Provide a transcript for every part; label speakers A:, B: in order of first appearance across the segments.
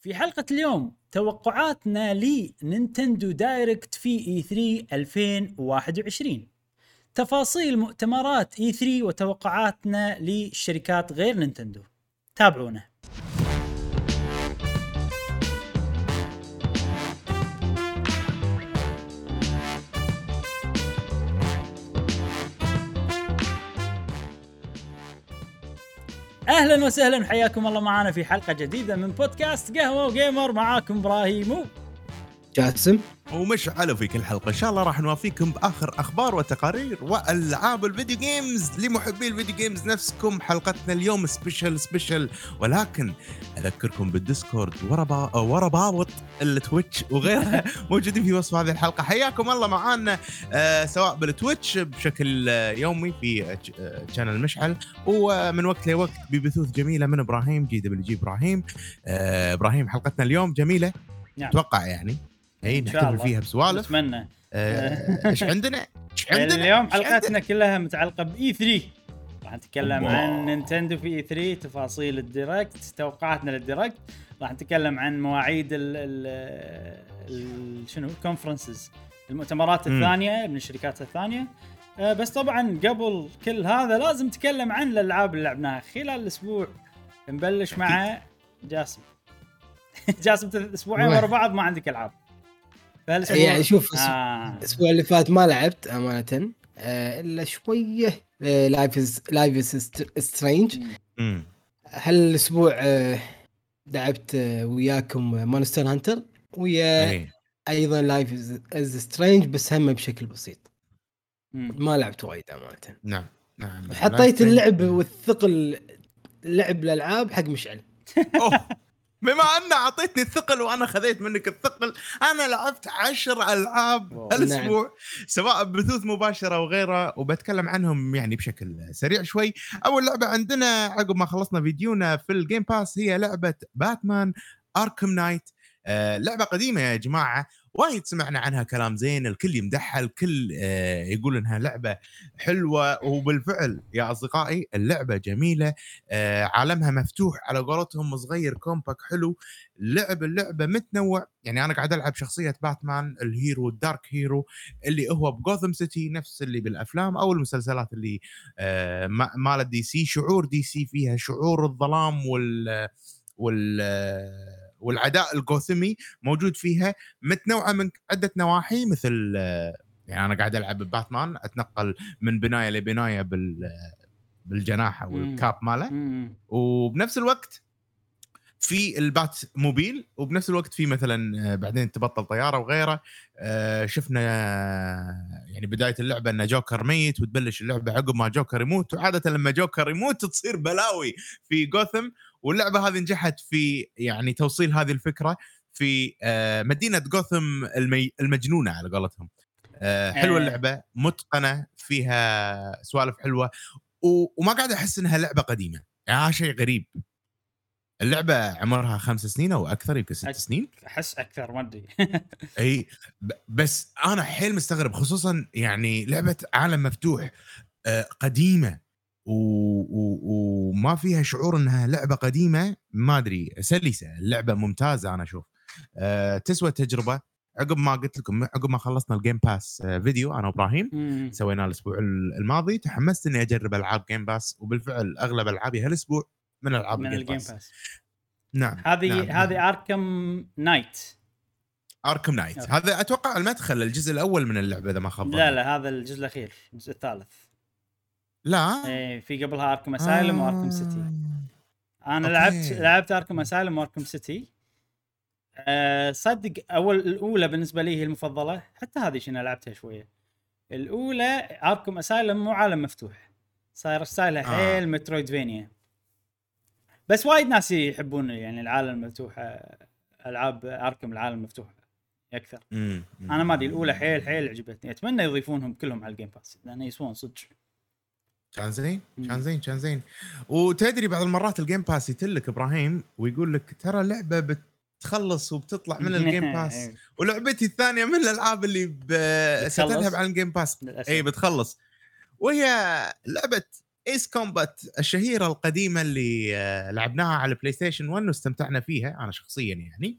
A: في حلقة اليوم توقعاتنا لنينتندو دايركت في E3 2021. تفاصيل مؤتمرات E3 وتوقعاتنا للشركات غير نينتندو. تابعونا. اهلا وسهلا وحياكم الله معنا في حلقة جديدة من بودكاست قهوة وجيمر. معاكم ابراهيم
B: جاسم
C: ومشعل في كل حلقة إن شاء الله راح نوافيكم بآخر أخبار وتقارير وألعاب الفيديو جيمز لمحبي الفيديو جيمز نفسكم. حلقتنا اليوم سبيشل ولكن أذكركم بالديسكورد ورابط التويتش وغيرها موجودين في وصف هذه الحلقة. حياكم الله معانا سواء بالتويتش بشكل يومي في شانل مشعل ومن وقت لوقت ببثوث جميلة من إبراهيم GWG إبراهيم حلقتنا اليوم جميلة.
A: نعم.
C: أتوقع يعني نحتفل فيها بسوالف.
A: نتمنى.
C: ايش عندنا
A: اليوم حلقتنا كلها متعلقة بE3. راح نتكلم عن نينتندو في E3، تفاصيل الديركت، توقعاتنا للديركت. راح نتكلم عن مواعيد شنو الكونفرنسز، المؤتمرات الثانية من الشركات الثانية. بس طبعا قبل كل هذا لازم نتكلم عن الألعاب اللي لعبناها خلال الأسبوع. نبلش مع جاسم. جاسم اسبوعين ورا بعض ما عندك العاب.
B: يعني شوف الاسبوع اللي فات ما لعبت امانه الا شويه لايف سترينج. هل الاسبوع لعبت وياكم مونستر هانتر ويا ايضا لايف سترينج بس هم بشكل بسيط. ما لعبت وايد امانه.
C: نعم
B: حطيت اللعب والثقل لعب الالعاب حق مشعل.
C: بما أن أعطيتني الثقل وأنا خذيت منك الثقل، أنا لعبت 10 ألعاب الأسبوع. نعم. سواء بثوث مباشرة وغيرها وبتكلم عنهم يعني بشكل سريع شوي. أول لعبة عندنا عقب ما خلصنا فيديونا في الجيم باس هي لعبة باتمان أركم نايت. لعبة قديمة يا جماعة، وايد سمعنا عنها كلام زين، الكل يمدحها، الكل يقول انها لعبة حلوة، وبالفعل يا اصدقائي اللعبة جميلة. عالمها مفتوح على قولتهم، صغير كومباك حلو. اللعبة متنوع، يعني انا قاعد العب شخصية باتمان الهيرو الدارك هيرو اللي هو بغوثم سيتي، نفس اللي بالافلام او المسلسلات اللي مال دي سي. شعور دي سي فيها شعور الظلام والعداء الجوثمي موجود فيها، متنوعة من عدة نواحي. مثل يعني أنا قاعد ألعب بباتمان، أتنقل من بناية لبناية بالجناح والكاب ماله، وبنفس الوقت في البات موبيل، وبنفس الوقت في مثلا بعدين تبطل طيارة وغيره. شفنا يعني بداية اللعبة أن جوكر ميت، وتبلش اللعبة عقب ما جوكر يموت، وعادة لما جوكر يموت تصير بلاوي في جوثم. واللعبة هذه نجحت في يعني توصيل هذه الفكرة في مدينة جوثم المجنونة على قولتهم. حلوة اللعبة، متقنة، فيها سوالف حلوة، وما قاعد أحس إنها لعبة قديمة. يعني شيء غريب. اللعبة عمرها 5 سنين أو أكثر، يمكن 6 سنين.
A: أحس أكثر، ما أدري.
C: أي بس أنا حيل مستغرب، خصوصا يعني لعبة عالم مفتوح قديمة وما فيها شعور انها لعبه قديمه. ما ادري، سلسه اللعبه ممتازه. انا اشوف تسوى التجربه. عقب ما قلت لكم، عقب ما خلصنا الجيم باس فيديو انا وابراهيم سويناه الاسبوع الماضي، تحمست اني اجرب العاب جيم باس، وبالفعل اغلب العابي هالاسبوع من العاب الجيم باس.
A: نعم. هذه اركم نايت.
C: هذا اتوقع المدخل الجزء الاول من اللعبه اذا ما خاب.
A: لا هذا الجزء الاخير، الجزء الثالث.
C: لا
A: ايه، في قبلها اركم اسايلم واركم سيتي. انا لعبت اركم اسايلم واركم سيتي. صدق الاولى بالنسبه لي هي المفضله، حتى هذه شنو لعبتها شويه. الاولى اركم اسايلم مو عالم مفتوح، صاير ستايلها حيل مترويدفينيا، بس وايد ناس يحبون يعني العالم المفتوح، العاب اركم العالم المفتوح اكثر. انا ما ادري، الاولى حيل عجبتني، اتمنى يضيفونهم كلهم على الجيم باس لان يسوون صدق.
C: كان زين. وتدري بعض المرات الجيم باس يتلك ابراهيم ويقول لك ترى لعبه بتخلص وبتطلع من الجيم باس، ولعبتي الثانيه من الالعاب اللي ستذهب على الجيم باس اي بتخلص، وهي لعبه ايس كومبات الشهيره القديمه اللي لعبناها على البلاي ستيشن 1 واستمتعنا فيها انا شخصيا يعني.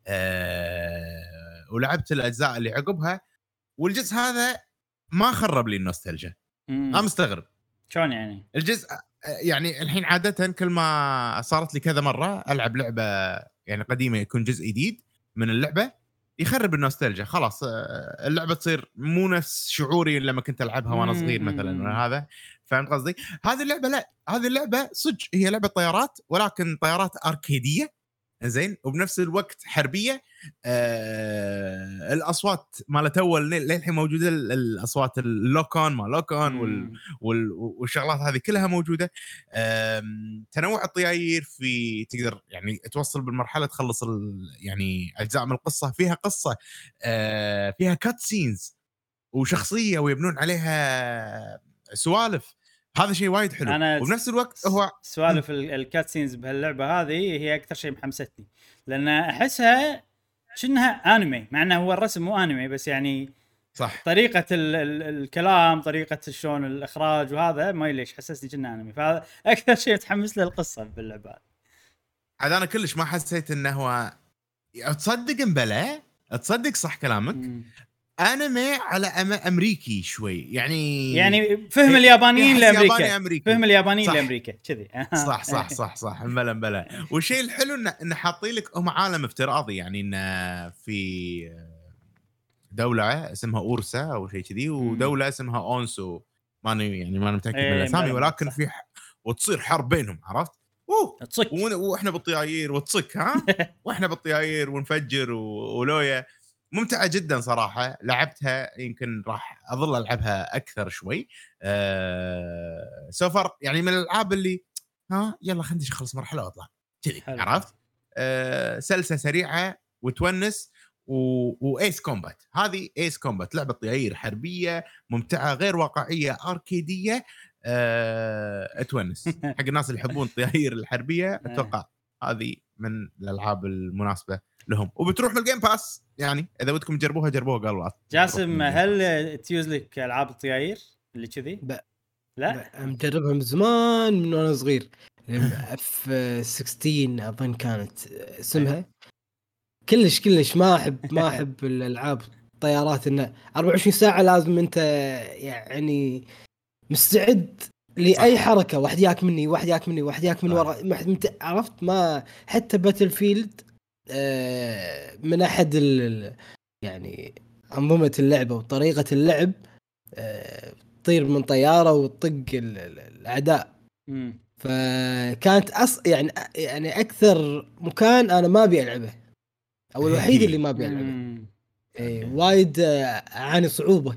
C: ولعبت الاجزاء اللي عقبها، والجزء هذا ما خرب لي النوستالجيا. انا مستغرب
A: شلون يعني
C: الجزء. يعني الحين عاده كل ما صارت لي كذا مره العب لعبه يعني قديمه يكون جزء جديد من اللعبه يخرب النوستالجيا. خلاص اللعبه تصير مو نفس شعوري لما كنت العبها وانا صغير مثلا ولا هذا. فهمت قصدي؟ هذه اللعبه لا، هذه اللعبه صدق هي لعبه طيارات، ولكن طيارات اركيديه زين، وبنفس الوقت حربيه. الاصوات مالت اول للحين موجوده، الاصوات اللوكون ما لوكون والشغلات هذه كلها موجوده. تنوع الطياير في تقدر يعني توصل بالمرحله تخلص يعني اجزاء من القصه فيها قصه، فيها كات سينز وشخصيه ويبنون عليها سوالف. هذا شيء وايد حلو. وبنفس الوقت هو
A: سوالف الكات سينز بهاللعبه هذه هي اكثر شيء محمستني، لان احسها شنها انمي، مع انه هو الرسم مو انمي بس يعني
C: صح
A: طريقه الكلام، طريقه شلون الاخراج وهذا ما ليش حسسني كأنه انمي. فهذا اكثر شيء متحمس له القصه باللعبه.
C: عاد انا كلش ما حسيت انه هو تصدق مبلى، تصدق صح كلامك. انمي على امريكي شوي يعني
A: فهم اليابانيين لامريكا، فهم اليابانيين
C: صح.
A: لامريكا كذي.
C: صح صح صح صح مبلى. والشيء الحلو انه حاطين لك هم عالم افتراضي، يعني انه في دوله اسمها اورسا او شيء كذي، ودوله اسمها اونسو ماني يعني ما متاكد من الاسامي، ولكن في وتصير حرب بينهم، عرفت؟ واحنا بالطياير وتصك ها واحنا بالطياير ونفجر ولويا. ممتعه جدا صراحه، لعبتها يمكن راح اظل العبها اكثر شوي. سوفر يعني من الالعاب اللي يلا خلينا نخلص مرحله واطلع كذي، عرفت؟ سلسه سريعه وتونس. وايس كومبات، هذه ايس كومبات لعبه طياير حربيه ممتعه غير واقعيه اركيديه. اتونس حق الناس اللي يحبون الطياير الحربيه. اتوقع هذه من الالعاب المناسبه لهم، وبتروح بالجيم باس. يعني اذا ودكم تجربوها جربوها قالوا.
A: جاسم هل تيوز لك العاب الطياير اللي كذي؟ لا
B: مجربها من زمان من وانا صغير. اف 16 اظن كانت اسمها. كلش ما احب الالعاب الطيارات انه 24 ساعه لازم انت يعني مستعد لاي حركه، واحد ياك مني من ورا، عرفت؟ ما حتى باتل فيلد من احد يعني انظمه اللعبه وطريقه اللعب، تطير من طياره وتطق الاعداء. فكانت يعني اكثر مكان انا ما ابي العبه، او الوحيد اللي ما ابي العبه. وايد اعاني صعوبه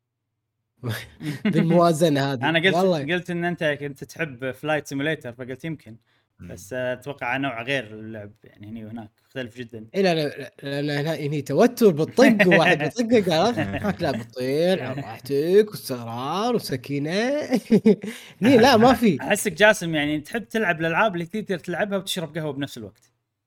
B: بالموازنه هذه.
A: انا قلت ان انت كنت تحب فلايت سيموليتر فقلت يمكن، بس اتوقع نوع غير اللعب يعني هني وهناك مختلف جدا.
B: لا هني توتر بالطق وواحد بيطقك، عرفت؟ هناك لا بتطير على راحتك واستقرار وسكينه. هني لا ما في.
A: احسك جاسم يعني تحب تلعب الالعاب اللي تقدر تلعبها وتشرب قهوه بنفس الوقت.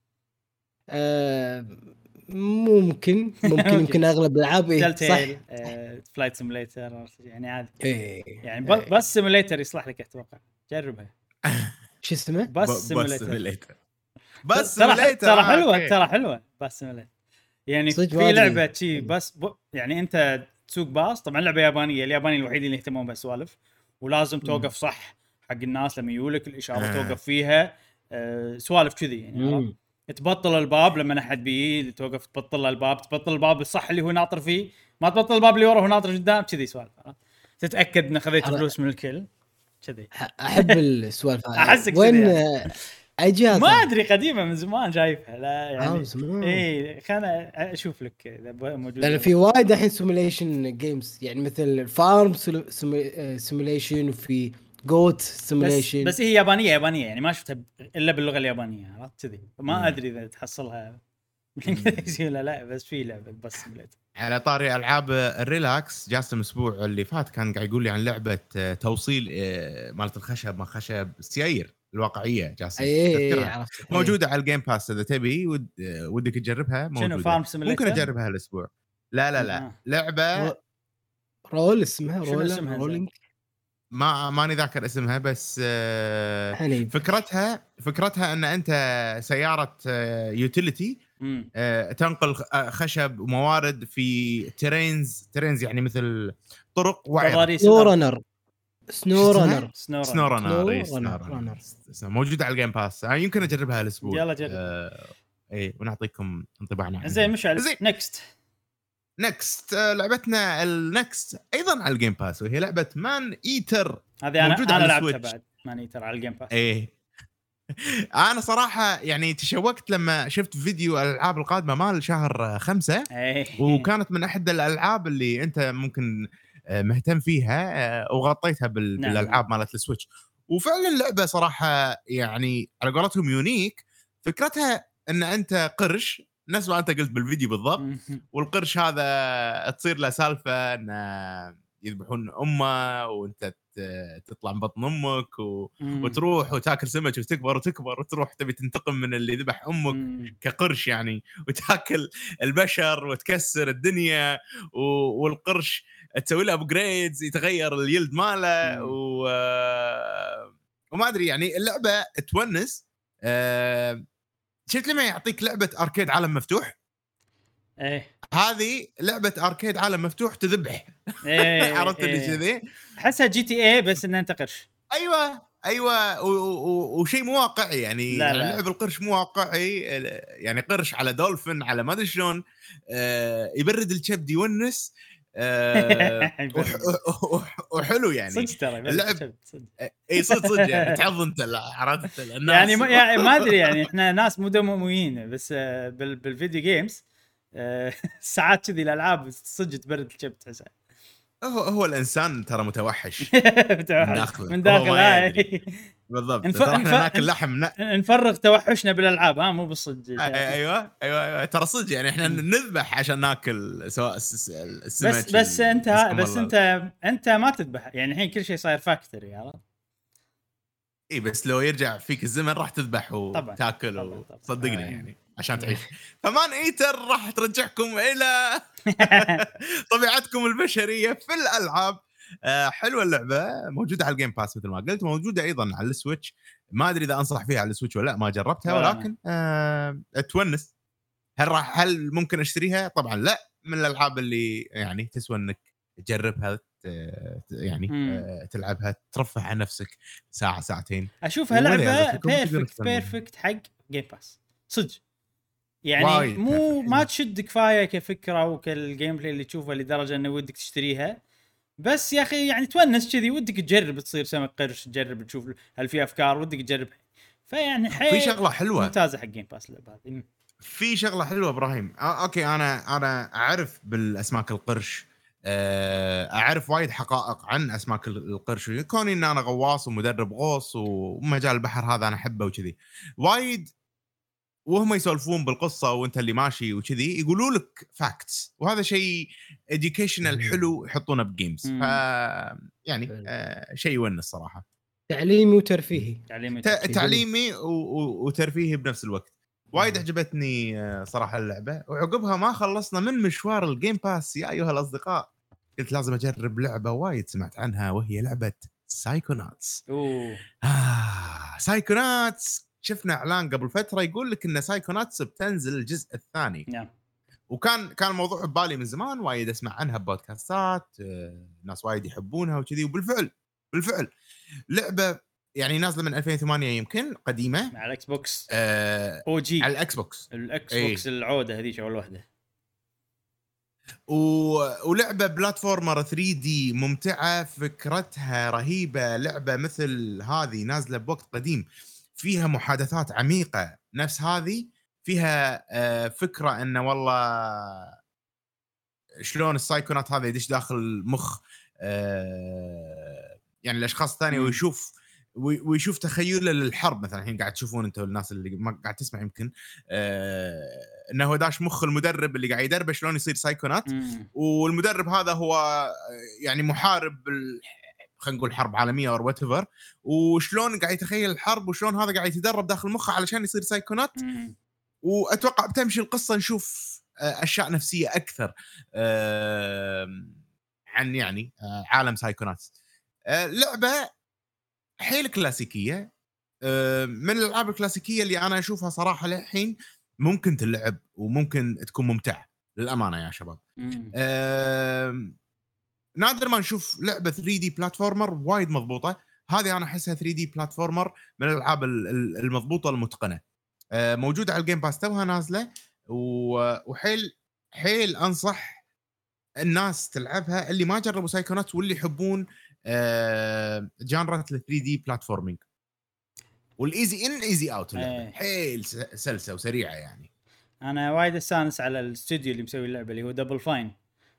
B: ممكن يمكن اغلب الالعاب صح.
A: فلايت سيموليتر يعني عادي. يعني بس سيموليتر يصلح لك اتوقع، جربها.
B: شو اسمه؟
A: بس سيموليتر.
C: ترى
A: حلوه بس سيموليتر. يعني في لعبه شي بس يعني انت تسوق باص. طبعا لعبه يابانيه، اليابانيين الوحيدين اللي يهتمون بهالسوالف، ولازم توقف صح حق الناس لما يجولك الاشاره توقف فيها. سوالف كذي يعني. تبطل الباب لما احد بيجي، توقف تبطل الباب، تبطل الباب الصح اللي هو ناطر فيه، ما تبطل الباب اللي ورا هو ناطر قدام كذي سوالف. تتاكد ان خذيت فلوس من الكل كذي.
B: احب السوالف هذه.
A: احسك
B: وين اجهزه
A: ما ادري قديمه من زمان شايفها. لا يعني
B: اي
A: خلنا اشوف لك اذا موجود.
B: لان في وايد الحين سيموليشن جيمز، يعني مثل فارم سيموليشن وفي جوت سيموليشن.
A: بس هي يابانيه يعني ما شفتها الا باللغه اليابانيه، عرفت كذي. ما ادري اذا تحصلها بالانجليزي ولا لا، بس في لعبه بس سيموليتر.
C: على طاري العاب الريلاكس، جاسم الاسبوع اللي فات كان قاعد يقول لي عن لعبه توصيل مالت الخشب، ما خشب السيايير الواقعيه. جاسم
B: عرفت
C: موجوده على الجيم باس، اذا تبي ودك تجربها موجوده. ممكن اجربها الاسبوع. لا لعبه
B: رول اسمها رولينج.
C: ماني ذاكر اسمها بس
B: حنين.
C: فكرتها ان انت سياره يوتيليتي تنقل خشب وموارد في ترينز يعني مثل طرق وعرة.
B: سنو رانر
C: موجوده على الجيم باس. يمكن اجربها الاسبوع.
A: يلا جرب.
C: اي ونعطيكم انطباعنا عنها.
A: زين مشعل نكست
C: لعبتنا النكست ايضا على الجيم باس، وهي لعبه مان ايتر.
A: هذه انا لعبتها بعد مان ايتر على الجيم باس.
C: ايه انا صراحه يعني تشوقت لما شفت فيديو الالعاب القادمه مال شهر 5 وكانت من احد الالعاب اللي انت ممكن مهتم فيها وغطيتها بالالعاب مالت السويتش. وفعلا اللعبه صراحه يعني على قولتهم يونيك. فكرتها ان انت قرش نفس ما انت قلت بالفيديو بالضبط، والقرش هذا تصير له سالفه ان يذبحون امه وانت تطلع من بطن امك وتروح وتاكل سمك وتكبر وتروح تبي تنتقم من اللي ذبح امك كقرش يعني، وتاكل البشر وتكسر الدنيا والقرش تسوي له ابجريدز يتغير اليلد ماله وما ادري يعني اللعبه تونس. شفت لما يعطيك لعبه اركيد عالم مفتوح؟ هذه لعبه اركيد عالم مفتوح تذبح. عرفت اللي كذي
A: احسها جي تي اي بس ان انت قرش.
C: ايوه وشيء مو واقعي يعني. لعب القرش مو واقعي يعني. قرش على دولفين على ما ادري شلون يبرد الكبد يونس. وحلو يعني
A: صدق ترى
C: اللعب. اي صدق يعني تعض انت عرفت الناس
A: يعني ما ادري يعني احنا ناس مو دمويين بس بالفيديو جيمز ساعات كذي الالعاب صدق تبرد الكبد تحسها.
C: هو الانسان ترى متوحش
A: من داخل
C: بالضبط. احنا ناكل لحم
A: نفرغ توحشنا بالالعاب مو بالصدق.
C: ايوه ترى صدق يعني احنا نذبح عشان ناكل سواء السمك
A: بس انت ما تذبح يعني. الحين كل شيء صاير فاكتوري عرفت.
C: اي بس لو يرجع فيك الزمن راح تذبح وتاكل وصدقني يعني عشان تعيش. فمان ايتر راح ترجعكم الى طبيعتكم البشريه في الالعاب. حلوه اللعبه موجوده على الجيم باس مثل ما قلت، موجوده ايضا على السويتش. ما ادري اذا انصح فيها على السويتش ولا لا، ما جربتها ولكن تونس. هل ممكن اشتريها؟ طبعا لا. من الالعاب اللي يعني تسوى انك تجربها يعني تلعبها ترفه عن نفسك ساعه ساعتين.
A: اشوفها لعبه بيرفكت حق جيم باس صدق يعني. مو ما تشد كفايه كفكره وكالجيم بلاي اللي تشوفه لدرجه انه ودك تشتريها، بس يا اخي يعني تونس كذي ودك تجرب تصير سمك قرش، تجرب تشوف هل في افكار ودك تجرب. فيعني
C: في شغله حلوه
A: ممتازه حق جيم باس اللعبه هذه.
C: في شغله حلوه ابراهيم. اوكي انا اعرف بالاسماك القرش. اعرف وايد حقائق عن اسماك القرش كوني ان انا غواص ومدرب غوص ومجال البحر هذا انا احبه وكذي وايد. وهم يسولفون بالقصه وانت اللي ماشي وكذي يقولوا لك فاكتس، وهذا شيء اديوكيشنال حلو يحطونه بجيمز. ف يعني شيء يونس الصراحه.
B: تعليمي وترفيهي.
C: تعليمي وترفيهي بنفس الوقت. وايد عجبتني صراحه اللعبه. وعقبها ما خلصنا من مشوار الجيم باس يا ايها الاصدقاء، قلت لازم اجرب لعبه وايد سمعت عنها، وهي لعبه سايكوناتس. سايكوناتس شفنا اعلان قبل فتره يقول لك ان سايكوناتس بتنزل الجزء الثاني.
A: نعم.
C: وكان الموضوع ببالي من زمان، وايد اسمع عنها ببودكاستات، ناس وايد يحبونها وكذي. وبالفعل لعبه يعني نازله من 2008 يمكن، قديمه
A: على الاكس بوكس. او جي
C: على الاكس بوكس
A: العوده هذيك اول واحده.
C: ولعبه بلاتفورمر 3D ممتعه، فكرتها رهيبه. لعبه مثل هذه نازله بوقت قديم، فيها محادثات عميقه نفس هذه، فيها فكره انه والله شلون السايكونات هذا يدش داخل مخ يعني الاشخاص الثانيه ويشوف تخيله للحرب. مثلا الحين قاعد تشوفون انتم الناس اللي ما قاعد تسمع يمكن انه داش مخ المدرب اللي قاعد يدرب شلون يصير سايكونات. والمدرب هذا هو يعني محارب خلينا نقول حرب عالميه او وات ايفر، وشلون قاعد يتخيل الحرب وشلون هذا قاعد يتدرب داخل مخه علشان يصير سايكونات. واتوقع بتمشي القصه نشوف اشياء نفسيه اكثر عن يعني عالم سايكونات. لعبه حيل كلاسيكيه، من الالعاب الكلاسيكيه اللي انا اشوفها صراحه للحين ممكن تلعب وممكن تكون ممتعه للامانه يا شباب. نادر ما نشوف لعبه 3D بلاتفورمر وايد مضبوطه. هذه انا احسها 3D بلاتفورمر من الالعاب المضبوطه المتقنه. موجوده على الجيم باس توها نازله، وحيل حيل انصح الناس تلعبها اللي ما جربوا سايكونات واللي يحبون جانرة ال 3D بلاتفورمينج. والايزي ان ايزي اوت اللعبه حيل سلسه وسريعه يعني.
A: انا وايد استانس على الاستوديو اللي مسوي اللعبه اللي هو دبل فاين.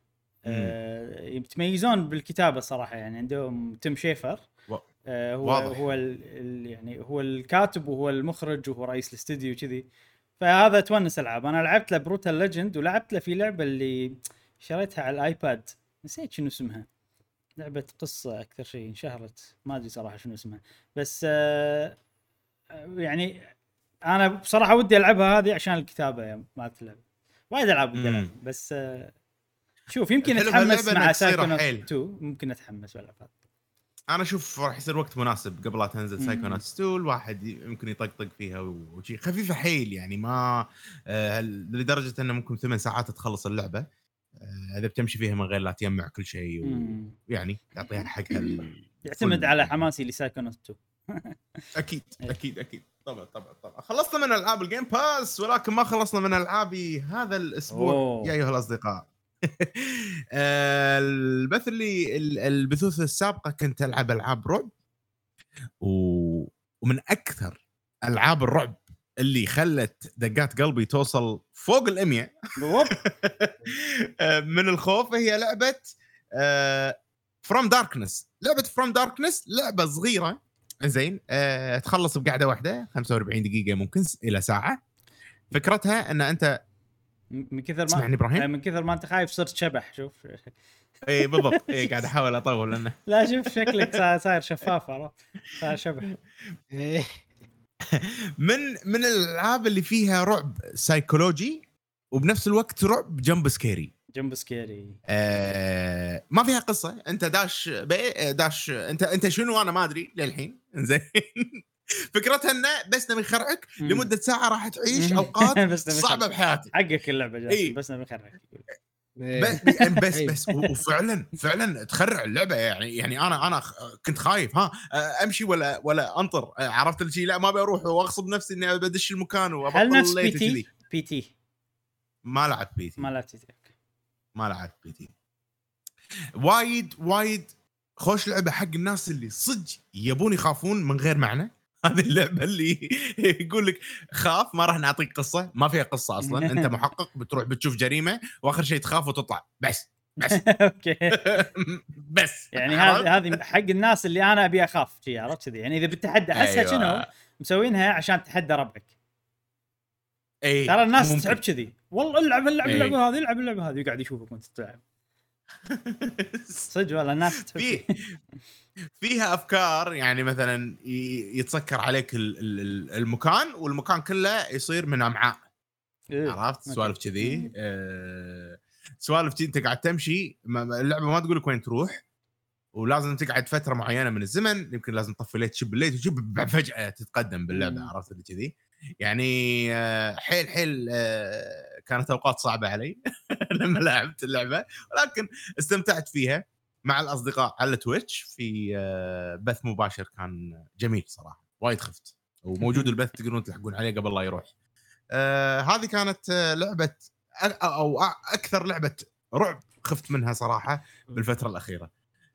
A: يتميزون بالكتابه صراحه، يعني عندهم تيم شيفر هو يعني هو الكاتب وهو المخرج وهو رئيس الاستوديو كذي. فهذا تونس العاب. انا لعبت له بروتال ليجند، ولعبت له في لعبه اللي شريتها على الايباد نسيت شنو اسمها، لعبه قصه اكثر شيء انشهرت ما ادري صراحه شنو اسمها، بس يعني انا بصراحه ودي العبها هذه عشان الكتابه مالت اللعبه. وايد العاب ودي العب، بس شوف يمكن اتحمس مع سايكونوت 2 ممكن اتحمس والعب.
C: انا اشوف راح يصير وقت مناسب قبل لا تنزل سايكونوتس 2 الواحد يمكن يطقطق فيها وشي خفيفه حيل يعني، ما لدرجه انه ممكن 8 ساعات تخلص اللعبه اذا بتمشي فيها من غير لا تجمع كل شيء ويعني تعطيها حقها
A: يعتمد على حماسي لسايكونوتس 2.
C: اكيد طبعا خلصنا من العاب الجيم باس، ولكن ما خلصنا من العابي هذا الاسبوع يا ايها الاصدقاء. البث اللي البثوث السابقه كنت العب العاب رعب، ومن اكثر العاب الرعب اللي خلت دقات قلبي توصل فوق 100 من الخوف هي لعبه From Darkness. لعبه From Darkness لعبه صغيره زين، تخلص بقعده واحده 45 دقيقه ممكن الى ساعه. فكرتها ان انت
A: من كثر ما
C: اسمعني ابراهيم،
A: من كثر ما انت خايف صرت شبح. شوف
C: اي بالضبط، اي قاعد احاول اطول لانه
A: لا شوف شكلك صاير شفاف، عرفت؟ صاير شبح.
C: من الالعاب اللي فيها رعب سايكولوجي وبنفس الوقت رعب جمب سكيري. ما فيها قصه، انت داش انت شنو انا ما ادري للحين زين. فكرتها انه بس نبي نخرعك لمده ساعه راح تعيش اوقات صعبه بحياتك.
A: حقك اللعبه جاي بس نبي نخرعك.
C: بس وفعلا تخرع اللعبه يعني انا كنت خايف امشي ولا انطر، عرفت الشيء؟ لا ما بروح واغصب نفسي اني بدش المكان وابطل.
A: هل نفس بي تي
C: ما لعبت بي تي. وايد خوش لعبه حق الناس اللي صدق يبون يخافون من غير معنى. هذه اللعبه اللي يقول لك خاف، ما راح نعطيك قصه، ما فيها قصه اصلا. انت محقق بتروح بتشوف جريمه واخر شيء تخاف وتطلع بس
A: اوكي
C: بس
A: يعني هذه حق الناس اللي انا ابي اخاف شيء، عرفت كذي يعني. اذا بتتحدى احسها شنو مسوينها عشان تتحدى ربعك. ترى الناس تسحب كذي والله العب اللعبه هذه وقاعد يشوفك وانت تلعب. صدق والله الناس
C: فيها افكار، يعني مثلا يتسكر عليك المكان والمكان كله يصير من امعاء. عرفت سوالف كذي؟ سوالف كذي. انت قاعد تمشي اللعبه ما تقول لك وين تروح، ولازم تقعد فتره معينه من الزمن. يمكن لازم تطفي ليت تشب الليت وتجيب فجاه تتقدم باللعبه. عرفت اللي كذي يعني؟ حيل كانت اوقات صعبه علي لما لعبت اللعبه، ولكن استمتعت فيها مع الاصدقاء على تويتش في بث مباشر. كان جميل صراحه، وايد خفت. وموجود البث تقدرون تلحقون عليه قبل لا يروح. هذه كانت لعبه او اكثر لعبه رعب خفت منها صراحه بالفتره الاخيره.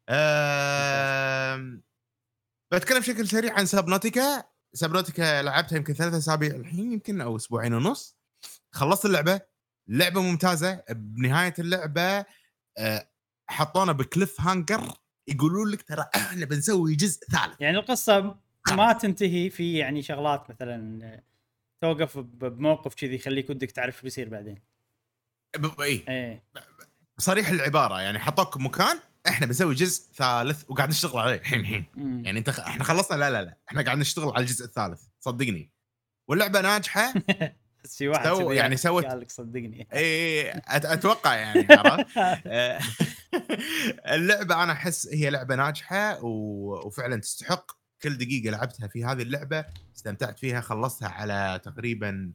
C: بتكلم بشكل سريع عن سابنوتيكا. لعبتها يمكن 3 أسابيع الحين، يمكن او 2.5 أسبوع. خلصت اللعبه ممتازه. بنهايه اللعبه حطونا بكليف هانجر، يقولون لك ترى احنا بنسوي جزء ثالث.
A: يعني القصه ما تنتهي في يعني شغلات مثلا توقف بموقف كذي يخليك ودك تعرف شو بيصير بعدين.
C: ايه صريح العباره، يعني حطوك مكان احنا بنسوي جزء ثالث وقاعد نشتغل عليه الحين. يعني احنا خلصنا؟ لا احنا قاعد نشتغل على الجزء الثالث صدقني. واللعبه ناجحه.
A: في واحد
C: يعني سوت
A: قال لك صدقني.
C: اتوقع يعني عرفت. اللعبه انا احس هي لعبه ناجحه وفعلا تستحق كل دقيقه لعبتها في هذه اللعبه. استمتعت فيها، خلصتها على تقريبا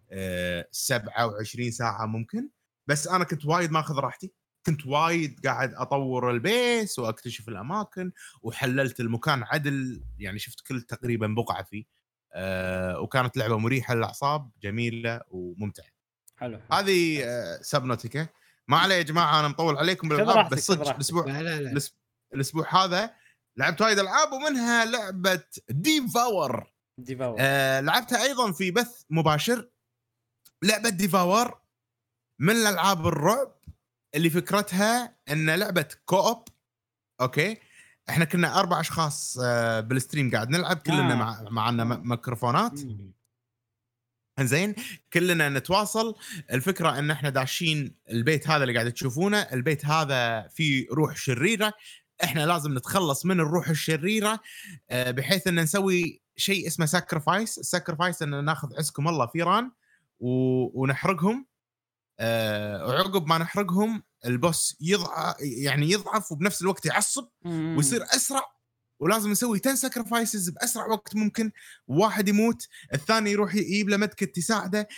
C: 27 ساعه ممكن. بس انا كنت وايد ماخذ راحتي، كنت وايد قاعد اطور البيس واكتشف الاماكن، وحللت المكان عدل، يعني شفت كل تقريبا بقعه فيه. وكانت لعبه مريحه للاعصاب، جميله وممتعه.
A: حلو.
C: هذه سبنوتيكا. ما عليه يا جماعه، انا مطول عليكم بالالعاب، بس صدق الاسبوع هذا لعبت وايد العاب، ومنها لعبه ديفاور. لعبتها ايضا في بث مباشر. لعبه ديفاور من الالعاب الرعب اللي فكرتها ان لعبه كوب. اوكي، احنا كنا 4 اشخاص بالستريم قاعد نلعب كلنا معنا ميكروفونات. زين، كلنا نتواصل. الفكره ان احنا داشين البيت هذا اللي قاعد تشوفونه، البيت هذا فيه روح شريره، احنا لازم نتخلص من الروح الشريره بحيث ان نسوي شيء اسمه ساكرفايس. الساكرفايس ان ناخذ عزكم الله فيران ونحرقهم. وعقب ما نحرقهم البوس يضعف وبنفس الوقت يعصب ويصير اسرع، ولازم نسوي 10 ساكرفايسز باسرع وقت ممكن. واحد يموت، الثاني يروح يجيب له مدكه تساعده،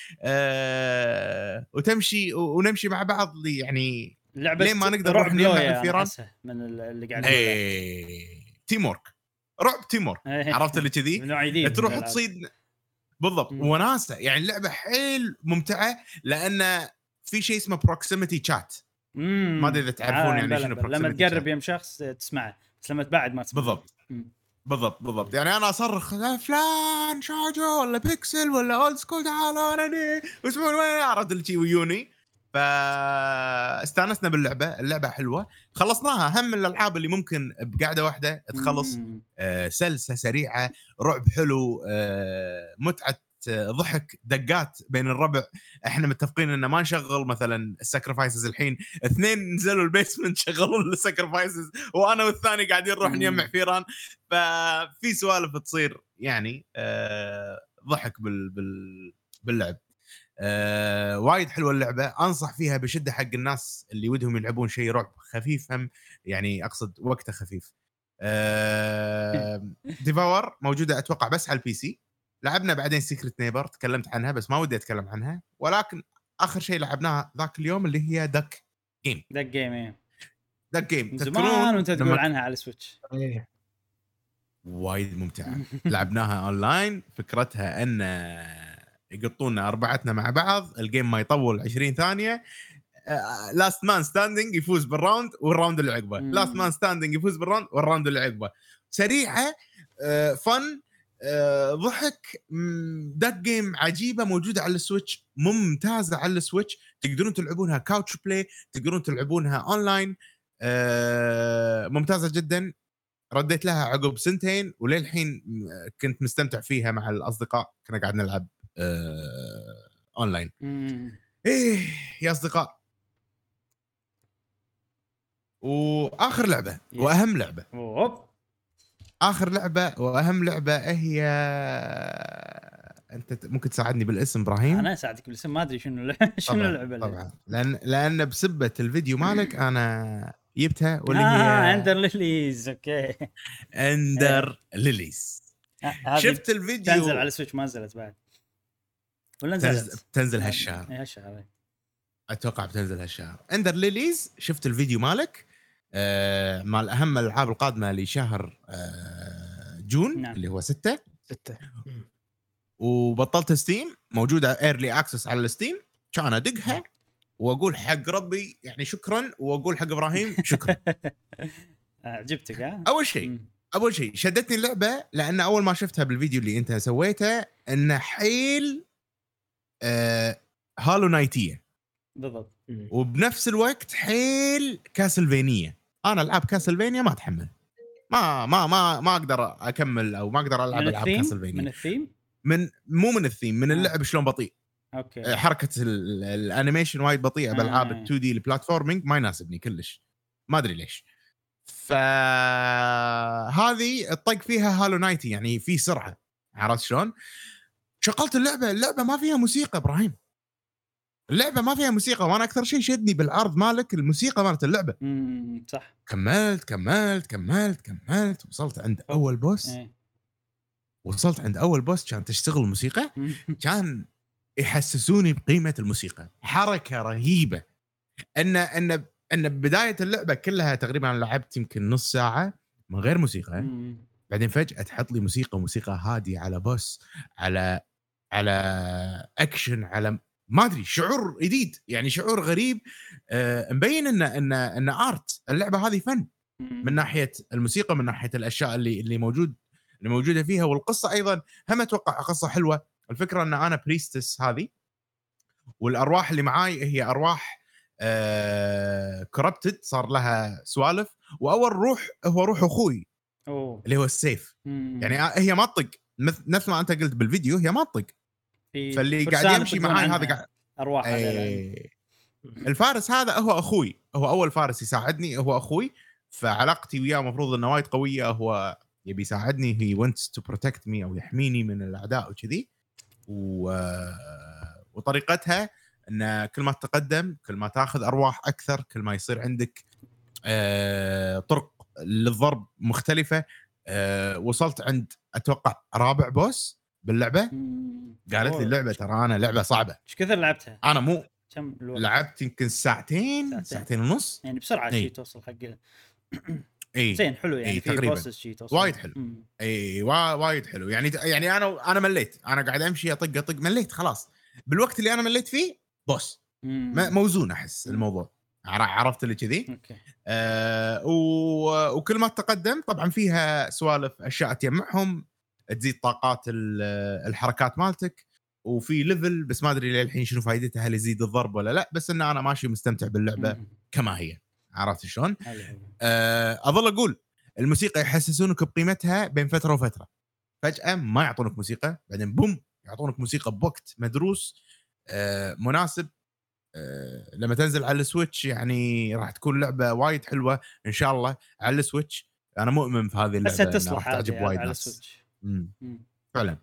C: وتمشي ونمشي مع بعض. يعني لين ما نقدر نروح نجمع الفيران
A: من اللي قاعد
C: تيم ورك، رعب تيم ورك. عرفت اللي كذي تروح تصيد بالضبط وناسه. يعني اللعبه حيل ممتعه لان في شيء اسمه بروكسيميتي شات. ما ادري اذا تعرفون يعني شنو
A: لما تقرب يم شخص تسمعه، بس لما تبعد ما تسمع.
C: بالضبط. يعني انا اصرخ فلان شاجو ولا بيكسل ولا اولد سكول، تعالوا انا اسمعوا وين عرض الشي ويوني. فاستانسنا باللعبه، اللعبه حلوه، خلصناها. هم من الالعاب اللي ممكن بقعده واحده تخلص. سلسه سريعه، رعب حلو، متعه، ضحك، دقات بين الربع. احنا متفقين ان ما نشغل مثلا الساكرفايسز الحين، 2 نزلوا البيسمنت شغلوا الساكرفايسز وانا والثاني قاعدين نروح نجمع فيران. ففي سوالف تصير يعني ضحك باللعب. وايد حلوه اللعبه، انصح فيها بشده حق الناس اللي ودهم يلعبون شيء رعب خفيف، هم يعني اقصد وقته خفيف. ديفاور موجوده اتوقع بس على البي سي. لعبنا بعدين سيكريت نيبر، تكلمت عنها بس ما ودي اتكلم عنها. ولكن اخر شيء لعبناها ذاك اليوم اللي هي دك جيم
A: زمان وانت تقول عنها على السويتش.
C: وايد ممتعه. لعبناها اونلاين، فكرتها ان يقطونا 4 مع بعض، الجيم ما يطول 20 ثانيه، لاست مان ستاندينج يفوز بالراوند والراوند اللي عقبه، لاست مان ستاندينج يفوز بالراوند والراوند اللي عقبه. سريعه، فن، ضحك، دك جيم عجيبه، موجوده على السويتش، ممتازه على السويتش. تقدرون تلعبونها كاوتش بلاي، تقدرون تلعبونها اونلاين، ممتازه جدا. رديت لها عقب 2 سنين وللحين كنت مستمتع فيها مع الاصدقاء، كنا قاعد نلعب اونلاين. ايه يا اصدقاء، واخر لعبه واهم لعبه، اخر لعبه واهم لعبه هي، انت ممكن تساعدني بالاسم ابراهيم؟
A: انا اساعدك بالاسم، ما ادري شنو اللعبه
C: طبعا لان بسبه الفيديو مالك انا جبتها، واللي هي
A: اندر ليليز. اوكي،
C: اندر ليليز. شفت الفيديو؟
A: تنزل على السويتش، ما نزلت بعد ولا نزلت؟
C: تنزل هالشهر اتوقع، بتنزل هالشهر. اندر ليليز، شفت الفيديو مالك مال اهم الالعاب القادمه لشهر جون. نعم. اللي هو 6 وبطلت ستيم، موجوده ايرلي اكسس على الستيم. كان ادقها واقول حق ربي يعني شكرا، واقول حق ابراهيم شكرا.
A: عجبتك؟
C: اول شيء شدتني اللعبه لان اول ما شفتها بالفيديو اللي انت سويته انه حيل هالو نايتيه
A: بالضبط،
C: وبنفس الوقت حيل كاسلفينيا. انا العاب كاسلفينيا ما اتحمل، ما اقدر اكمل او ما اقدر العب العاب كاسلفينيا.
A: من الثيم،
C: مو من الثيم، من اللعب شلون بطيء.
A: اوكي،
C: حركه الانيميشن وايد بطيئه بالالعاب ال2 دي البلاتفورمينج، ما يناسبني كلش، ما ادري ليش. فهذه الطق فيها هالو نايتي، يعني في سرعه، عرفت شلون؟ شغلت اللعبه ما فيها موسيقى ابراهيم، اللعبه ما فيها موسيقى، وانا اكثر شيء شدني بالعرض مالك الموسيقى مالت اللعبه.
A: صح.
C: كملت وصلت عند اول بوس. كان تشتغل الموسيقى، كان يحسسوني بقيمه الموسيقى. حركه رهيبه ان بدايه اللعبه كلها تقريبا لعبت يمكن نص ساعه من غير موسيقى. بعدين فجاه تحط لي موسيقى هاديه على بوس، على اكشن، على ما ادري، شعور جديد يعني، شعور غريب. مبين ان ارت اللعبه هذه فن من ناحيه الموسيقى، من ناحيه الاشياء اللي موجوده فيها، والقصه ايضا هم اتوقع قصه حلوه. الفكره ان انا بريستس هذه، والارواح اللي معاي هي ارواح كوربتد، صار لها سوالف. واول روح هو روح اخوي اللي هو السيف. يعني هي ما تطق، نفس ما انت قلت بالفيديو، هي ما تطق. فاللي قاعد يمشي معاي هذا قاعد
A: ارواح
C: الفارس هذا هو اخوي، هو اول فارس يساعدني، هو اخوي. فعلاقتي وياه مفروض انه وايد قويه. هو يبي يساعدني، هي wants to protect me او يحميني من الاعداء وكذي. وطريقتها ان كل ما تتقدم، كل ما تاخذ ارواح اكثر، كل ما يصير عندك طرق للضرب مختلفه. وصلت عند اتوقع رابع بوس باللعبه. قالت لي اللعبه ترى انا لعبه صعبه.
A: ايش كثر لعبتها؟
C: انا مو
A: كم الوقت؟
C: لعبت يمكن ساعتين ونص
A: يعني بسرعه شيء توصل حق
C: اي
A: زين حلو يعني في بوسس شيء توصل
C: وايد حلو. اي وايد حلو يعني انا مليت، انا قاعد امشي اطق مليت خلاص. بالوقت اللي انا مليت فيه بوس موزون احس الموضوع. عرفت اللي كذي. وكل ما تقدم طبعا فيها سوالف، اشياء تجمعهم تزيد طاقات الحركات مالتك، وفي ليفل بس ما ادري للحين شنو فائدته، هل يزيد الضرب ولا لا. بس ان انا ماشي مستمتع باللعبه كما هي. عرفت شلون؟ اظل اقول الموسيقى يحسسونك بقيمتها بين فتره وفتره. فجاه ما يعطونك موسيقى، بعدين بوم يعطونك موسيقى بوقت مدروس مناسب. لما تنزل على السويتش يعني راح تكون لعبه وايد حلوه ان شاء الله على السويتش. انا مؤمن في هذه اللعبه،
A: بس
C: راح تعجب وايد
A: على
C: ناس.
A: السويتش.
C: فعلا.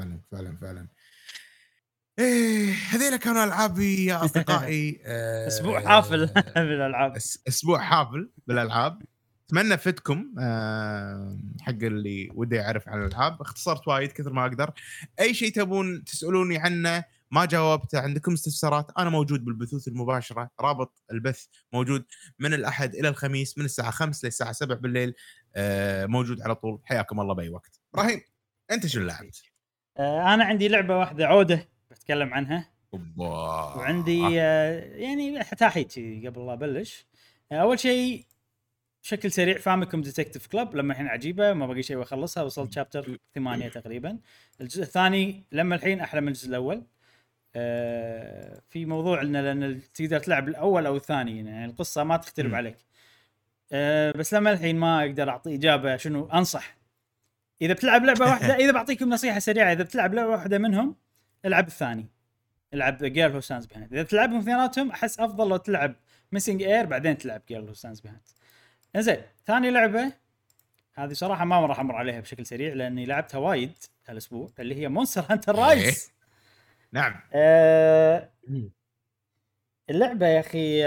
C: هذيلا كانوا العابي يا اصدقائي.
A: اسبوع حافل بالالعاب.
C: اسبوع حافل بالالعاب. اتمنى فدكم. حق اللي وده يعرف عن الالعاب اختصرت وايد كثر ما اقدر. اي شيء تبون تسالوني عنه ما جاوبته، عندكم استفسارات، انا موجود بالبثوث المباشره. رابط البث موجود من الاحد الى الخميس من الساعه 5 للساعه 7 بالليل. موجود على طول. حياكم الله باي وقت. ابراهيم انت شو لعبت؟
A: انا عندي لعبه واحده عوده بتكلم عنها. وعندي يعني حتاحيتي قبل لا ابلش. اول شيء بشكل سريع فاميكوم ديتكتيف كلاب، لما الحين عجيبه ما باقي شيء واخلصها، وصلت شابتر 8 تقريبا. الجزء الثاني لما الحين احلى من الجزء الاول. في موضوع ان لان تقدر تلعب الاول او الثاني، يعني القصه ما تختلف عليك. بس لما الحين ما اقدر اعطي اجابه شنو انصح. اذا بتلعب لعبه واحده، اذا بعطيكم نصيحه سريعه، اذا بتلعب لعبه واحده منهم العب الثاني، العب جيرل هو ستاندز بيهايند. اذا تلعبهم اثنيناتهم احس افضل لو تلعب ميسنج اير بعدين تلعب جيرل هو ستاندز بيهايند. انزين ثاني لعبه هذه صراحه ما راح امر عليها بشكل سريع لاني لعبتها وايد هالاسبوع، اللي هي مونستر هانتر رايز.
C: نعم.
A: اللعبه يا اخي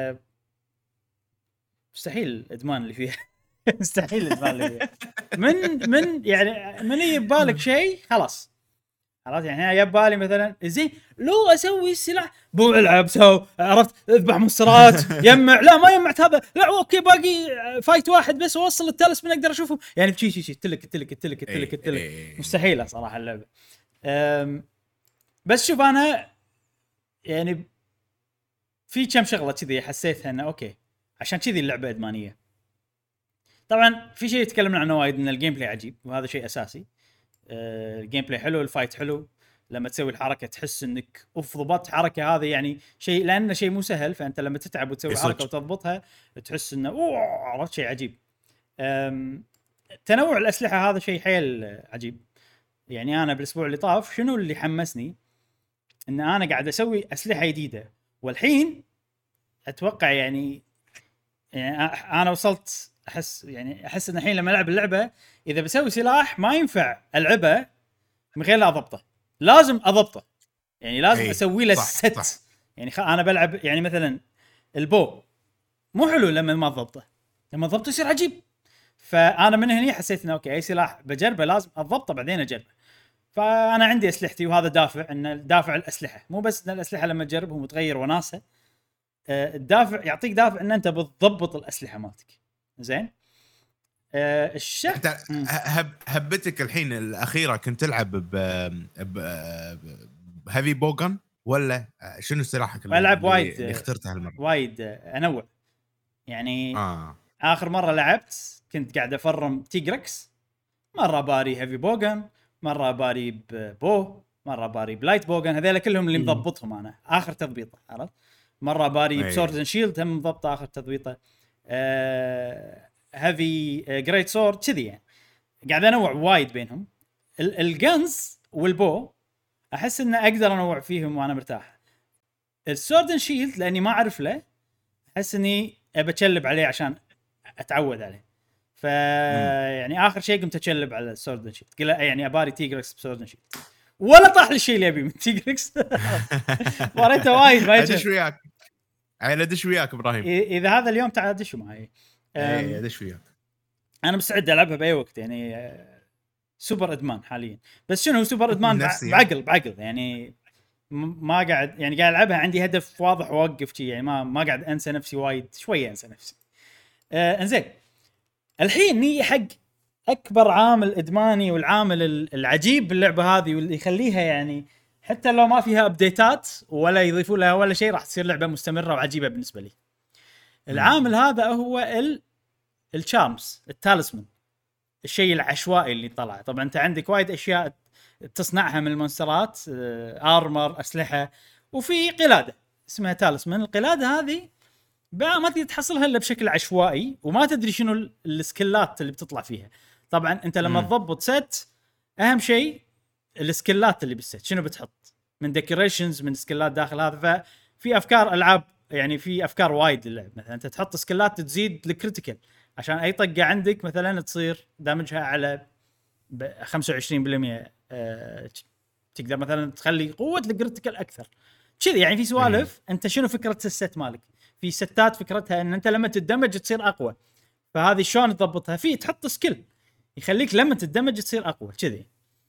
A: مستحيل الادمان اللي فيها. مستحيل الادمان اللي فيها. من يعني من يبالك شيء خلاص يعني يبالي مثلا زين لو اسوي السلاح بو العب سو عرفت اذبح مونسترات يجمع. لا ما جمعت هذا، لا اوكي باقي فايت واحد بس اوصل التالس من اقدر اشوفهم. يعني شي تلك مستحيله صراحه اللعبه. بس شوف انا يعني في كم شغله كذي حسيتها انه اوكي عشان كذي اللعبه ادمانيه. طبعا في شيء يتكلمنا عنه وايد ان الجيم بلاي عجيب، وهذا شيء اساسي. الجيم بلاي حلو، الفايت حلو، لما تسوي الحركه تحس انك ضبطت حركه. هذا يعني شيء لانه شيء مو سهل، فانت لما تتعب وتسوي حركه وتضبطها تحس انه عرفت شيء عجيب. تنوع الاسلحه هذا شيء حيل عجيب. يعني انا بالاسبوع اللي طاف شنو اللي حمسني ان انا قاعد اسوي اسلحه جديده، والحين اتوقع يعني انا وصلت احس ان الحين لما العب اللعبه اذا بسوي سلاح ما ينفع العبه من غير لا اضبطه، لازم اضبطه. يعني لازم اسوي له ست يعني انا بلعب يعني مثلا البو مو حلو لما ما تضبطه، لما تضبطه يصير عجيب. فانا من هنا حسيت انه اوكي اي سلاح بجربه لازم اضبطه بعدين اجربه. فانا عندي اسلحتي، وهذا دافع ان دافع الاسلحه مو بس ان الاسلحه لما تجربهم وتغير وناسه، الدافع يعطيك دافع ان انت بتضبط الاسلحه مالتك زين.
C: انت هبتك الحين الاخيره كنت تلعب ب هيفي بوغن ولا شنو سلاحك
A: العب وايد
C: اللي اخترته هالمره؟
A: وايد انوع يعني. اخر مره لعبت كنت قاعد افرم تيجركس، مره باري هيفي بوغن، مره باري بو، مره باري بلايت بوغن، هذول كلهم اللي مضبطهم انا اخر تضبيطه، عرفت؟ مره باري بسورد اند شيلد هم مضبطه اخر تضبيطه. هيفي جريت سورد كذي يعني، قاعد انوع وايد بينهم. الجنز والبو احس ان اقدر انوع فيهم وانا مرتاح. السورد اند شيلد لاني ما اعرف له، احس اني ابى اتشلب عليه عشان اتعود عليه. ف يعني اخر شيء قمت اتشلب على السورد اند شيلد، قلت يعني اباري تيجركس بسورد اند شيلد، ولا طاح لي الشيء اللي ابي من تيجركس. وريته وايد ما يجي.
C: ادش وياك ادش وياك ابراهيم،
A: اذا هذا اليوم تعال دش معي.
C: ادش وياك.
A: انا مستعد العبها باي وقت يعني. سوبر ادمان حاليا، بس شنو سوبر ادمان بعقل يعني. ما قاعد يعني قاعد العبها عندي هدف واضح واوقف شيء يعني، ما قاعد انسى نفسي وايد، شويه انسى نفسي. انزين الحين نيجي حق اكبر عامل ادماني والعامل العجيب باللعبه هذه، واللي يخليها يعني حتى لو ما فيها ابديتات ولا يضيفوا لها ولا شيء راح تصير لعبه مستمره وعجيبه بالنسبه لي. العامل هذا هو الشارمز، التالسمن، الشيء العشوائي اللي طلع. طبعا انت عندك وايد اشياء تصنعها من المونسترات، ارمر، اسلحه، وفي قلاده اسمها تالسمن. القلاده هذه بقى ما تقدر تحصلها الا بشكل عشوائي، وما تدري شنو السكيلات اللي بتطلع فيها. طبعا انت لما تضبط ست، اهم شيء السكيلات اللي بالست شنو بتحط من ديكوريشنز، من سكيلات داخل هذا. ففي افكار العاب يعني، في افكار وايد للعب. مثلا انت تحط سكيلات تزيد الكريتيكال عشان اي طقه عندك مثلا تصير دامجها على 25%. تقدر مثلا تخلي قوه الكريتيكال اكثر كذي يعني. في سوالف انت شنو فكره الست مالك؟ في ستات فكرتها ان انت لما تدمج تصير اقوى، فهذه شلون تضبطها؟ في تحط سكيل يخليك لما تدمج تصير اقوى كذي.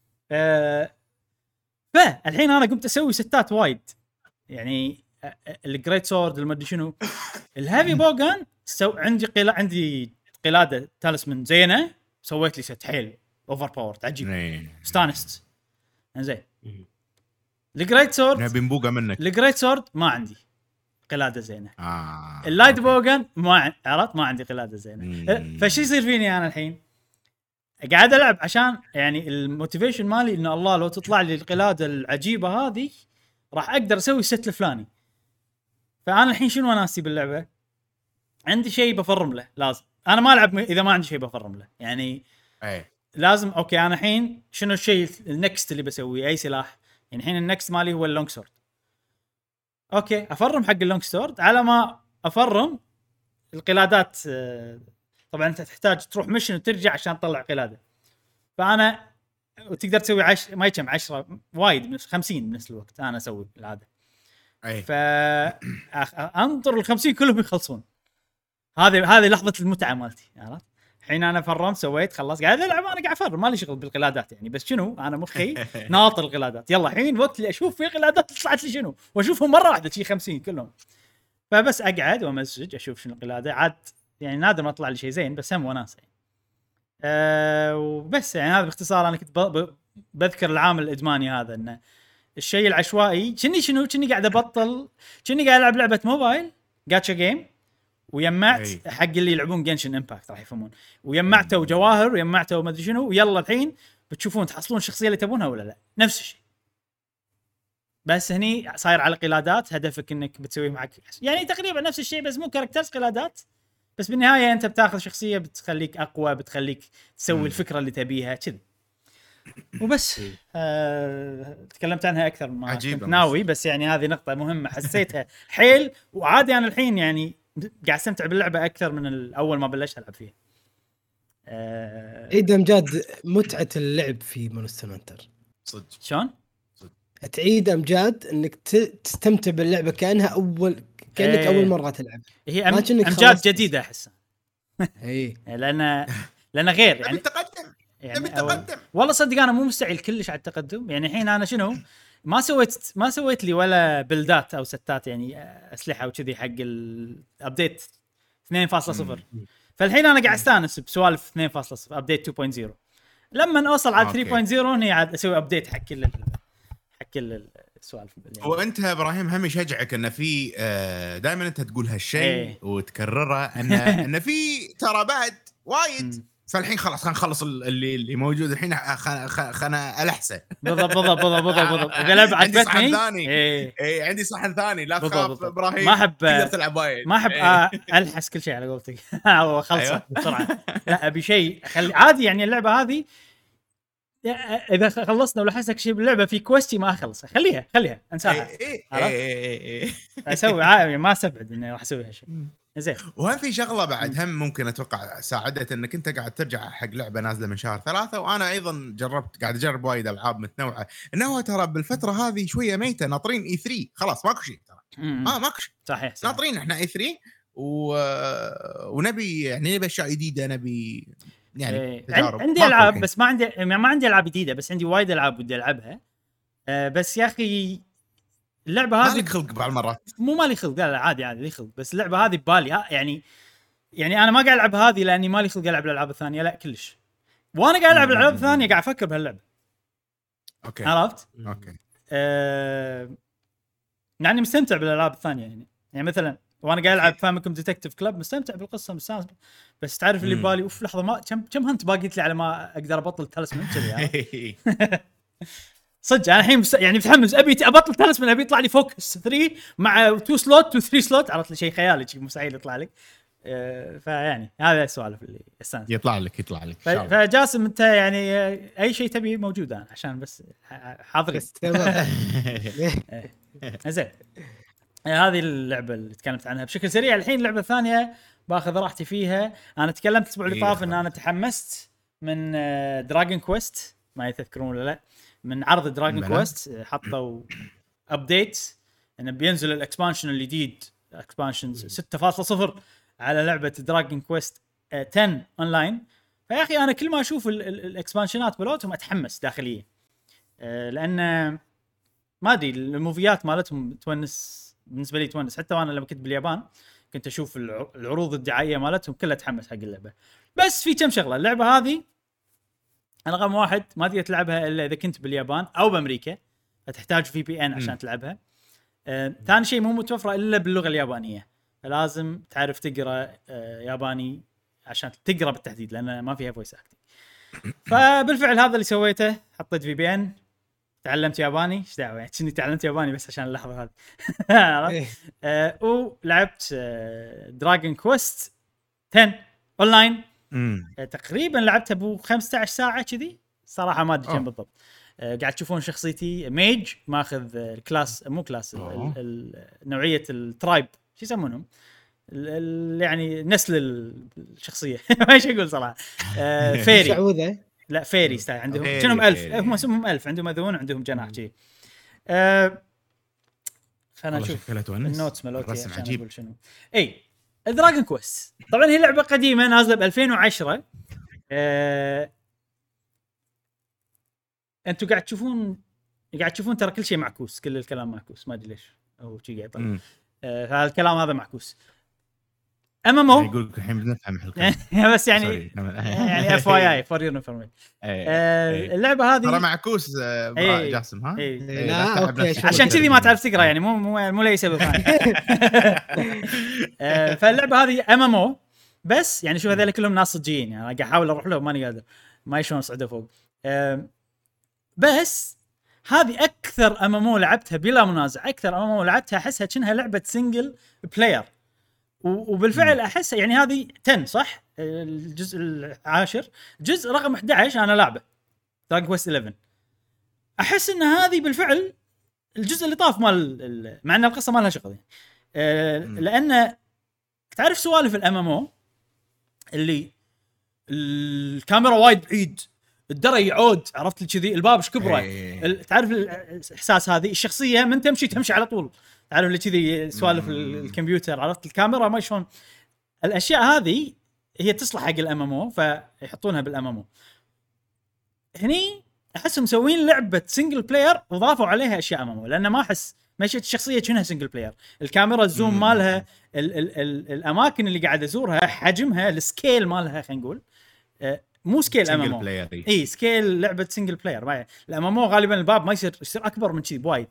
A: فالحين انا قمت اسوي ستات وايد يعني. الجريت سورد المدري شنو، الهيفي بوغان عندي قلاده تالسمن زينه، سويت لي ست حيل اوفر باور عجيب، استانست. زين الجريت سورد
C: نبي نبوقه منك.
A: الجريت سورد ما عندي قلاده زينه. اللايت بوغان ما عرفت، ما عندي قلاده زينه. فشي يصير فيني انا الحين قاعد العب عشان يعني الموتيفيشن مالي انه الله لو تطلع لي القلاده العجيبه هذه راح اقدر اسوي الست الفلاني. فانا الحين شنو وناسي باللعبه؟ عندي شيء بفرم له، لازم انا ما العب اذا ما عندي شيء بفرم له يعني. لازم اوكي انا الحين شنو الشيء النكست اللي بسويه؟ اي سلاح يعني. الحين النكست مالي هو اللونج سورد. اوكي افرم حق اللونج سورد. على ما افرم القلادات، طبعا انت تحتاج تروح ميشن وترجع عشان تطلع قلاده. فانا وتقدر تسوي ما يكم 10 وايد من 50 بنفس الوقت انا اسوي العاده. انطر ال50 كلهم يخلصون. هذه لحظه المتعه مالتي، عرفت؟ الحين انا فرمت سويت خلص قاعد العب، انا قاعد افرم مالي شغل بالقلادات يعني. بس شنو انا مخي ناطر القلادات، يلا الحين وقت اللي اشوف في قلادات طلعت لي شنو واشوفهم مره واحده شي 50 كلهم. فبس اقعد وامزج اشوف شنو القلاده عاد يعني. نادر ما طلع لي شيء زين بس هم وناسه يعني. وبس يعني هذا باختصار. انا كنت بذكر العامل الادماني هذا، انه الشيء العشوائي. كني قاعد ابطل، كني قاعد العب لعبه موبايل جاتشا جيم، ويمعت حق اللي يلعبون جنشن امباكت راح يفهمون، ويمعتوا جواهر ويمعتوا ما ادري شنو، ويلا الحين بتشوفون تحصلون الشخصيه اللي تبونها ولا لا. نفس الشيء بس هني صاير على قلادات. هدفك انك بتسوي معك يعني تقريبا نفس الشيء بس مو كاركترز قلادات. بس بالنهايه انت بتاخذ شخصيه بتخليك اقوى، بتخليك تسوي الفكره اللي تبيها كذا وبس. تكلمت عنها اكثر ما كنت ناوي، بس يعني هذه نقطه مهمه حسيتها حيل. وعادي انا الحين يعني قاعد استمتع باللعبه اكثر من الاول ما بلشت العب فيها.
B: اذا مجاد متعه اللعب في مونستر هانتر
A: صدق شلون
B: تعيد امجاد انك تستمتع باللعبه كانها كانك
A: إيه.
B: اول مره تلعب.
A: هي
B: ما كأنك
A: امجاد
B: خلصت.
A: جديده احس
B: اي
A: لان غير
C: نبي
A: يعني
C: التقدم، نبي
A: يعني
C: التقدم.
A: والله صدق انا مو مستعجل كلش على التقدم. يعني الحين انا شنو ما سويت لي ولا بلدات او ستات يعني اسلحه وكذي حق الابديت 2.0. فالحين انا قاعد استانس بسوالف 2.0 ابديت 2.0. لما اوصل على 3.0 هني عاد اسوي ابديت حق كل السوالف يعني.
C: وانت ابراهيم هم يشجعك ان في دائما انت تقول هالشيء
A: إيه.
C: وتكرره ان في ترى بعد وايد. فالحين خلاص خلينا نخلص اللي موجود الحين، خلنا الحسه.
A: بالضبط اذا لعبه
C: عندي صحن
A: عجبتني
C: ثاني. اي عندي صحن ثاني، لا تخاف ابراهيم.
A: ما احب
C: تقدر تلعب وايد.
A: ما احب الحس كل شيء على قولتك خلصه
C: أيوة.
A: بسرعه. لا ابي شيء اخلي عادي. يعني اللعبه هذه اذا خلصنا ولا حسك شيء باللعبه في كويستي ما اخلص، خليها انساها.
C: اي
A: اسوي عادي ما استبعد اني راح اسوي هالشيء. زين.
C: وهم في شغله بعد هم ممكن اتوقع ساعدت انك انت قاعد ترجع حق لعبه نازله من شهر 3. وانا ايضا قاعد اجرب وايد العاب متنوعه. انه ترى بالفتره هذه شويه ميته، ناطرين اي 3 خلاص ماكو شيء ترى. ماكو شيء.
A: صحيح.
C: ناطرين احنا اي 3 ونبي يعني نبي اشياء جديده، نبي يعني تجارب.
A: عندي العاب بس ما عندي العاب جديده، بس عندي وايد العاب ودي العبها. بس يا اخي اللعبه هذه
C: مالك خلق بعض المرات.
A: مو مالي خلق، لا عادي لي خلق. بس اللعبه هذه ببالي يعني انا ما قاعد العب هذه لاني مالي خلق العب الالعاب الثانيه، لا كلش. وانا قاعد العب الالعاب الثانيه قاعد افكر بهاللعبه.
C: اوكي
A: عرفت؟
C: اوكي.
A: يعني مستمتع بالالعاب الثانيه يعني مثلا وانا قاعد العب فاميكوم ديتكتيف كلاب مستمتع بالقصه مستانس. بس تعرف اللي ببالي اوف لحظه ما كم هنت باقيت لي على ما اقدر ابطل تالسمن كذي. صدق انا الحين يعني متحمس ابي ابطل تالسمن، ابي يطلع لي فوكس 3 مع 2 سلوت و 3 سلوت. عرفت لي شيء خيالي شيء مستحيل يطلع لك. فيعني هذا السوالف اللي استانس
C: يطلع لك
A: فجاسم انت يعني اي شيء تبي موجود انا عشان بس حاضرين. زين. هذه اللعبه اللي تكلمت عنها بشكل سريع. الحين اللعبه الثانيه باخذ راحتي فيها. انا تكلمت الاسبوع اللي طاف ان انا تحمست من دراجون كويست، ما تذكرون ولا لا؟ من عرض دراجون كويست حطوا ابديت انه بينزل الاكسبانشن الجديد اكسبانشنز 6.0 على لعبه دراجون كويست 10 اونلاين. فيا اخي انا كل ما اشوف الاكسبانشنات بلوتهم اتحمس داخليا، لان ما ادري الموفيات مالتهم تونس بالنسبه لي تونس. حتى وانا لما كنت باليابان كنت اشوف العروض الدعائيه مالتهم كلها تحمس حق اللعبه. بس في كم شغله اللعبه هذه انا رقم واحد ما تقدر تلعبها الا اذا كنت باليابان او بامريكا، فتحتاج في بي ان عشان تلعبها. ثاني شيء مو متوفره الا باللغه اليابانيه، فلازم تعرف تقرا ياباني عشان تقرا بالتحديد لان ما فيها فويس اكتنج. فبالفعل هذا اللي سويته، حطيت في بي ان، تعلمت ياباني. ايش دعوه يعني كني تعلمت ياباني بس عشان اللحظه هذه. ولعبت دراجون كويست 10 اونلاين. تقريبا لعبتها ب 15 ساعه كذي صراحه، ما ادري كم بالضبط. قاعد تشوفون شخصيتي ميج ماخذ الكلاس، مو كلاس نوعيه الترايب، شو يسمونهم يعني نسل الشخصيه. ما ايش اقول صراحه. فيري لا فيري ستايل عندهم كأنهم 1000. هم اسمهم 1000، عندهم اذون عندهم جناح شيء. خلينا نشوف النوتس مالوتي عشان اقول شنو. اي دراجون كويست طبعا هي لعبه قديمه نازله ب 2010. انتم قاعد تشوفون ترى كل شيء معكوس، كل الكلام معكوس، ما ادري ليش او شيء قاعد يطلع. فالكلام هذا معكوس. MMO
C: يقول لك الحين بنفهم الكلام
A: بس يعني يعني FYI for your information. اللعبه هذه
C: ترى معكوس جاسم ها.
B: لا
A: عشان كذي ما تعرف تقرا يعني مو لي سبب ثاني. فاللعبه هذه MMO بس يعني شوف هذول كلهم ناس صجيين يعني قاعد احاول اروح لهم ماني قادر، ما يشون صعده فوق. بس هذه اكثر MMO لعبتها بلا منازع، اكثر MMO لعبتها احسها كأنها لعبه سنجل بلاير. وبالفعل احس يعني هذه 10 صح، الجزء العاشر، جزء رقم 11 انا لعبه دراجون كويست 11. احس ان هذه بالفعل الجزء اللي طاف مال مع ان القصه ما لها شغل يعني. لان تعرف سوالف الMMO اللي الكاميرا وايد بعيد، الدرى يعود، عرفت لي كذي الباب ايش كبره.
C: إيه.
A: تعرف الاحساس هذه الشخصيه من تمشي على طول، تعرف اللي كذي سوالف الكمبيوتر، عرفت الكاميرا ما شلون. الاشياء هذه هي تصلح حق الام ام او، فيحطونها بالام ام او. هني احسهم مسوين لعبه سنجل بلاير وضافوا عليها اشياء ام ام او، لان ما احس مشيت الشخصيه كأنها سنجل بلاير. الكاميرا الزوم مالها، ال الاماكن اللي قاعد ازورها، حجمها، السكيل مالها، خلينا نقول مو سكيل ام ام او، اي سكيل لعبه سنجل بلاير. الام ام او غالبا الباب ما يصير اكبر من كذي بوايد.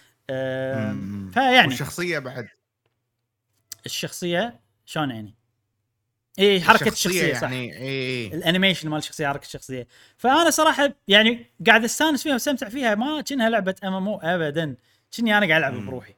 A: فيعني
C: والشخصيه بعد
A: الشخصيه شلون يعني؟ اي حركه الشخصيه صح،
C: يعني اي
A: الانيميشن مال الشخصيه، حركه الشخصيه. فانا صراحه يعني قاعد استانس فيها واستمتع فيها، ما كأنها لعبه ام ام او ابدا، كأني انا قاعد العب بروحي.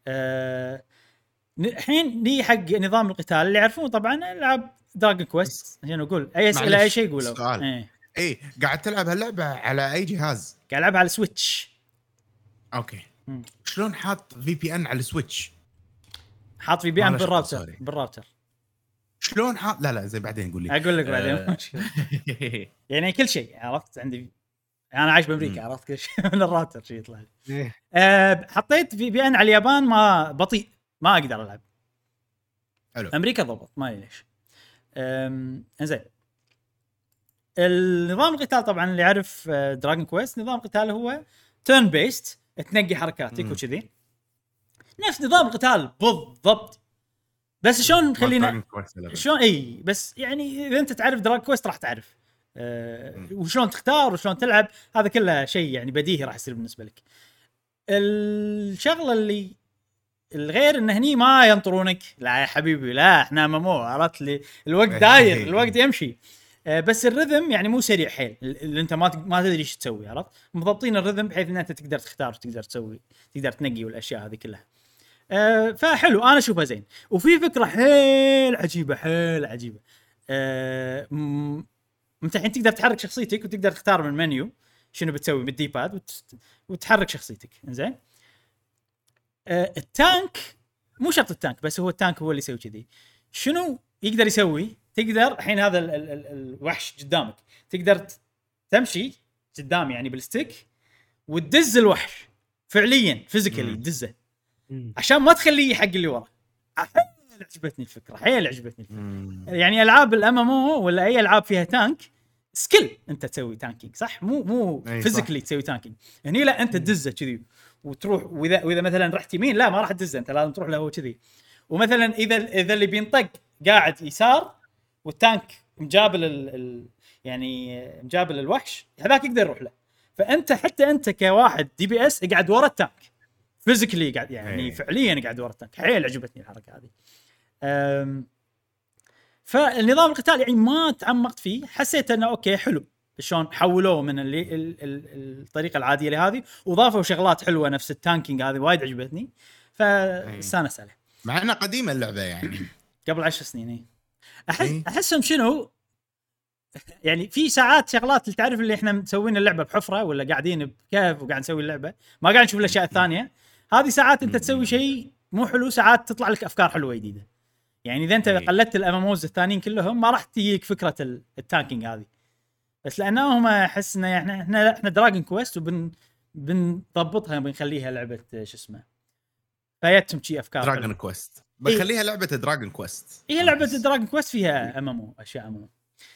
A: الحين دي حق نظام القتال اللي يعرفون طبعا العاب دراجون كويست. عشان اقول اي اسئله اي شيء يقولوا.
C: اي قاعد تلعب هاللعبه على اي جهاز؟
A: قاعد العبها على سويتش.
C: اوكي. شلون حاط في بي ان على السويتش؟
A: حاط في بي ان بالراوتر.
C: شلون حاط؟ لا زي بعدين قول لي.
A: اقول لك بعدين. يعني كل شيء عرفت عندي، انا عايش بامريكا، عرفت كل شيء من الراوتر شيء يطلع لي. حطيت في بي ان على اليابان، ما بطيء، ما اقدر العب.
C: حلو.
A: امريكا ضبط، ما ادري ليش. زين. النظام القتال طبعا اللي يعرف دراجون كويست، نظام القتال هو تيرن بيست، تنقي حركاتك وكذي، نفس نظام القتال بالضبط. بس شلون خلينا شلون اي بس يعني اذا انت تعرف دراجون كويست راح تعرف وشلون تختار وشلون تلعب، هذا كله شيء يعني بديهي راح يصير بالنسبه لك. الشغله اللي الغير انه هني ما ينطرونك، لا يا حبيبي لا احنا ممو، عرفت لي الوقت داير، الوقت يمشي. بس الرذم يعني مو سريع حيل، اللي انت ما تدري ايش تسوي، عرفت مضبطين الرذم بحيث ان انت تقدر تختار وتقدر تسوي، تقدر تنقي والاشياء هذه كلها. فحلو، انا اشوفها زين. وفي فكره حيل عجيبه انت الحين تقدر تحرك شخصيتك وتقدر تختار من المنيو شنو بتسوي بالدي باد وتحرك شخصيتك. انزين التانك مو شرط التانك، بس هو التانك هو اللي يسوي كذي. شنو يقدر يسوي؟ تقدر الحين هذا الوحش قدامك، تقدر تمشي قدام يعني بالستيك وتدز الوحش فعليا فيزيكالي تدزه عشان ما تخليه حق اللي ورا. عجبتني الفكره، يعني العاب الام ام او ولا اي العاب فيها تانك سكيل انت تسوي تانكينج صح، مو فيزيكلي تسوي تانكينج. هني لا انت تدزه كذي وتروح، واذا مثلا رحت يمين لا ما راح تدزه، انت لازم تروح له هو كذي. ومثلا اذا اللي بينطق قاعد يسار والتانك مجابل يعني مجابل الوحش، هذاك يقدر يروح له. فانت حتى انت كواحد دي بي اس قاعد ورا التانك فيزيكلي، قاعد يعني فعليا قاعد ورا التانك. حيل عجبتني الحركه هذه. فالنظام القتال يعني ما تعمقت فيه، حسيت انه اوكي حلو شلون حولوه من الطريقه العاديه لهذه وضافوا شغلات حلوه نفس التانكينج هذه، وايد عجبتني فاستانس عليه.
C: مع انها قديمه اللعبه يعني
A: قبل 10 سنين. احسهم شنو يعني في ساعات شغلات اللي تعرف اللي احنا مسوين اللعبه بحفره ولا قاعدين بكهف وقاعد نسوي اللعبه ما قاعد نشوف الاشياء الثانيه. هذه ساعات انت تسوي شيء مو حلو، ساعات تطلع لك افكار حلوه جديده. يعني اذا انت قلدت الاماموز الثانيين كلهم ما راح تجيك فكره التانكينج هذه، بس لانهم احس ان احنا دراجون كويست بنضبطها بنخليها لعبه شو اسمه، فايتهم شي افكار
C: دراجون كويست بخليها لعبه دراجون كويست.
A: هي لعبه دراجون كويست فيها امامو اشياء امامو.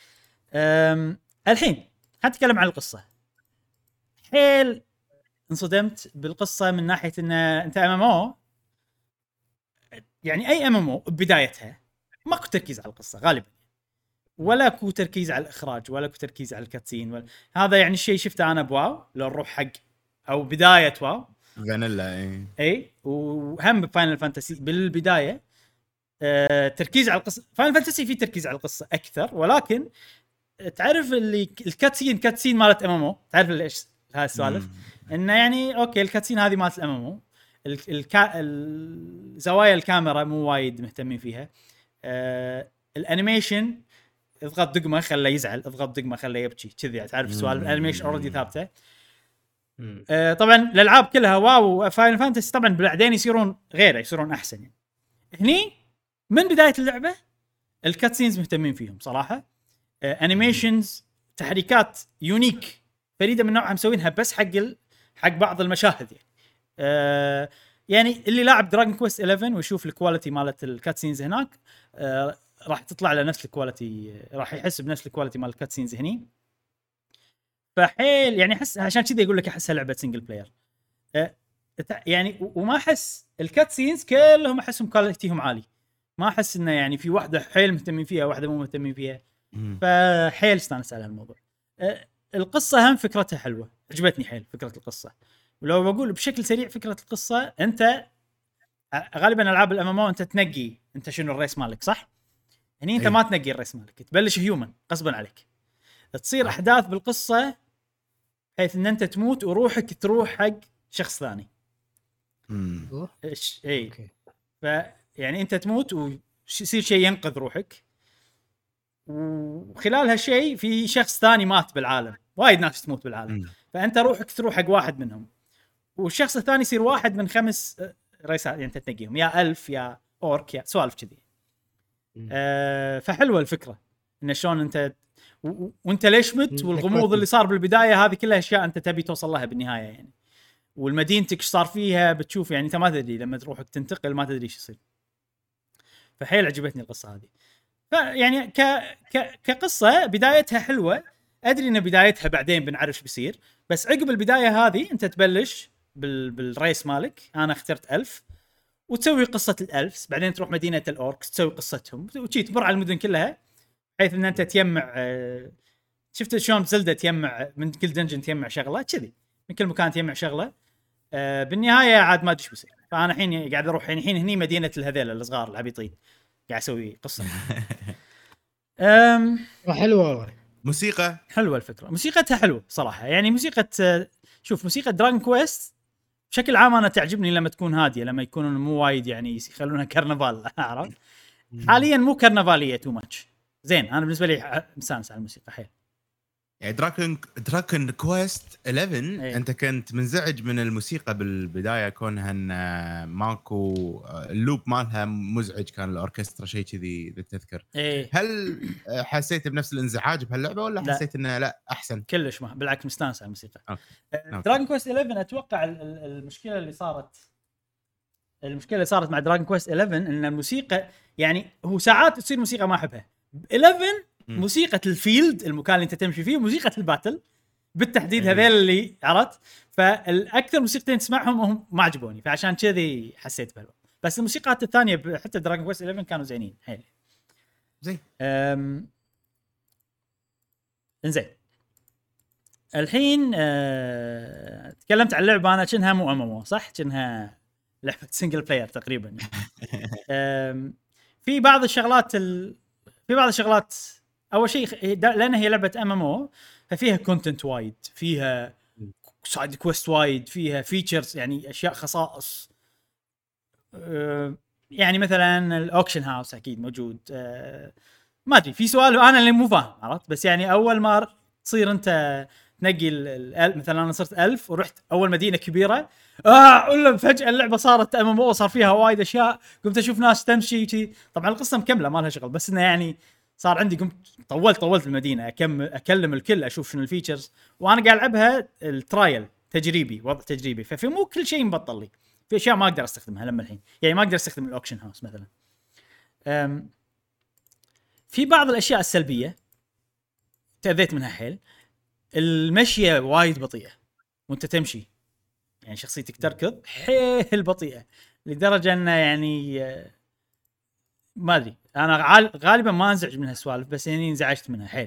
A: الحين هنتكلم عن القصه. حيل انصدمت بالقصه من ناحيه ان انت امامو يعني اي امامو بدايتها ماكو تركيز على القصه غالبا، ولا كو تركيز على الاخراج، ولا كو تركيز على الكاتسين هذا يعني الشيء شفته انا بواو لو نروح حق او بدايه واو
C: فانيلا
A: اي وهم بفاينل فانتسي بالبدايه تركيز على القصه. فاينل فانتسي في تركيز على القصه اكثر، ولكن تعرف اللي الكاتسين مالت امامو، تعرف ليش هاي السوالف انه يعني اوكي الكاتسين هذه مالت الامامو زوايا الكاميرا مو وايد مهتمين فيها. الانيميشن اضغط دقمه خليه يزعل، اضغط دقمه خليه يبكي كذي، تعرف سوالف الانيميشن اوريدي ثابته. طبعا الالعاب كلها واو فاينل فانتسي طبعا بعدين يصيرون غيره، يصيرون احسن. يعني هني من بدايه اللعبه الكاتسينز مهتمين فيهم صراحه. انيميشنز تحريكات يونيك فريده من نوعها مسوينها بس حق بعض المشاهد يعني. يعني اللي لاعب دراجون كويست 11 ويشوف الكواليتي مالت الكاتسينز هناك راح تطلع له نفس الكواليتي، راح يحس بنفس الكواليتي مال الكاتسينز هني. فحيل يعني احس عشان كذا يقول لك احسها لعبه سنجل بلاير يعني. وما احس الكاتسينز كلهم احسهم كواليتيهم عالي، ما احس انه يعني في واحده حيل مهتمين فيها واحده مو مهتمين فيها. فحيل استانس على هالموضوع. القصه هم فكرتها حلوه، عجبتني حيل فكره القصه. ولو بقول بشكل سريع فكره القصه، انت غالبا العاب الام ام او انت تنقي انت شنو الريس مالك، صح؟ هني انت ما تنقي الريس مالك، تبلش هيومن غصبا عليك. تصير احداث بالقصه بحيث ان انت تموت وروحك تروح حق شخص ثاني. ايش اي يعني انت تموت ويصير شيء ينقذ روحك، وخلال هالشيء في شخص ثاني مات بالعالم، وايد ناس تموت بالعالم. فانت روحك تروح حق واحد منهم، والشخص الثاني يصير واحد من 5 رئيسات يعني انت تنقيهم، يا ألف يا اورك يا سوالف كذي. فحلوه الفكره ان شلون انت وانت ليش مت، والغموض اللي صار بالبدايه، هذه كلها اشياء انت تبي توصل لها بالنهايه يعني. والمدينتك ايش صار فيها بتشوف يعني، انت ما تدري لما تروحك تنتقل ما تدري ايش يصير. فحيل عجبتني القصه هذه. فيعني كقصه بدايتها حلوه، ادري ان بدايتها بعدين بنعرف ايش بيصير، بس عقب البدايه هذه انت تبلش بالريس مالك. انا اخترت 1000 وتسوي قصه الألفس، بعدين تروح مدينه الاوركس تسوي قصتهم، وشي تمر على المدن كلها بحيث ان انت تجمع. شفت شلون زلدة تجمع من كل دنجن تجمع شغله كذي، من كل مكان تجمع شغله. بالنهايه عاد ما ادري ايش بيصير. فانا الحين قاعد اروح الحين هني مدينه الهذيل الصغار العبيطين، قاعد اسوي قصه.
B: حلوه والله.
C: موسيقى
A: حلوه الفكره، موسيقتها حلوه صراحه يعني. موسيقى شوف موسيقى دراجون كويست بشكل عام انا تعجبني لما تكون هاديه، لما يكونون مو وايد يعني يخلونها كرنفال، عرفت؟ حاليا مو كرنفاليه تو ماتش. زين انا بالنسبه لي مستانس على الموسيقى حيل.
C: يعني دراكن كويست 11
A: أيه.
C: انت كنت منزعج من الموسيقى بالبدايه كونها ان ماكو اللوب مالها مزعج، كان الاوركسترا شيء كذي اذا تذكر.
A: أيه.
C: هل حسيت بنفس الانزعاج بهاللعبه ولا
A: لا.
C: حسيت انه لا احسن؟
A: كلش ما بالعكس مستانس على الموسيقى.
C: أوكي.
A: دراجون كويست 11 اتوقع المشكله اللي صارت مع دراجون كويست 11 ان الموسيقى يعني هو ساعات تصير موسيقى ما احبها. 11 موسيقى الفيلد المكان اللي انت تمشي فيه، وموسيقى الباتل بالتحديد هذول اللي عرفت. فالاكثر موسيقتين تسمعهم هم ما عجبوني، فعشان كذي حسيت بهالوقت. بس الموسيقات الثانيه حتى دراجون كويست 11 كانوا زينين حيل.
C: زين
A: انزين الحين تكلمت عن اللعبه انا كأنها مو امامو، صح؟ كأنها لعبه سنجل بلاير تقريبا. في بعض الشغلات اول شيء لان هي لعبه MMO ففيها كونتنت وايد، فيها سايد كويست وايد، فيها فيتشرز يعني اشياء خصائص. يعني مثلا الاوكشن هاوس اكيد موجود. ما ادري في سؤال انا اللي مو فاهم، عرفت؟ بس يعني اول ما تصير انت تنقي مثلا انا صرت 1000 ورحت اول مدينه كبيره ولا فجاه اللعبه صارت MMO صار فيها وايد اشياء. قمت اشوف ناس تمشي شيء، طبعا القصه مكمله ما لها شغل، بس انه يعني صار عندي قمت طولت المدينه اكلم الكل اشوف شنو الفيتشرز. وانا قاعد العبها الترايل تجريبي، وضع تجريبي، ففي مو كل شيء مبطل لي، في اشياء ما اقدر استخدمها لما الحين يعني ما اقدر استخدم الاوكشن هاوس مثلا. في بعض الاشياء السلبيه تأذيت منها حيل. المشيه وايد بطيئه وانت تمشي، يعني شخصيتك تركض حيل بطيئه لدرجه انه يعني ما ادري انا غالبا ما انزعج من هالسوالف، بس يعني انزعجت منها حيل.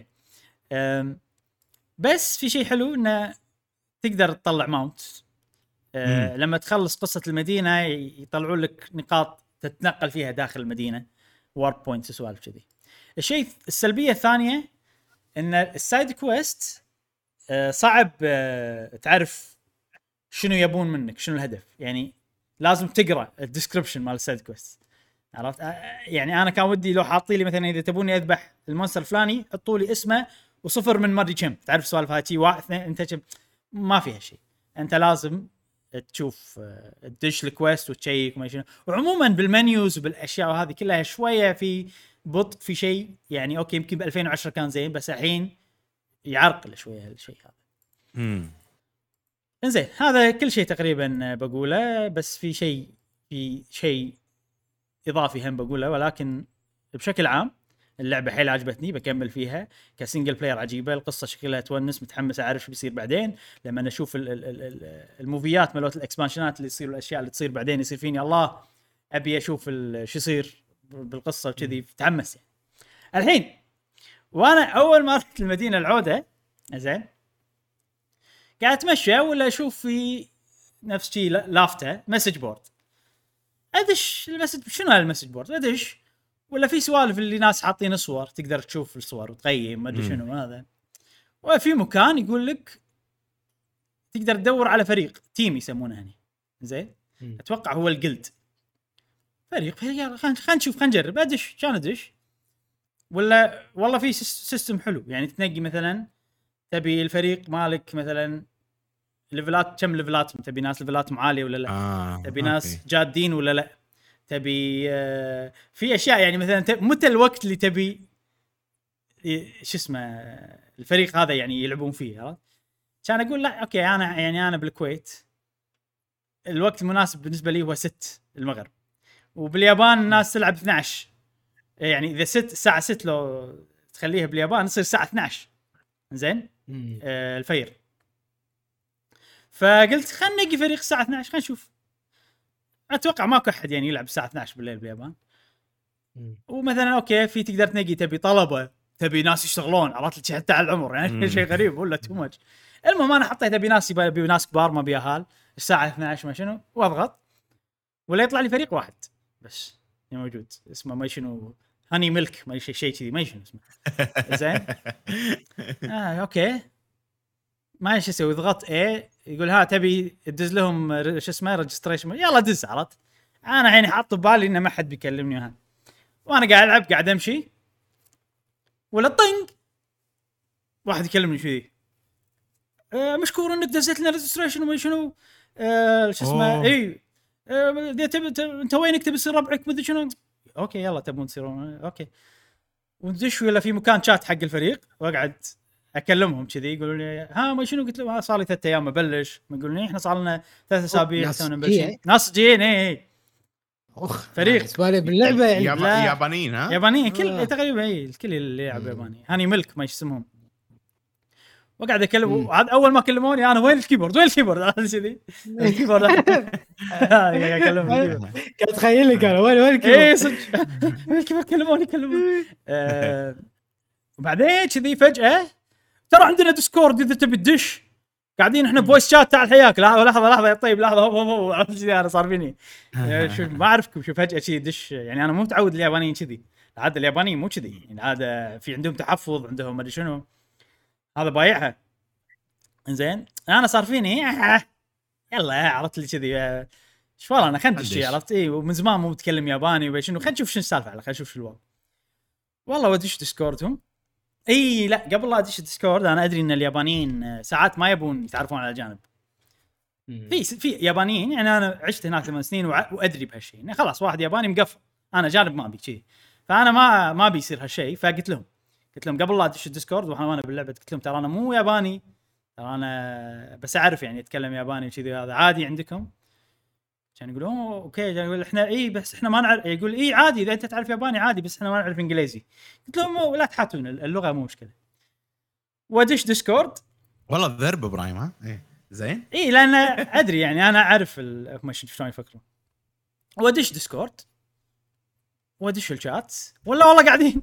A: بس في شيء حلو انه تقدر تطلع ماونت لما تخلص قصه المدينه، يطلعون لك نقاط تتنقل فيها داخل المدينه، وارب بوينتس وسوالف كذي. الشيء السلبيه الثانيه ان السايد كويست صعب تعرف شنو يبون منك، شنو الهدف. يعني لازم تقرا الديسكربشن مال السايد كويست، عرفت؟ يعني انا كان ودي لو حاطين لي مثلا اذا تبوني اذبح المونستر الفلاني حطوا لي اسمه وصفر من مدري كم، تعرف السوالف هاي واحد اثنين انت كم، ما فيها شيء. انت لازم تشوف تدش الكويست وتشيك وما شنو. وعموما بالمنيوز وبالاشياء هذه كلها شويه في بطء، في شيء يعني اوكي يمكن ب 2010 كان زين، بس الحين يعرقل شويه هالشيء هذا.
C: امم
A: انزين هذا كل شيء تقريبا بقوله، بس في شيء اضافي هم بقوله، ولكن بشكل عام اللعبه حيل عجبتني، بكمل فيها كسنجل بلاير عجيبه، القصه شكلها تونس، متحمس اعرف شو بيصير بعدين لما اشوف الموفيات مالت الاكسبانشنات اللي يصير، الاشياء اللي تصير بعدين يصير فيني الله ابي اشوف شو يصير بالقصه وكذي، متحمس يعني. الحين وانا اول ما رحت المدينه العوده زين قاعد اتمشى ولا اشوف في نفس شيء لافته مسج بورد، ادش المسج، شنو هالمسج بورد؟ ادش ولا في سوالف اللي ناس حاطين صور تقدر تشوف الصور وتقيم ما ادري شنو هذا، وفي مكان يقول لك تقدر تدور على فريق تيم يسمونه هني زين، اتوقع هو الجلد فريق يلا خلينا نشوف خلينا نجرب. ادش كان ادش ولا والله في سيستم حلو يعني، تنقي مثلا تبي الفريق مالك مثلا ليفلات، كم ليفلاتهم، تبي ناس ليفلاتهم عاليه ولا لا، تبي ناس جادين ولا لا، تبي في اشياء يعني مثلا متى الوقت اللي تبي شو اسمه الفريق هذا يعني يلعبون فيه، عرفت؟ كان اقول لا اوكي انا بالكويت الوقت المناسب بالنسبه لي هو 6 المغرب، وباليابان الناس تلعب 12 يعني اذا 6 الساعه 6 لو تخليها باليابان تصير الساعه 12 زين الفير. فقلت خلنا نجي فريق الساعه 12 خلينا نشوف، اتوقع ماكو احد يعني يلعب الساعه 12 بالليل باليابان. ومثلا اوكي في تقدر تنقي تبي طلبه، تبي ناس يشتغلون، عرفت حتى على العمر يعني شيء غريب ولا تو ماتش. المهم انا حطيت ابي ناس كبار ما بيهال الساعه 12 ما شنو، واضغط ولا يطلع لي فريق واحد بس موجود اسمه ما شنو هاني ميلك ما شيء كذي ما شنو اسمه زين. اوكي ما ايش اسوي، ضغط ايه يقول ها تبي تدز لهم شو اسمه ريجستريشن، يلا دز. عرفت انا الحين حاط ببالي انه ما حد بيكلمني ها، وانا قاعد العب قاعد امشي ولا طنق واحد يكلمني فيه مشكور انك دزيت لنا ريجستريشن وما شنو شو اسمه اي انت وينك تبي تصير ربعك مدري شنو. اوكي يلا تبون تصيرون اوكي، وندش ولا في مكان شات حق الفريق واقعد اكلمهم كذي يقولوا لي ها ما شنو، قلت له صار لي 3 ايام ابلش، ما يقولون احنا صار لنا 3 اسابيع تونا مبلشين ناصجين اي فريق
B: بالنسبه باللعبه يعني
C: يابانيين ها
A: يابانيين كل تقريبا الكل اللي يلعب ياباني هاني ملك ما اسمهم. وقاعد اكلم عاد اول ما كلموني انا وين الكيبورد هذا كذي الكيبورد قاعد اكلمهم
B: قاعد اتخيل لك انا وين الكيبورد
A: اي صدق الكيبورد كلموني وبعدين كذي فجاه ترى عندنا ديسكورد اذا تبي تدش قاعدين احنا فويس شات تعال حياك لحظه طيب لحظه هو عرفت كذي انا صار فيني شوف ما اعرفكم شوف فجاه شيء دش يعني انا مو متعود اليابانيين كذي، العاده اليابانيين مو كذي يعني العاده في عندهم تحفظ عندهم ما ادري شنو، هذا بايعها زين. انا صار فيني يلا عرفت لي كذي ايش والله انا خلنا ندش عرفت اي ومن زمان مو متكلم ياباني وشنو خلينا نشوف شنو السالفه خلينا نشوف شو الوضع. والله ودش ديسكوردهم اي لا قبل لا ادش ديسكورد انا ادري ان اليابانيين ساعات ما يبون يتعرفون على الاجانب. في يابانيين يعني انا عشت هناك 8 سنين وادري بهالشيء يعني خلاص واحد ياباني مقفل انا جانب ما ابي كذي، فانا ما بيصير هالشيء. فقلت لهم قبل لا ادش الديسكورد وانا باللعبه قلت لهم ترى انا مو ياباني، ترى انا بس اعرف يعني اتكلم ياباني وكذي هذا عادي عندكم. كان يقولون اوكي يقول احنا اي بس احنا ما نعرف، يقول اي عادي اذا انت تعرف ياباني عادي بس احنا ما نعرف انجليزي. قلت لهم لا تحاتون اللغه مو مشكله. ودش ديسكورد
C: والله ضرب ابراهيم ها ايه زين
A: اي لان ادري يعني انا اعرف هم شلون يفكرون. ودش ديسكورد ودش الشات والله قاعدين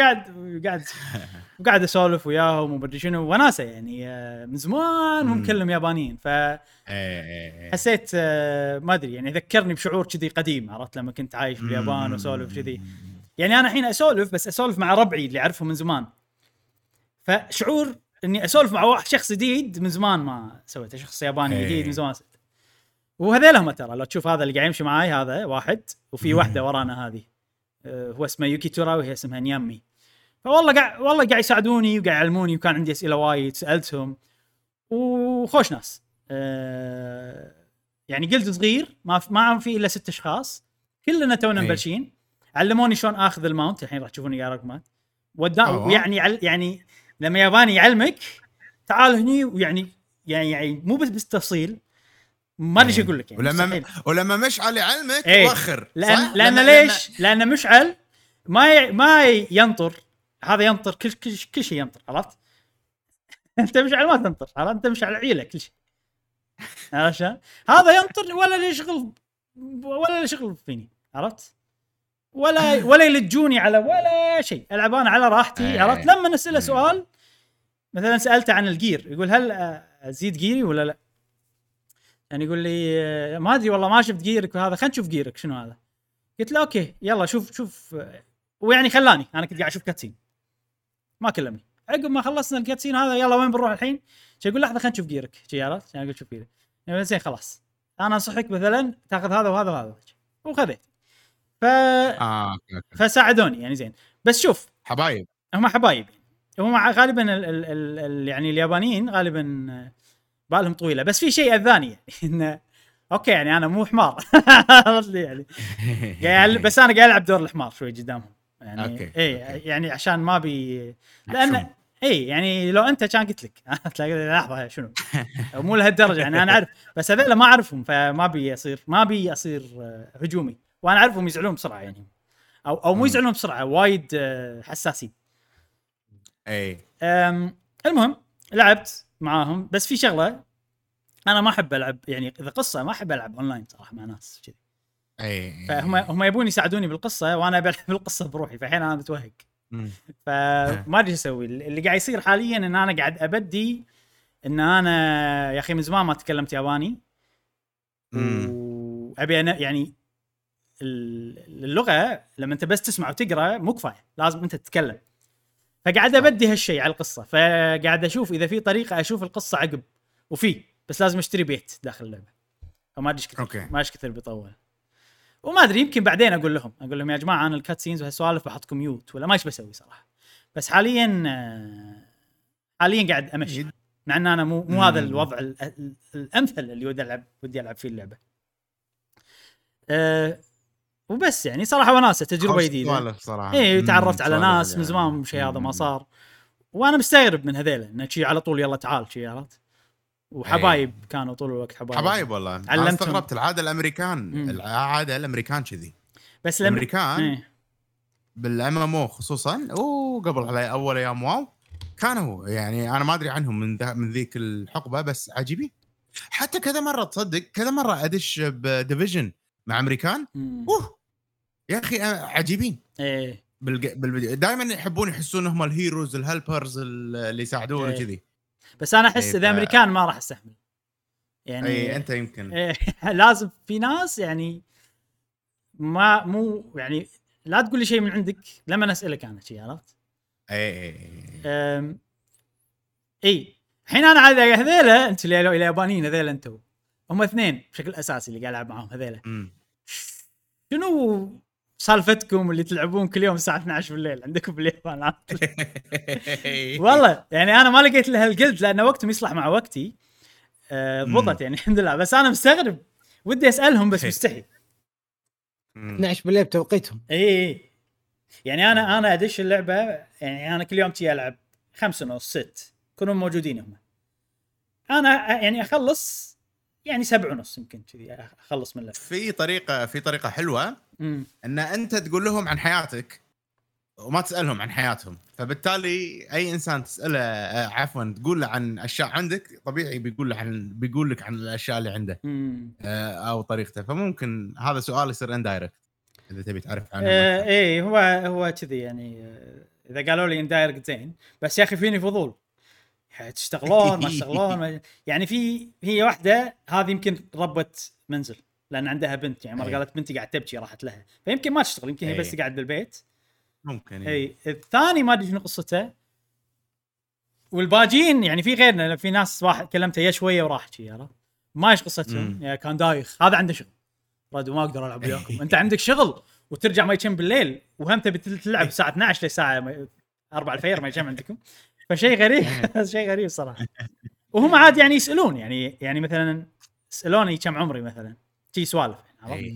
A: قاعد اسولف وياهم ومدري شنو وناسه يعني من زمان مو مكلم يابانيين. ف حسيت ما ادري يعني ذكرني بشعور كذي قديم، عرفت لما كنت عايش باليابان واسولف كذي يعني انا الحين اسولف بس اسولف مع ربعي اللي اعرفه من زمان، فشعور اني اسولف مع واحد شخص جديد من زمان ما سويته، شخص ياباني جديد من زمان. وهذيلهم ترى لو تشوف هذا اللي قاعد يمشي معاي هذا واحد وفي واحده ورانا هذه هو اسمه يوكي تورا وهي اسمها نيامي. فوالله قاعد يساعدوني وقاعد يعلموني وكان عندي اسئله وايد سالتهم وخوش ناس. يعني قلت صغير ما في الا 6 اشخاص كلنا تونا مبلشين، علموني شلون اخذ الماونت. الحين راح تشوفوني قاعد رقمات يعني لما ياباني يعلمك تعال هني ويعني يعني مو بس بالتفصيل ما ادري ايش اقول لك يعني
C: ولما مشعل يعلمك وخر
A: لان ليش؟ لان مشعل ما ينطر، هذا ينطر كل شيء ينطر، عرفت؟ انت مشعل ما تنطر، عرفت؟ انت مشعل عيله كل شيء، عرفت؟ هذا ينطر ولا له شغل فيني، عرفت؟ ولا يلجوني على ولا شيء، العب انا على راحتي، عرفت؟ لما نساله سؤال مثلا سالته عن الجير يقول هل ازيد جيري ولا لا، يعني يقول لي ما ادري والله ما شفت جيرك وهذا، خلينا نشوف جيرك شنو هذا. قلت له اوكي يلا شوف ويعني خلاني انا كنت قاعد اشوف كاتسين ما كلمني. عقب ما خلصنا الكاتسين هذا يلا وين بنروح الحين؟ يقول لحظه خلينا نشوف جيرك، عرفت؟ يعني قلت شوف جيرك يعني زين خلاص انا انصحك مثلا تاخذ هذا وهذا وهذا وخذيت. فساعدوني يعني زين. بس شوف
C: حبايب
A: هم غالبا يعني اليابانيين غالبا بالهم طويله، بس في شيء اذاني يعني انه اوكي يعني انا مو حمار يعني بس انا قاعد العب دور الحمار شوي قدامهم يعني
C: أوكي.
A: يعني عشان ما بي لان يعني لو انت كان قلت لك تلاقي لحظه شنو مو لهالدرجه يعني انا عارف، بس هذول ما اعرفهم فما بي اصير هجومي، وانا اعرفهم يزعلون بسرعه يعني او مو يزعلون بسرعه وايد حساسين. المهم لعبت معاهم، بس في شغله انا ما احب العب يعني اذا قصه ما احب العب اونلاين صراحه مع ناس كذي. فهم يبون يساعدوني بالقصه وانا بلعب بالقصه بروحي، فالحين انا متوهق فما ادري ايش اسوي. اللي قاعد يصير حاليا ان انا قاعد ابدي ان انا يا اخي من زمان ما تكلمت ياباني وابي انا يعني اللغه لما انت بس تسمع وتقرا مو كفايه، لازم انت تتكلم. فقاعد ابدي هالشيء على القصه، فقاعد اشوف اذا في طريقه اشوف القصه عقب، وفي بس لازم اشتري بيت داخل اللعبه فما ادري كثير ما ايش كثير بيطول. وما ادري يمكن بعدين اقول لهم يا جماعه انا الكات سينز وهالسوالف بحطكم ميوت ولا ما ايش بسوي صراحه. بس حاليا قاعد امشي مع ان انا مو هذا الوضع الامثل اللي ودي العب فيه اللعبه. وبس يعني صراحه وناسه تجربه جديده تعرفت على ناس من زمان شيء هذا ما صار، وانا مستغرب من هذيله انه شيء على طول يلا تعال شيء، عرفت؟ وحبايب كانوا طول الوقت حبايب
C: والله. انا استغربت العاده الامريكان كذي،
A: بس
C: الامريكان بالMMO خصوصا وقبل على اول ايام واو كانوا يعني انا ما ادري عنهم من ذيك الحقبه بس عجيبين. حتى كذا مره تصدق كذا مره ادش بديفيجن مع امريكان يا اخي عجيبين. دائما يحبون يحسون انهم الهيروز الهلبرز اللي يساعدون كذي.
A: بس انا احس اذا امريكان ما راح استحمل يعني
C: انت يمكن
A: لازم في ناس يعني مو يعني لا تقول لي شيء من عندك لما نسالك انا شيء، عرفت؟ الحين انا عادي هذيله انت اليابانيين هذيله انتم هم اثنين بشكل اساسي اللي قاعد العب معهم هذيله. شنو سالفتكم اللي تلعبون كل يوم الساعه 12 بالليل عندكم باليابان؟ والله يعني انا ما لقيت لها الجلد لان وقتهم يصلح مع وقتي ضبط يعني الحمد لله. بس انا مستغرب ودي اسالهم بس مستحي
B: 12 بالليل بتوقيتهم.
A: يعني انا ادش اللعبه يعني انا كل يوم تي العب 5:30 6 كانوا موجودين هم. انا يعني اخلص يعني 7:30 يمكن كذي اخلص من اللعبه.
C: في طريقه حلوه ان انت تقول لهم عن حياتك وما تسالهم عن حياتهم، فبالتالي اي انسان تساله عفوا تقول له عن اشياء عندك طبيعي بيقول لك عن الاشياء اللي عنده او طريقته. فممكن هذا سؤال يصير اندايركت اذا تبي تعرف عنه.
A: هو كذي يعني اذا قالوا لي اندايركت زين، بس يا اخي فيني فضول تشتغلون ما تشتغلون يعني هي واحده هذه يمكن ربت منزل لان عندها بنت يعني مره قالت بنتي قاعد تبكي راحت لها، فيمكن ما تشتغل يمكن هي بس قاعد بالبيت
C: ممكن.
A: الثاني ما ادري شنو قصته. والباجين يعني في غيرنا في ناس واحد كلمته يا شويه وراح شي عرفت ما ايش قصتهم يا كان دايخ هذا عنده شغل راد ما اقدر العب وياكم انت عندك شغل وترجع ما يشم بالليل وهم تبي تلعب الساعه 12 لساعه 4 الفجر ما يشم عندكم. فشيء غريب شيء غريب صراحه. وهم عاد يعني يسالون يعني مثلا سالوني كم عمري مثلا تي سوالف عرفت.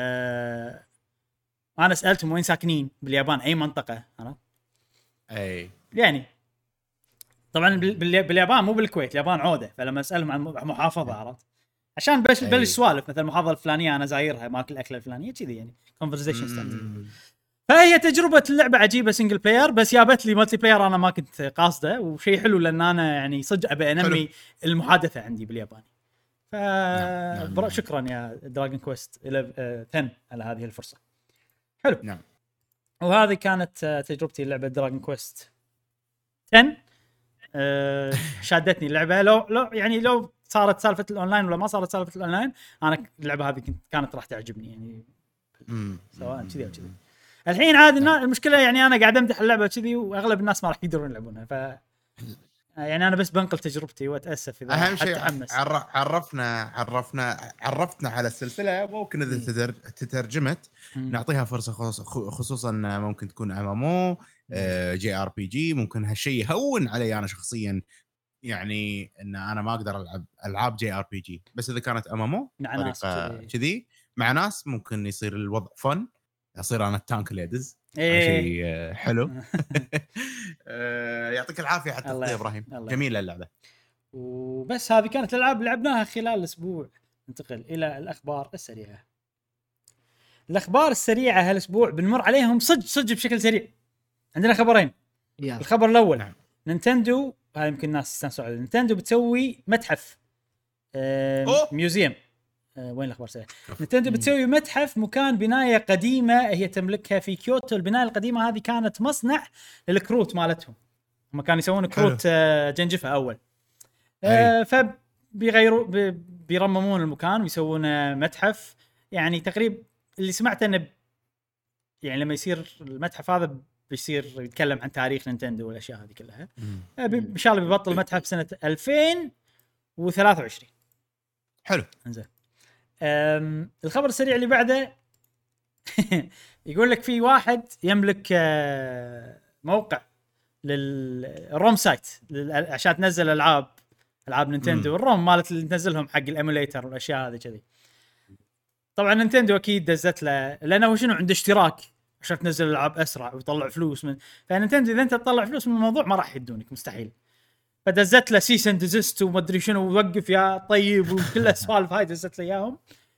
A: انا سالتهم وين ساكنين باليابان اي منطقه عرفت يعني طبعا باليابان مو بالكويت، اليابان عوده، فلما اسالهم عن محافظه عرفت عشان بلش سوالف مثل المحافظه الفلانيه انا زايرها ماكل الاكله الفلانيه كذي يعني كونفرزيشن ستارت. فهي تجربه اللعبه عجيبه سنجل بلاير، بس جابت لي مالتي بلاير انا ما كنت قاصده، وشيء حلو لان انا يعني صدق ابي انمي المحادثه عندي بالياباني. ف شكرا يا دراجون كويست 10 على هذه الفرصه. حلو.
C: نعم.
A: وهذه كانت تجربتي لعبه دراجون كويست 10. شادتني اللعبه، لو يعني لو صارت سالفه الاونلاين ولا ما صارت سالفه الاونلاين، انا اللعبه هذه كانت راح تعجبني يعني سواء كذي او كذي. الحين عاد المشكله يعني انا قاعد امدح اللعبه كذي واغلب الناس ما راح يقدرون يلعبونها، ف يعني انا بس بنقل تجربتي واتاسف اذا
C: اهم شيء
A: تحمس.
C: عرفنا على السلسله، ممكن اذا تترجمت نعطيها فرصه، خصوصا ممكن تكون امامو جي ار بي جي. ممكن هالشيء يهون علي انا شخصيا، يعني ان انا ما اقدر العب العاب جي ار بي جي، بس اذا كانت امامو
A: مع ناس
C: كذي مع ناس ممكن يصير الوضع فن، يصير انا التانك اللي ادز. شيء حلو. يعطيك العافيه حتى يا ابراهيم، جميله اللعبه.
A: وبس هذه كانت الالعاب لعبناها خلال الاسبوع. ننتقل الى الاخبار السريعه. الاخبار السريعه هالاسبوع بنمر عليهم صدق بشكل سريع. عندنا خبرين. الخبر الاول نعم. نينتندو، هاي يمكن الناس يستانسوا عليه، نينتندو بتسوي متحف ميوزيوم. وين الاخبار سريعه؟ نينتندو بتسوي متحف مكان بنايه قديمه هي تملكها في كيوتو. البنايه القديمه هذه كانت مصنع للكروت مالتهم، هم كانوا يسوون كروت جنجفه اول. فبيغيروا بيرممون المكان ويسوون متحف. يعني تقريبا اللي سمعته انه يعني لما يصير المتحف هذا بيصير يتكلم عن تاريخ نينتندو والاشياء هذه كلها. ان شاء الله بيبطل المتحف سنه 2023.
C: حلو.
A: انزين. الخبر السريع اللي بعده يقول لك في واحد يملك موقع للروم سايت عشان تنزل العاب نينتندو، الروم مالت اللي تنزلهم حق الاميوليتر والاشياء هذه كذي. طبعا نينتندو اكيد دزت له، لانه هو شنو عنده اشتراك عشان تنزل الالعاب اسرع ويطلع فلوس من، فنينتندو اذا انت تطلع فلوس من الموضوع ما راح يدونك مستحيل. فدزت له سيس اند ديزست وما ادري شنو، ووقف يا طيب وكل السوالف هاي دزت له اياهم.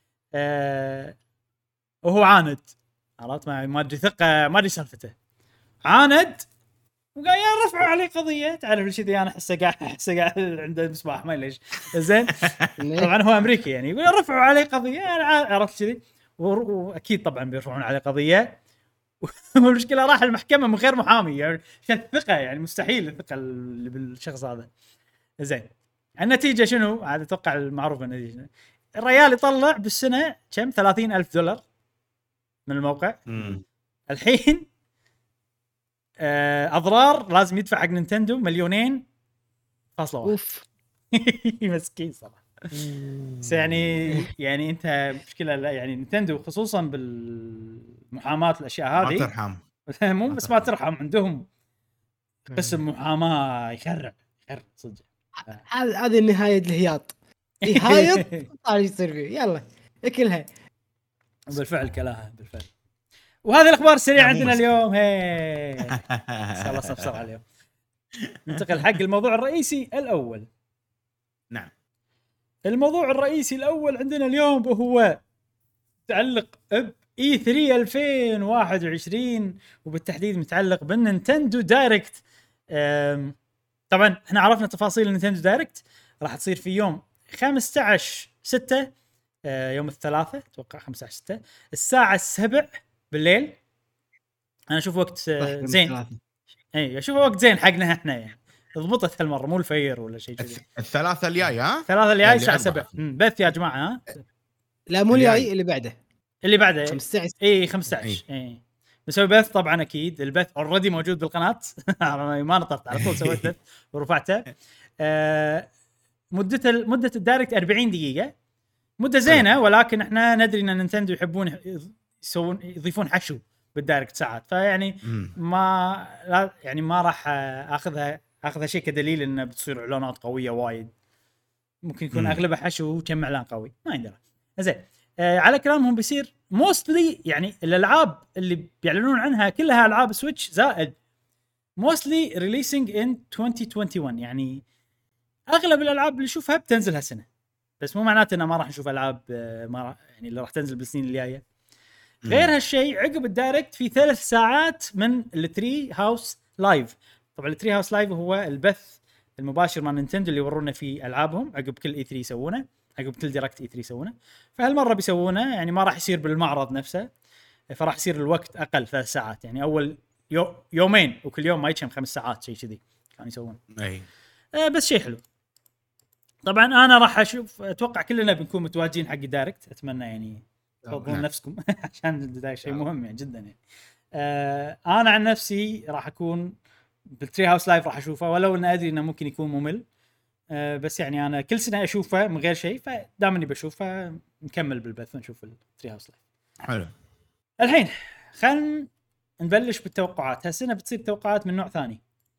A: وهو عاند، عرفت ما ادري ثقه، ما ادري سالفته، عاند وقال يا رفعوا عليه قضيه. تعرف الشيء ذي انا احسه قاعد عنده مصباح ما ليش زين. طبعا هو امريكي يعني يقول رفعوا عليه قضيه، عرفت كذي، واكيد طبعا بيرفعون عليه قضيه. والمشكله راح المحكمه من غير محامي يعني عشان الثقه، يعني مستحيل الثقه اللي بالشخص هذا. زين النتيجه شنو؟ عاد اتوقع المعروف النتيجه. الريال يطلع بالسنه كم $30,000 من الموقع. الحين اضرار لازم يدفع حق نينتندو 2,000,000. اوف مسكين صراحه. بس يعني انت مشكله لا يعني نينتندو خصوصا بالمحاماه الاشياء هذه
C: ما ترحم.
A: مو بس ما ترحم، عندهم قسم محاماه يخرع صدق.
B: هذه النهايه الهياط يهايط طال يصير فيه يلا اكلها.
A: بالفعل كلاها بالفعل. وهذه الاخبار السريعه عندنا اليوم. خلصنا بسرعه اليوم. ننتقل حق الموضوع الرئيسي الاول.
C: نعم.
A: الموضوع الرئيسي الاول عندنا اليوم هو متعلق ب E3 2021 وبالتحديد متعلق بالنينتندو دايركت. طبعا احنا عرفنا تفاصيل النينتندو دايركت راح تصير في يوم 15/6 يوم الثلاثاء اتوقع 15/6 الساعه 7 بالليل. انا اشوف وقت زين. اي اشوف وقت زين حقنا احنا يعني ضبطت هالمره مو الفير ولا شيء كذي.
C: الثلاثاء الجاي
A: الثلاثاء الجاي الساعه 7 بث يا جماعه. ها
B: لا مو الجاي اللي بعده
A: 15. اي 15 اي بسوي بث طبعا اكيد. البث اوريدي موجود بالقناه ما نطرت على طول سويت بث ورفعته. مده الدايركت 40 دقيقه، مده زينه، ولكن احنا ندري ان نينتندو يحبون يضيفون حشو بالدايركت ساعات، فيعني ما راح اخذها شيء كدليل انه بتصير اعلانات قويه وايد. ممكن يكون اغلبها حشو وكم اعلان قوي ما يندرى. زين على كلامهم بيصير موستلي يعني الالعاب اللي بيعلنون عنها كلها العاب سويتش زائد mostly releasing in 2021. يعني اغلب الالعاب اللي نشوفها بتنزل هالسنه، بس مو معناته انه ما راح نشوف العاب يعني اللي راح تنزل بالسنين الجايه. غير هالشيء عقب الدايركت في 3 ساعات من التري هاوس لايف. طبعا التري هاوس لايف هو البث المباشر مع نينتندو اللي يورونا فيه العابهم عقب كل اي 3 يسوونه، عقب كل دايركت اي 3 يسوونه. فهالمره بيسوونه يعني ما راح يصير بالمعرض نفسه، فراح يصير الوقت اقل 3 ساعات، يعني اول يومين وكل يوم ما يتشم 5 ساعات شيء كذي كانوا يسوون.
C: اي
A: بس شيء حلو. طبعا انا راح اشوف، اتوقع كلنا بنكون متواجدين حق الدايركت، اتمنى يعني تفضلون
C: نعم.
A: نفسكم عشان الدايركت شيء مهم يعني جدا يعني. انا عن نفسي راح اكون بالتري هاوس لايف، راح اشوفه ولو ان ادري انه ممكن يكون ممل، بس يعني انا كل سنه اشوفه من غير شيء، فدام اني بشوفه نكمل بالبث ونشوف التري هاوس لايف.
C: حلو.
A: الحين خلينا نبلش بالتوقعات. هالسنه بتصير توقعات من نوع ثاني.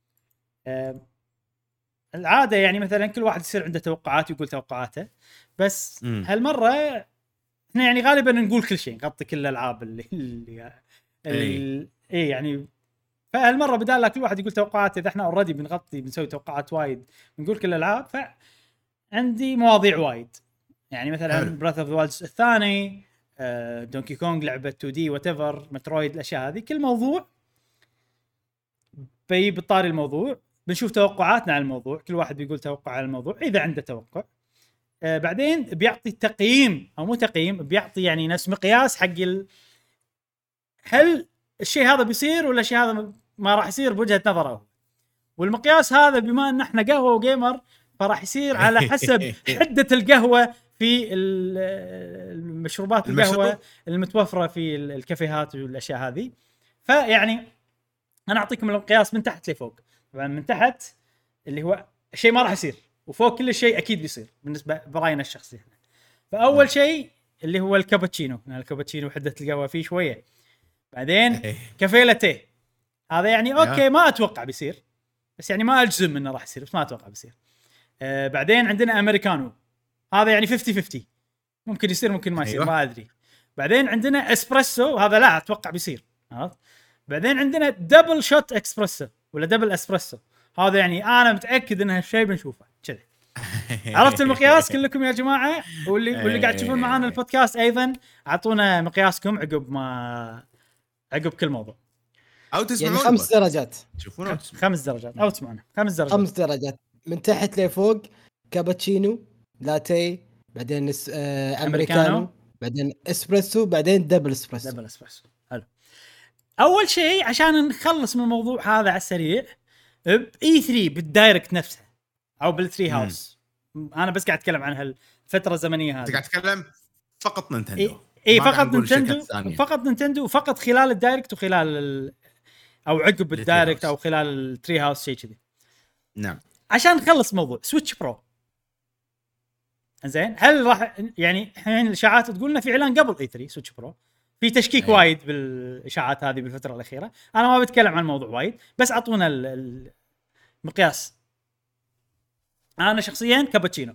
A: العاده يعني مثلا كل واحد يصير عنده توقعات ويقول توقعاته، بس هالمره احنا يعني غالبا نقول كل شيء، نغطي كل الالعاب اللي اي يعني. فهالمره بدال لا كل واحد يقول توقعاته، اذا احنا اوريدي بنسوي توقعات وايد بنقول كل الالعاب، فعندي مواضيع وايد. يعني مثلا براث اوف ذا وايلد الثاني، دونكي كونغ لعبه 2 دي وات ايفر، مترويد، الاشياء هذه كل موضوع بالطاري الموضوع بنشوف توقعاتنا على الموضوع، كل واحد بيقول توقع على الموضوع اذا عنده توقع. بعدين بيعطي تقييم او مو تقييم، بيعطي يعني نفس مقياس حق هل الشيء هذا بيصير ولا الشيء هذا ما راح يصير بوجهة نظره. والمقياس هذا بما ان احنا قهوه وجيمر فراح يصير على حسب حده القهوه في المشروبات القهوه المتوفره في الكافيهات والاشياء هذه. فيعني انا اعطيكم المقياس من تحت لفوق. طبعا من تحت اللي هو الشيء ما راح يصير، وفوق كل شيء اكيد بيصير بالنسبه براينا الشخصي. فاول شيء اللي هو الكابتشينو، الكابتشينو حده القهوه فيه شويه. بعدين كافيه لاتيه، هذا يعني اوكي ما اتوقع بيصير، بس يعني ما اجزم انه راح يصير، بس ما اتوقع بيصير. بعدين عندنا امريكانو، هذا يعني 50-50، ممكن يصير ممكن ما يصير، ما ادري. بعدين عندنا اسبريسو، هذا لا اتوقع بيصير. بعدين عندنا دبل شوت اكسبريسو ولا دبل اسبريسو، هذا يعني انا متاكد ان هالشيء بنشوفه كذا. عرفت المقياس كلكم يا جماعه؟ واللي قاعد تشوفون معانا البودكاست ايضا اعطونا مقياسكم عقب كل موضوع،
C: او تسمعون
B: يعني 5 درجات،
C: تشوفون
A: 5 درجات او تسمعونا 5 درجات.
B: 5 درجات من تحت لفوق. كابتشينو، لاتيه، بعدين امريكانو، بعدين اسبريسو، بعدين دبل اسبريسو.
A: حلو. اول شيء عشان نخلص من الموضوع هذا على السريع، باي 3 بالدايركت نفسها او بالتري هاوس، انا بس قاعد اتكلم عن هالفتره الزمنيه هذه.
C: قاعد اتكلم فقط نينتندو.
A: فقط نينتندو وفقط خلال الدايركت وخلال او عقب الدايركت او خلال التري هاوس شيء كذي.
C: نعم.
A: عشان نخلص موضوع سويتش برو، زين هل راح يعني الحين الاشاعات تقول لنا في اعلان قبل اي 3 سويتش برو، في تشكيك وايد بالاشاعات هذه بالفتره الاخيره. انا ما بتكلم عن الموضوع وايد، بس اعطونا المقياس. انا شخصيا كابتشينو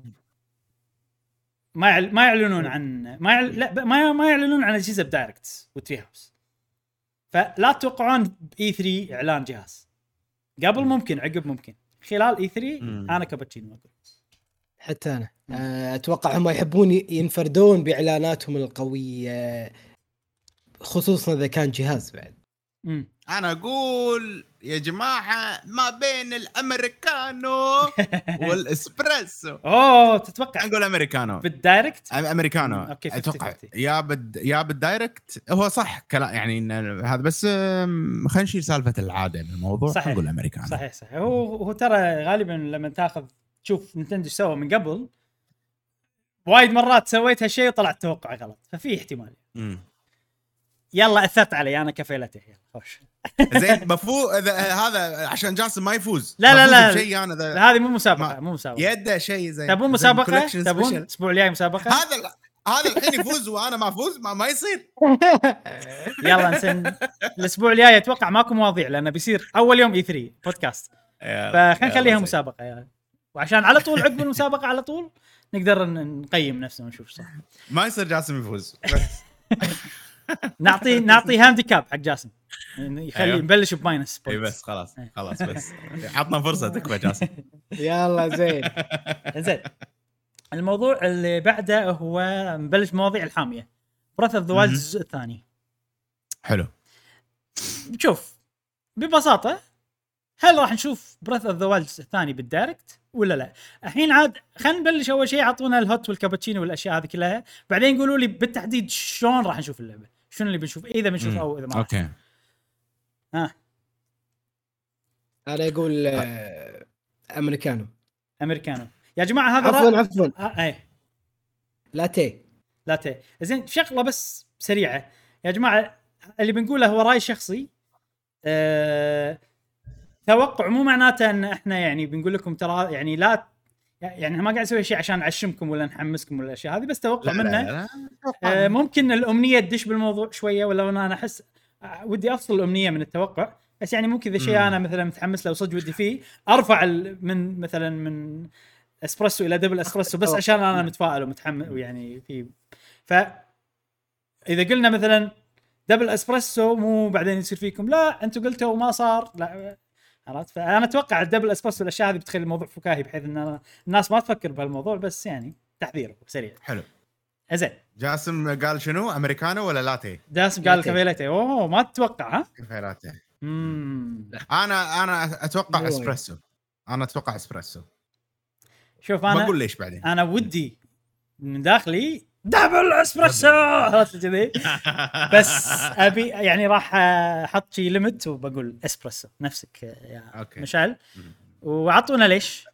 A: ما يعلنون عن ما يعلنون عن اجهزه بدايركت وتري هاوس، فلا تتوقعون باي 3 اعلان جهاز. قبل ممكن، عقب ممكن، خلال اي 3 انا كابتشينو اقول.
B: حتى انا اتوقع هم يحبون ينفردون باعلاناتهم القويه، خصوصا اذا كان جهاز بعد.
C: انا اقول يا جماعه ما بين الامريكانو والاسبريسو.
A: تتوقع
C: نقول امريكانو
A: بالدايركت؟
C: امريكانو اتوقع يا بالدايركت. هو صح كلام يعني هذا، بس خلينا نشيل سالفه العاده من الموضوع. نقول امريكانو.
A: صحيح هو ترى غالبا لما تشوف نينتندو سوى من قبل وايد مرات سويت هالشيء وطلعت توقع غلط، ففي احتمال. يلا اثرت علي انا كفيلته. يلا خوش
C: زين هذا عشان جاسم ما يفوز.
A: لا
C: شيء انا
A: هذه مو مسابقه
C: يده شيء زين.
A: تبون مسابقه؟ تبون الاسبوع الجاي مسابقه؟
C: هذا الحين يفوز وانا ما افوز، ما يصير.
A: يلا نسن الاسبوع الجاي اتوقع ماكو مواضيع لانه بيصير اول يوم اي 3 بودكاست، فخلينا نخليها مسابقه يعني. وعشان على طول عقب المسابقه على طول نقدر نقيم نفسنا ونشوف صح.
C: ما يصير جاسم يفوز.
A: نعطي هانديكاب حق جاسم يعني يخلي
C: أيوه.
A: نبلش بماينس
C: اي
A: بوينتس.
C: بس خلاص بس عطنا فرصه تكفى جاسم.
B: يلا زين.
A: زين الموضوع اللي بعده هو نبلش مواضيع الحاميه. براث اوف ذا وايلد الجزء الثاني.
C: حلو.
A: شوف ببساطه هل راح نشوف براث اوف ذا وايلد الثاني بالدايركت ولا لا؟ الحين عاد خلينا نبلش. اول شيء اعطونا الهوت والكابتشينو والاشياء هذه كلها، بعدين قولوا لي بالتحديد شلون راح نشوف اللعبه، شنو اللي بنشوف، اذا بنشوف او اذا ما راح
C: اوكي
A: نشوف. ها
B: انا اقول امريكانو.
A: يا جماعه هذا
B: عفوا
A: اي
B: لاتيه.
A: لاتيه. زين شغله بس سريعه يا جماعه، اللي بنقوله هو راي شخصي. توقع مو معناته ان احنا يعني بنقول لكم ترى يعني لا، يعني ما قاعد نسوي شيء عشان نعشمكم ولا نحمسكم ولا الاشياء هذه، بس توقع منا. ممكن الامنيه تدش بالموضوع شويه، ولا انا احس ودي افصل الامنيه من التوقع، بس يعني ممكن اذا شيء انا مثلا متحمس لو صدق ودي فيه ارفع من مثلا من اسبريسو الى دبل اسبريسو، بس عشان انا متفائل ومتحمس ويعني في. ف اذا قلنا مثلا دبل اسبريسو مو بعدين يصير فيكم لا انتم قلتوا وما صار، لا عرفت. فانا اتوقع الدبل اسبريسو والاشياء هذه بتخلي الموضوع فكاهي بحيث ان الناس ما تفكر بهالموضوع، بس يعني تحذير سريع.
C: حلو.
A: زين
C: جاسم قال شنو؟ امريكانو ولا لاتيه؟
A: جاسم قال كافيلاتي. اوه ما تتوقع ها؟
C: كافيه لاتيه.
A: انا
C: اتوقع اسبريسو. انا اتوقع اسبريسو.
A: شوف انا
C: بقول ليش بعدين.
A: انا ودي من داخلي دبل اسبريسو عرفت كذي، بس ابي يعني راح احط شي ليميت وبقول اسبريسو نفسك يا مشعل. وعطونا ليش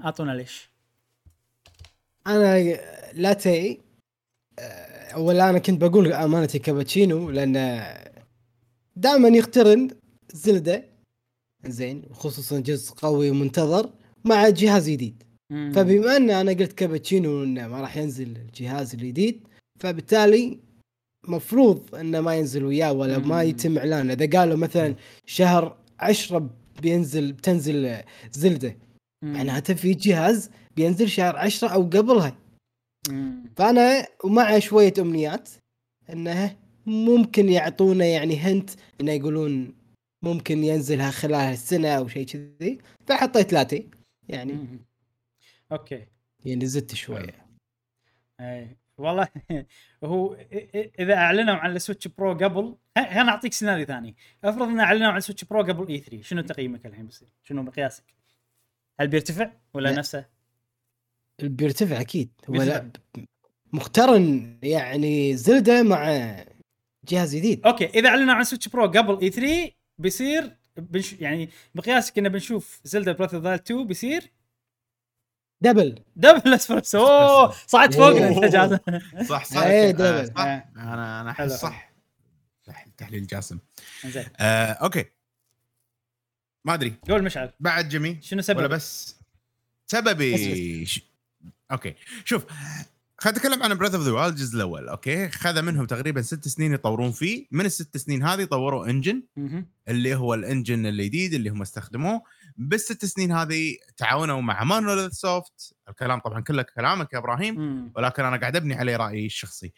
B: انا لاتيه. ولا انا كنت بقول امانتي كابتشينو، لان دائما يقترن زلدة زين، خصوصا جزء قوي ومنتظر مع جهاز جديد. فبما ان انا قلت كابتشينو انه ما راح ينزل الجهاز الجديد، فبالتالي مفروض انه ما ينزل وياه ولا ما يتم اعلانه. اذا قالوا مثلا شهر 10 بتنزل زلدة، معناته في جهاز بينزل شهر 10 او قبلها. فانا ومع شويه امنيات انه ممكن يعطونا يعني هنت انه يقولون ممكن ينزلها خلال السنه او شيء كذي، فحطيت لاتي يعني.
A: اوكي
B: يعني زدت شويه.
A: اي والله هو اذا اعلنوا عن السويتش برو قبل، انا اعطيك سيناريو ثاني. افرض ان اعلنوا عن السويتش برو قبل اي 3، شنو تقييمك الحين بيصير؟ شنو مقياسك؟ هل بيرتفع ولا لا. نفسه؟
B: بيرتفع اكيد. ولا مقترن يعني زلدة مع جهاز جديد.
A: اوكي اذا اعلنوا عن سويتش برو قبل اي 3 بيصير يعني مقياسك انه بنشوف زلدة براث اوف ذا 2 بيصير
B: دبل
A: اسبريسو. صعد فوقنا انت جاسم.
C: صح
B: اي دبل.
C: صح. انا احس صح. تحليل جاسم.
A: زين
C: اوكي ما ادري.
A: قول مشعل
C: بعد جميل
A: شنو سبب؟
C: ولا بس سببي اوكي شوف، خلينا نتكلم عن براذر اوف ذا وايلد الجزء الاول. اوكي خذ منهم تقريبا 6 سنين يطورون فيه. من ال6 سنين هذه طوروا انجن اللي هو الانجن الجديد اللي هم استخدموه. بال6 سنين هذه تعاونوا مع مونوليث سوفت. الكلام طبعا كله كلامك يا ابراهيم، ولكن انا قاعد ابني عليه رايي الشخصي.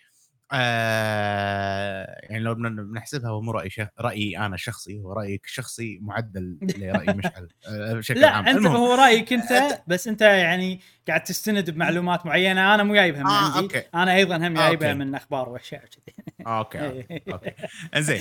C: يعني لو بنحسبها هو مو رأيي أنا الشخصي، هو رأيك الشخصي معدل لرأي مشعل بشكل
A: لا
C: عام.
A: أنت هو رأيك أنت بس أنت يعني قاعد تستند بمعلومات معينة أنا مو جايبها من عندي.
C: أوكي.
A: أنا أيضا هم جايبها من أخبار وأشياء كذي.
C: أوكي إنزين.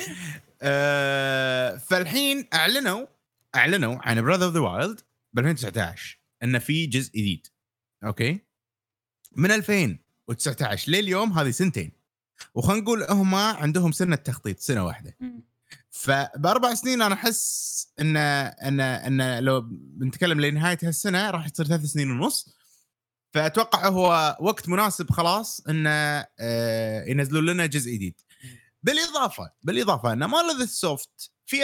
C: فالحين أعلنوا عن Breath of the Wild ب 2019 إن في جزء جديد. أوكي من 2019 لليوم هذه سنتين، وخلينا نقول هم عندهم سنة تخطيط سنة واحدة. فب4 سنين أنا أحس إن لو بنتكلم لنهاية هالسنة راح تصير 3 سنين ونص. فأتوقع هو وقت مناسب خلاص إن ينزلوا لنا جزء جديد. بالإضافة إن مونوليث سوفت في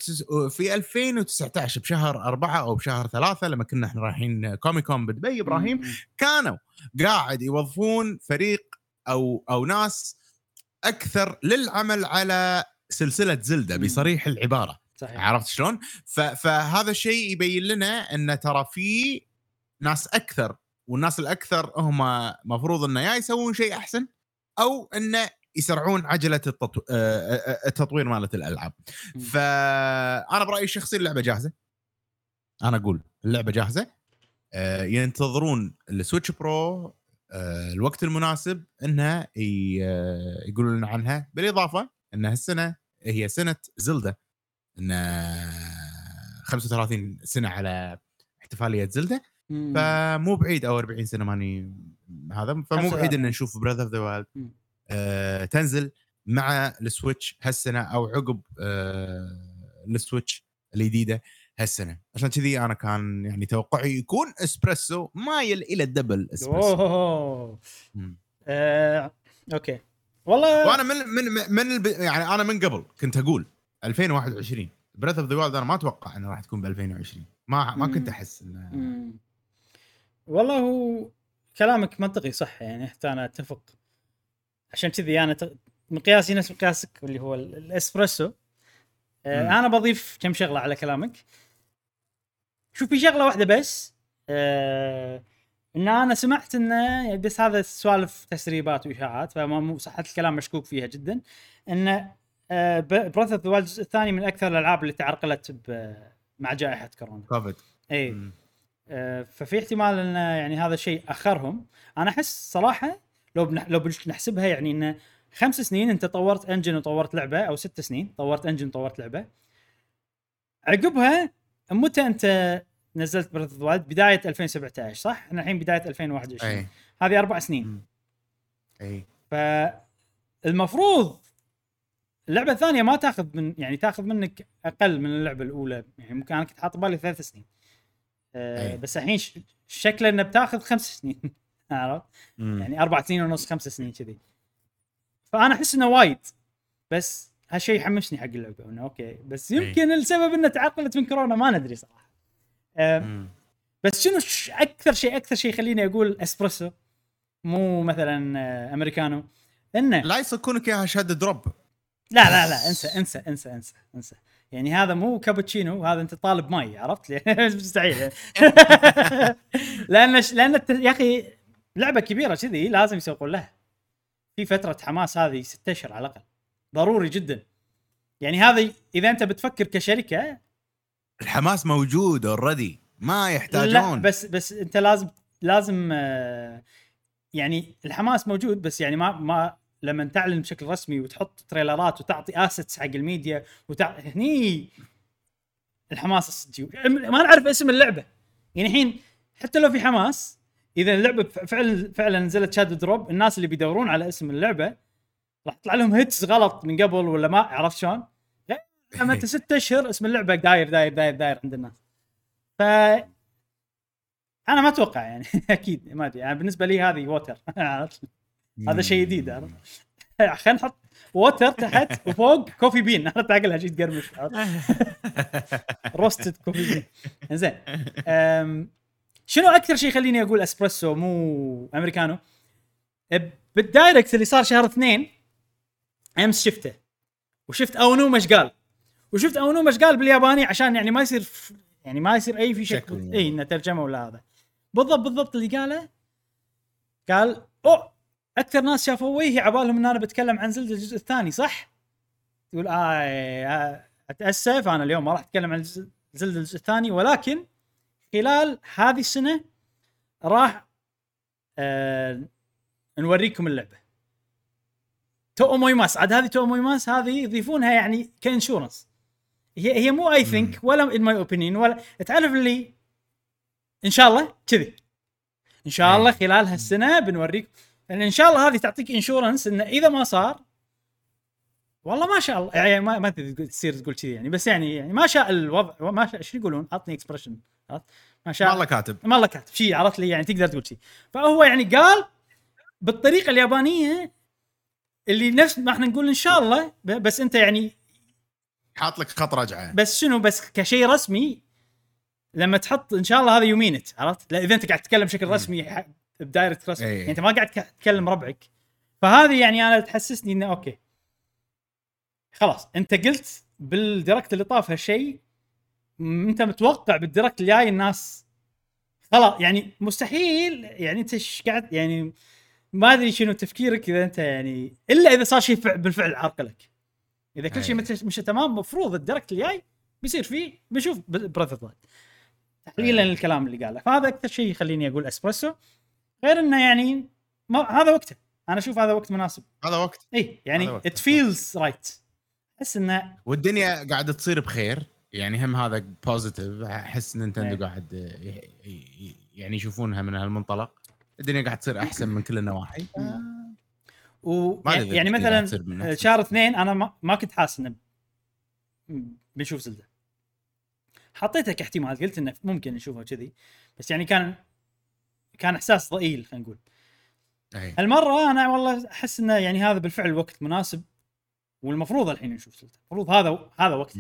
C: 2019 بشهر 4 أو بشهر 3 لما كنا إحنا رايحين كوميكون بدبي إبراهيم، كانوا قاعد يوظفون فريق أو ناس أكثر للعمل على سلسلة زلدة بصريح العبارة. صحيح. عرفت شلون؟ فهذا الشيء يبين لنا أن ترى في ناس أكثر، والناس الأكثر هم مفروض أنه يا يسوون شيء أحسن أو أنه يسرعون عجله التطوير مالت الالعاب. فانا برايي الشخصي اللعبه جاهزه. انا اقول اللعبه جاهزه، ينتظرون السويتش برو الوقت المناسب انها يقولون لنا عنها. بالاضافه ان هالسنه هي سنه زلدة، ان 35 سنه على احتفاليه زلدة، فمو بعيد او 40 سنه ماني هذا، فمو بعيد ان نشوف براذر اوف ذا وايلد تنزل مع السويتش هالسنه او عقب السويتش الجديده هالسنه. عشان كذي انا كان يعني توقعي يكون اسبريسو مايل الى الدبل اسبريسو.
A: اوكي والله.
C: وانا يعني انا من قبل كنت اقول 2021 براذر اوف ذا وايلد، انا ما اتوقع انه راح تكون ب 2020. ما كنت احس انه
A: والله هو كلامك منطقي صح، يعني حتى انا اتفق. عشان كذي انا مقياسي نفس مقياسك اللي هو الاسبريسو. انا بضيف كم شغله على كلامك. شوف في شغله واحده بس، ان انا سمعت انه بس هذا سوالف تسريبات واشاعات، فما صحه الكلام مشكوك فيها جدا، ان براذر اوف ذا وايلد الثاني من اكثر الالعاب اللي تعرقلت مع جائحه كورونا
C: كوفيد.
A: اي ففي احتمال ان يعني هذا الشيء اخرهم. انا احس صراحه لو بنحسبها يعني ان 5 سنين انت طورت انجن وطورت لعبه، او 6 سنين طورت انجن وطورت لعبه، عقبها متى انت نزلت براذر اوف ذا وايلد؟ بدايه 2017 صح؟ احنا الحين بدايه 2021. هذه 4 سنين.
C: اي
A: فالمفروض اللعبه الثانيه ما تاخذ من يعني تاخذ منك اقل من اللعبه الاولى. يعني ممكن انا كنت حاط بالي 3 سنين، بس الحين شكله انه بتاخذ 5 سنين. عرفت؟ يعني 4 سنين ونص 5 سنين كذي. فانا احس انه وايد، بس هالشيء يحمسني حق اللعبه انه اوكي. بس يمكن السبب انه تعرقلت من كورونا، ما ندري صراحه. بس شنو اكثر شيء يخليني اقول اسبريسو مو مثلا امريكانو؟ انه
C: لا يصكونك اياها شهاده دروب.
A: لا انسى. يعني هذا مو كابتشينو، هذا انت طالب ماي. عرفت لي؟ مستحيل. لان يا اخي لعبه كبيره كذي لازم يسوقون لها في فتره حماس. هذه 6 اشهر على الاقل ضروري جدا. يعني هذا اذا انت بتفكر كشركه،
C: الحماس موجود اوريدي، ما يحتاجون.
A: لا بس انت لازم يعني الحماس موجود، بس يعني ما لما تعلن بشكل رسمي وتحط تريلرات وتعطي اسيتس حق الميديا هني الحماس الصدق. ما نعرف اسم اللعبه يعني الحين. حتى لو في حماس، اذا اللعبه فعلا نزلت شاد دروب، الناس اللي بيدورون على اسم اللعبه راح يطلع لهم هيتس غلط من قبل ولا ما عرفت شلون. لما انت 6 اشهر اسم اللعبه داير عند الناس. ف انا ما اتوقع يعني. اكيد ما ادري. يعني بالنسبه لي هذه ووتر. هذا شيء جديد. خلينا نحط ووتر تحت وفوق كوفي بين. انا تعقلها شيء تقرمش. روستد كوفي بين. زين. شنو اكثر شيء يخليني اقول اسبريسو مو امريكانو؟ بالدايركت اللي صار شهر 2 امس شفته، وشفت اونو مشقال، وشفت اونو مشقال بالياباني عشان يعني ما يصير اي في شك اي انه ترجمه ولا هذا. بالضبط اللي قال اكثر ناس شافوا وجهي عبالهم ان انا بتكلم عن زلدة الجزء الثاني صح؟ يقول اتاسف انا اليوم ما راح اتكلم عن زلدة الجزء الثاني، ولكن خلال هذه السنه راح نوريكم اللعبه تومويماس. عاد هذه تومويماس هذه يضيفونها يعني كانشورنس. هي مو اي ثينك ولا ان ماي اوبينيون ولا تعرف اللي ان شاء الله كذي. ان شاء الله خلال هالسنه بنوريك، يعني ان شاء الله هذه تعطيك انشورنس ان اذا ما صار والله ما شاء الله. يعني ما تصير تقول كذي يعني، بس يعني ما شاء الوضع ما شاء. شو يقولون؟ اعطني اكسبرشن. ما شاء
C: الله كاتب
A: شيء. عرفت لي يعني تقدر تقول شيء. فهو يعني قال بالطريقه اليابانيه اللي نفس ما احنا نقول ان شاء الله. بس انت يعني
C: حاط لك خط رجعه. بس
A: شنو؟ بس كشيء رسمي لما تحط ان شاء الله هذا يومينت. عرفت؟ لا اذا انت قاعد تتكلم بشكل رسمي بدايركت رسمي يعني انت ما قاعد تتكلم ربعك. فهذه يعني انا تحسسني انه اوكي خلاص انت قلت بالديركت اللي طاف هالشيء، انت متوقع بالديركت الجاي الناس خلاص يعني مستحيل يعني انت قاعد يعني ما ادري شنو تفكيرك اذا انت يعني الا اذا صار شيء بالفعل عرقلك. اذا كل شيء مش تمام مفروض الدركت الجاي بيصير فيه بنشوف براذر اوف وايلد تحليلا للكلام اللي قاله. فهذا اكثر شيء يخليني اقول اسبريسو، غير انه يعني ما هذا وقته. انا اشوف هذا وقت مناسب.
C: هذا وقت
A: اي يعني
C: وقت.
A: ات فيلز رايت. احس انه
C: والدنيا قاعده تصير بخير يعني، هم هذا بوزيتيف. احس نينتندو قاعد يعني يشوفونها من هالمنطلق. الدنيا قاعد تصير احسن من كل النواحي.
A: يعني مثلا شهر 2 انا ما كنت حاسس انه بنشوف زلدة. حطيتها كاحتمال، قلت انه ممكن نشوفها كذي، بس يعني كان احساس ضئيل خلينا نقول. المره انا والله احس انه يعني هذا بالفعل وقت مناسب، والمفروض الحين نشوف زلدة. المفروض هذا وقت.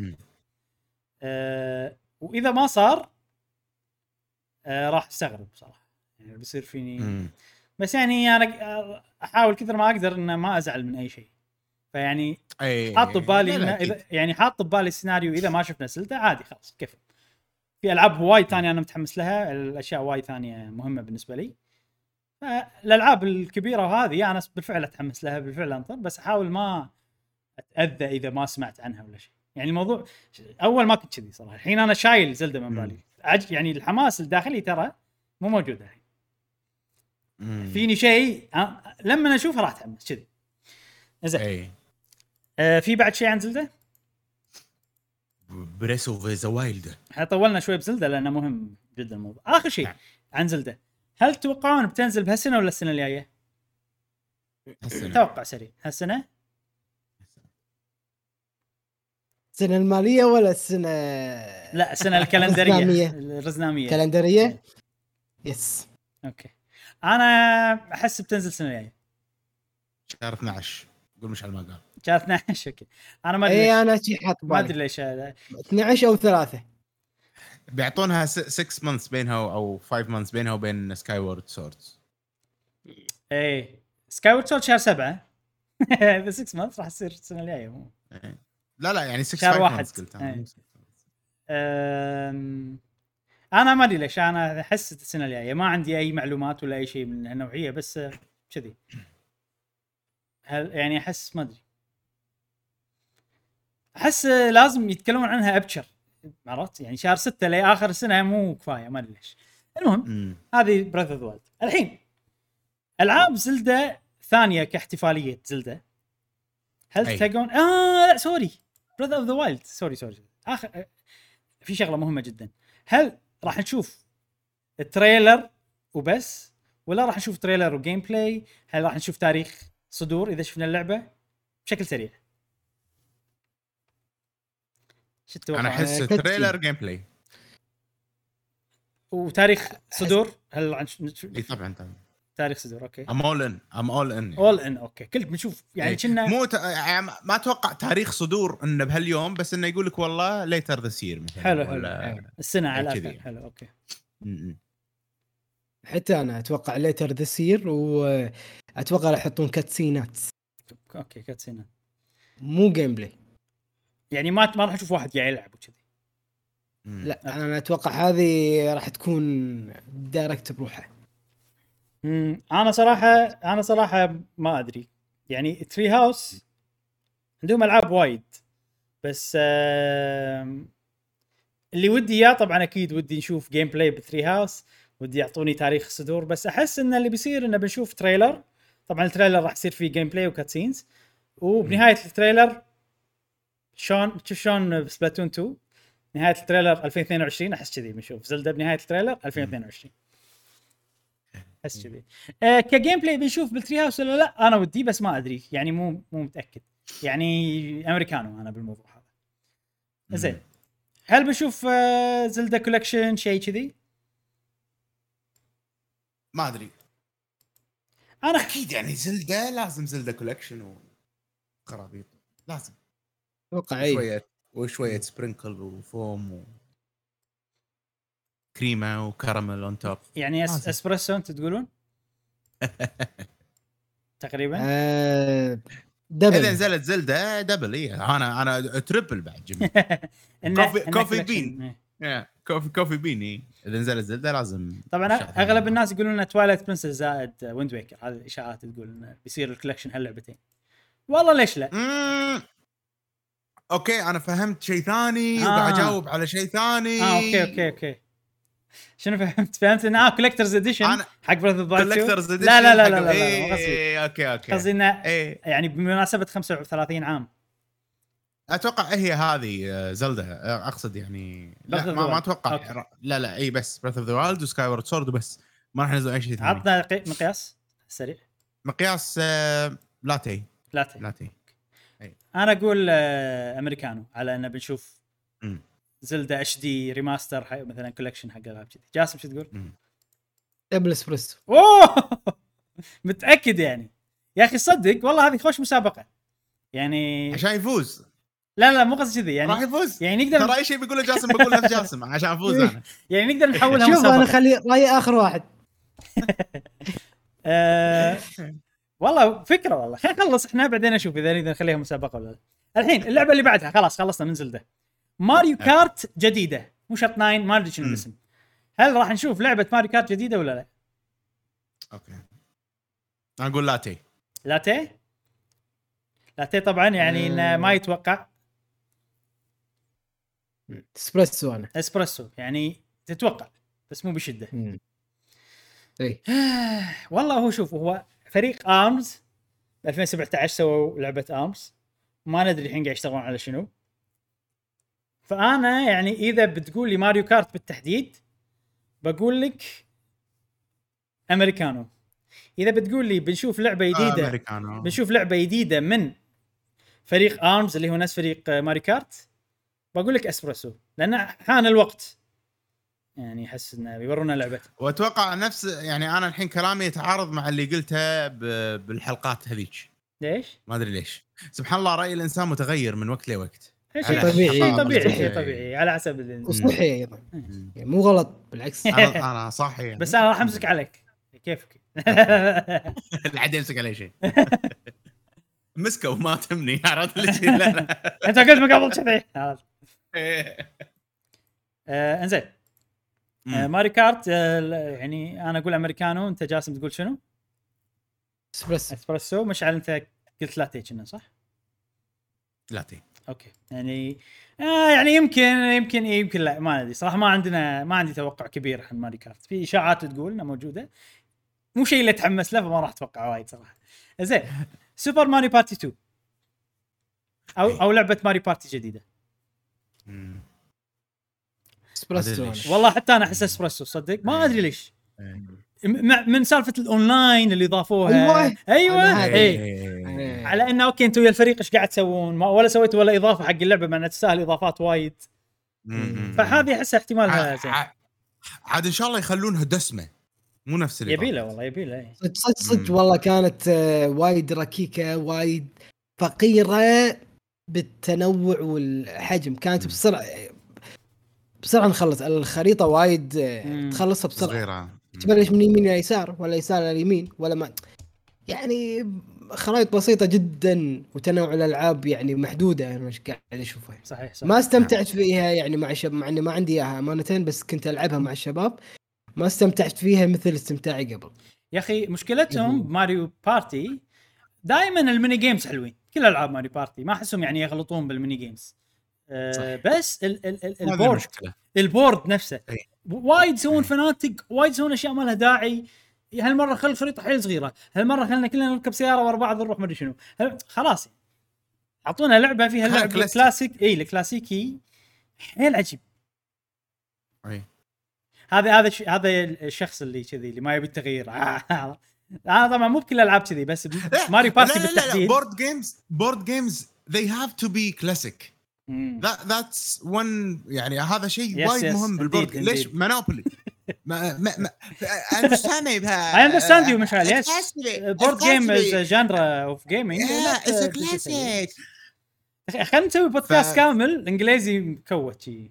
A: واذا ما صار راح استغرب صراحه، يعني بيصير فيني بس يعني انا احاول كثر ما اقدر ان ما ازعل من اي شيء. فيعني حاط ببالي إذا يعني حاط ببالي السيناريو اذا ما شفنا زلدة عادي خلاص كيف. في العاب وايد ثانيه انا متحمس لها، الاشياء وايد ثانيه مهمه بالنسبه لي. الالعاب الكبيره وهذه انا بالفعل اتحمس لها، بالفعل انطر، بس احاول ما اتاذى اذا ما سمعت عنها ولا شيء. يعني الموضوع اول ما كنت كذي صراحه، الحين انا شايل زلدة من بالي. يعني الحماس الداخلي ترى مو موجود الحين. فيني شيء لما اشوفها راح اتحمس كذي. زين في بعد شيء عن زلدة؟
C: بريس اوف ذا وايلد.
A: احنا طولنا شوي بزلدة لانه مهم جدا الموضوع. اخر شيء عن زلدة، هل تتوقعون بتنزل بهالسنه ولا السنه الجايه؟ توقع سريع. هالسنه؟
B: السنه الماليه ولا السنه؟
A: لا السنه الكالندريه الرزناميه.
B: كالندريه يس.
A: اوكي انا احس بتنزل السنه الجايه
C: شهر 12. قول مش على ما قال
A: شهر 12. اوكي انا ما ادري
B: اي انا شي حاط
A: ما ادري ليش
B: 12 او 3
C: بيعطونها 6 مانثs بينها او 5 مانثs بينها وبين سكاي وورد سوردز.
A: اي سكاي وورد سورد شهر 7 اذا 6 مانثs راح تصير السنه الجايه مو
C: لا يعني 6
A: شهر 1
C: قلت
A: انا ما ادري ليش انا احس السنه الجايه. ما عندي اي معلومات ولا اي شيء من هالنوعيه، بس كذي هل يعني احس ما ادري، احس لازم يتكلمون عنها ابشر، عرفت؟ يعني شهر 6 لاخر السنه مو كفايه، ما ادري ليش. المهم هذه براذر اوف ذا وايلد. الحين العاب زلدة ثانيه كاحتفاليه زلدة، هل تلقون لا سوري براذر اوف ذا وايلد سوري اخر في شغله مهمه جدا. هل راح نشوف التريلر وبس ولا راح نشوف تريلر وجيم بلاي؟ هل راح نشوف تاريخ صدور اذا شفنا اللعبه بشكل سريع؟
C: انا احس تريلر جيم بلاي
A: وتاريخ صدور. هل
C: اي طبعا
A: تاريخ صدور. اوكي
C: ام اول ان
A: اوكي كل بنشوف يعني كنا
C: يعني ما اتوقع تاريخ صدور انه بهاليوم، بس انه يقول لك والله ليتر ذا سير مثلا.
A: حلو السنه على الاقل. حلو اوكي.
B: حتى انا اتوقع ليتر ذا سير، واتوقع راح يحطون كاتسينات.
A: اوكي كاتسينات
B: مو جيم بلاي،
A: يعني ما راح نشوف واحد قاعد يلعب وكذي.
B: لا انا اتوقع هذه راح تكون دايركت بروحها.
A: انا صراحه ما ادري. يعني تري هاوس عندهم العاب وايد، بس اللي ودي اياه طبعا اكيد ودي نشوف جيم بلاي بثري هاوس، ودي يعطوني تاريخ صدور. بس احس ان اللي بيصير انه بنشوف تريلر. طبعا التريلر راح يصير فيه جيم بلاي وكاتسينز، وبنهايه التريلر شلون بسبلاتون 2 نهايه التريلر 2022. احس كذي بنشوف زلدة بنهايه التريلر 2022. احس كذي. كجيم بلاي بنشوف بالتري هاوس ولا لا؟ انا ودي بس ما ادري، يعني مو متاكد. يعني امريكانو انا بالموضوع هذا. زين هل بنشوف زلدة كولكشن شيء كذي؟
C: ما ادري. انا اكيد يعني زلدة لازم زلدة كولكشن وخرابيط لازم.
B: اتوقع
C: وشويه سبرينكل وفوم وكريمه وكراميل اون توب.
A: يعني اسبريسو انت تقولون تقريبا
B: دبل.
C: اذا نزلت زلدة دبل. انا تريبل بعد جميل. كوفي بين كوفي بيني اذا نزلت زلده لازم
A: طبعا
C: أشياء ثانية.
A: اغلب الناس يقولون ان تواليت برنسس زائد ويند ويكر، هذه الاشاعات تقول انه بيصير الكولكشن هاللعبتين. والله ليش لا.
C: اوكي انا فهمت شيء ثاني وقاعد اجاوب على شيء ثاني.
A: اوكي شنو فهمت ان كولكترز اديشن
C: أنا
A: حق براذر اوف ذا
C: كولكترز اديشن.
A: لا
C: ايه اوكي
A: قصدي انه يعني بمناسبه 35 عام.
C: اتوقع هي هذه زلدة اقصد يعني لا ما اتوقع لا اي بس براذر اوف ذا وايلد وسكاي وورد سورد وبس، ما راح ننزل اي شيء ثاني.
A: عطنا مقياس سريع.
C: مقياس لاتي.
A: انا اقول امريكانو، على انه بنشوف زلدة اتش دي ريماستر مثلا كولكشن حق العاب كذي. جاسم شو تقول؟
B: دبل اسبريسو.
A: اوه متاكد يعني؟ يا اخي صدق والله هذه خوش مسابقه يعني
C: عشان يفوز.
A: لا مو قصدي كذي يعني
C: راح يفوز
A: يعني نقدر
C: ترى اي شيء بيقوله جاسم بقول نفس جاسم عشان افوز انا.
A: يعني نقدر نحولها
B: شوف
A: مسابقه.
B: انا خلي رايي اخر واحد.
A: والله فكره والله. خلينا نخلص احنا بعدين اشوف اذا نقدر نخليها مسابقه ولا لا. الحين اللعبه اللي بعدها خلاص خلصنا من زلدة. ماريو كارت جديده مو شرط 9 ما ادري شنو الاسم. هل راح نشوف لعبه ماريو كارت جديده ولا لا؟
C: اوكي انا اقول
A: لاتيه طبعا يعني إنه ما يتوقع.
B: اسبريسو انا
A: اسبريسو يعني تتوقع بس مو بشده.
B: اي
A: والله هو شوف هو فريق ارمز 2017 سووا لعبه ارمز، ما ندري الحين قاعد يشتغلون على شنو. فانا يعني اذا بتقول لي ماريو كارت بالتحديد بقول لك امريكانو. اذا بتقول لي بنشوف لعبه جديده بنشوف لعبه جديده من فريق ارمز اللي هو نفس فريق ماريو كارت بقول لك اسبريسو، لان حان الوقت يعني احس انه بيورونا لعبته.
C: واتوقع نفس يعني انا الحين كلامي يتعارض مع اللي قلته بالحلقات هذيك.
A: ليش؟
C: ما ادري ليش، سبحان الله راي الانسان متغير من وقت لوقت.
A: شيء طبيعي على حسب
B: وصحي ايضا يعني مو غلط بالعكس.
C: انا صاحي يعني.
A: بس انا راح امسك عليك كيفك.
C: لا حد يمسك علي شيء. مسكوا ما تمني عرفت لي. لا
A: انت قلت من قبل كذي. انزين ماري كارت يعني انا اقول امريكانو. انت جاسم تقول شنو؟ اسبريسو. مشعل انت قلت لاتيه كنا صح؟
C: لاتيه
A: اوكي يعني يعني يمكن لا ما ادري صراحه. ما عندي توقع كبير عن ماري كارت. في اشاعات تقول انها موجوده مو شيء اللي اتحمس له فما راح اتوقع وايد صراحه. زين سوبر ماريو بارتي 2 او لعبه ماريو بارتي جديده.
B: اسبريسو
A: والله حتى انا احس اسبريسو صدق ما ادري ليش. من سالفه الاونلاين اللي ضافوها. ايوه على انه اوكي انتم يا الفريق ايش قاعد تسوون ولا سويتوا ولا اضافه حق اللعبه مع انها تستاهل اضافات وايد. فهذه احسها احتمالها زين.
C: عاد ان شاء الله يخلونها دسمه مو نفس اللي
A: يبيله والله يبيله.
B: صدق والله كانت وايد ركيكه وايد فقيره بالتنوع والحجم. كانت بسرعه نخلص الخريطه وايد تخلصها بسرعه. تبلش من يمين الى يسار ولا يسار الى اليمين ولا ما يعني خرائط بسيطه جدا وتنوع الالعاب يعني محدوده. انا مش قاعد اشوفها
A: صحيح.
B: ما استمتعت فيها يعني مع الشباب مع اني ما عندي اياها امانتين بس كنت العبها مع الشباب ما استمتعت فيها مثل استمتاعي قبل.
A: يا اخي مشكلتهم بماريو بارتي دائما الميني جيمز حلوين. كل العاب ماريو بارتي ما احسهم يعني يغلطون بالميني جيمز. بس البورد نفسه وايد يسوون فناتق وايد يسوون اشياء ما لها داعي. هالمره خل الخريطه حيل صغيره، هالمره خلنا كلنا نركب سياره ورا بعض نروح ما ادري شنو. خلاص اعطونا لعبه فيها اللعب الكلاسيك. الكلاسيكي حيل عجيب. هذا الشخص اللي كذي اللي ما يبي التغيير. انا طبعا مو بكل الالعاب كذي بس ماريو بارتي بالتحديد.
C: بورد جيمز they have to be classic. that's one يعني هذا شيء وايد مهم بالبورد. ليش مونوبولي ما
A: I understand you مشعل. yes board game is a genre of gaming.
C: it's a classic.
A: خلينا نسوي بودكاست كامل انجليزي مكوت شيء.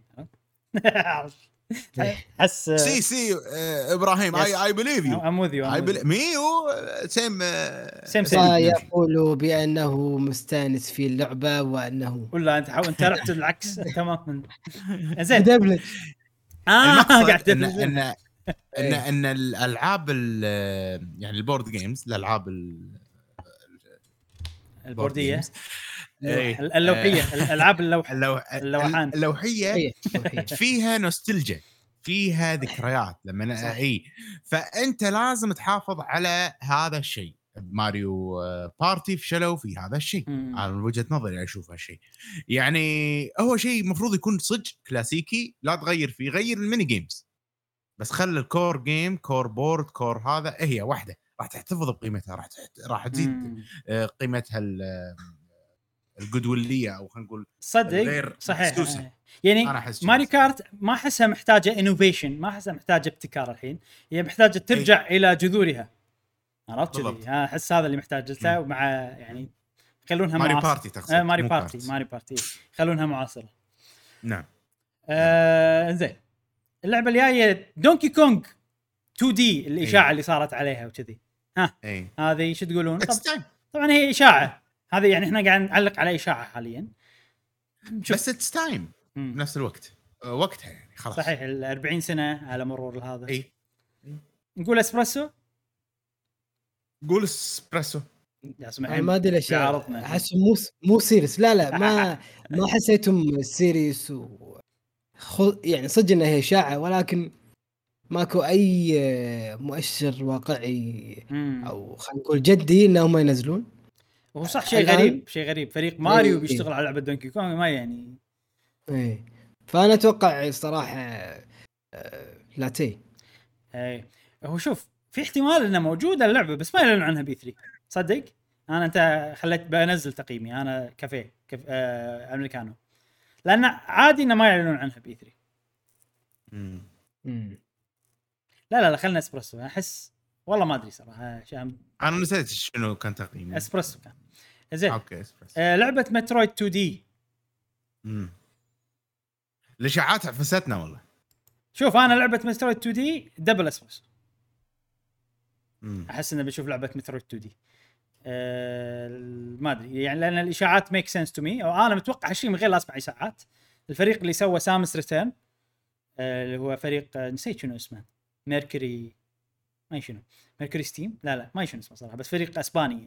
A: حس
C: سي ابراهيم I believe you.
A: I'm with you.
C: I believe me same
B: يقول بأنه مستانس في اللعبة وأنه
A: ولا أنت رحت العكس تماما. زين
C: المقصد
A: قاعد
C: ان
A: تفهم.
C: ان ان الالعاب يعني البورد جيمز، الالعاب
A: البورديه
C: اللوحيه،
A: الالعاب اللوحان
C: اللوحيه
B: هي
C: فيها نوستالجيا، فيها ذكريات لما
B: صح.
C: فانت لازم تحافظ على هذا الشيء. ماريو بارتي فشلوا في هذا الشيء. انا من وجهه نظري اشوف هالشيء، يعني هو شيء المفروض يكون صدق كلاسيكي، لا تغير فيه، غير الميني جيمز بس خلي الكور جيم، كور بورد، كور هذا هي واحده، راح تحتفظ بقيمتها، راح تزيد قيمتها الجودوليه، او خلينا نقول
A: صدق
C: الغير
A: صحيح.
C: محسوسه.
A: يعني
C: أنا أحس
A: ماريو
C: كذي.
A: كارت ما احسها محتاجه انوفيشن، ما احسها محتاجه ابتكار الحين، هي محتاجه ترجع الى جذورها. عرفت كذي؟
C: بالضبط.
A: احس هذا اللي محتاجته، ومع يعني يخلونها
C: ماريو
A: معاصرة.
C: بارتي تقصد؟
A: ماريو
C: مو
A: بارتي
C: كارت.
A: ماريو بارتي يخلونها معاصره.
C: نعم.
A: زين، اللعبه الجايه دونكي كونغ 2 دي، الاشاعه اللي صارت عليها وكذي. ها
C: اي
A: هذه شو تقولون؟
C: It's time.
A: طبعا هي اشاعه، هذه يعني احنا قاعد نعلق على اشاعه حاليا. شوف.
C: بس اتس تايم بنفس الوقت، وقتها يعني خلاص.
A: صحيح، 40 سنه على مرور هذا.
C: اي
A: نقول اسبريسو.
C: قول اسبريسو.
A: يا سمح
B: انا ما ادري ليش
A: عرضنا
B: احس مو سيريس. لا ما حسيتهم سيريس يعني صدق انها هي اشاعه، ولكن ماكو اي مؤشر واقعي او خلينا نقول جدي انهم ينزلون.
A: وهو صح شيء غريب، شيء غريب فريق ماريو بيشتغل على لعبه دونكي كونغ، ما يعني.
B: ايه فانا اتوقع صراحه لاتي.
A: ايه هو شوف، في احتمال انها موجوده اللعبه بس ما يعلنون عنها بي 3. صدق انت خليت بنزل تقييمي انا كافيه امريكانو، لان عادي انه ما يعلنون عنها بي 3. لا خلنا اسبريسو. احس والله ما ادري صراحه
C: انا نسيت شنو كان تقييمي.
A: اسبريسو كان زين.
C: اوكي اسبريسو.
A: لعبه مترويد 2 دي.
C: الاشاعات عفستنا والله.
A: شوف انا لعبه مترويد 2 دي دبل اسبريسو. احس انه بشوف لعبه مترويد 2 دي. ما ادري يعني، لان الاشاعات ميك سنس تو مي، او انا متوقع هالشيء من غير لا اسمع اشاعات. الفريق اللي سوى سامس ريتيرن، اللي هو فريق نسيت شنو اسمه، ميركوري، ما شنو، ميركوري ستيم، لا ما شنو اسمه صراحه، بس فريق اسباني.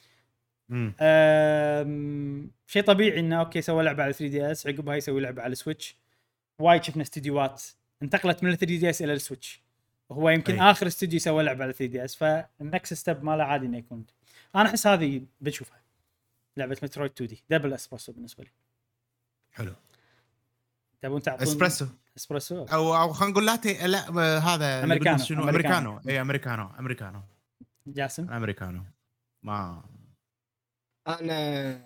A: شيء طبيعي انه اوكي سوى لعبه على 3 دي اس، عقبها يسوي لعبه على سويتش. وايد شفنا استديوهات انتقلت من 3 دي اس الى السويتش، وهو يمكن اخر استوديو سوى لعبه على 3 دي اس، فالنكست ستيب ماله عادي انه يكون. انا احس هذه بنشوفها لعبه مترويد 2 دي دبل اسبريسو بالنسبه لي.
C: حلو.
A: تبون تعطون اسبريسو
C: او خلينا نقول لاتي؟ لا هذا
A: امريكانو.
C: شنو امريكانو؟ اي امريكانو
A: جاسم
C: امريكانو. ما
B: انا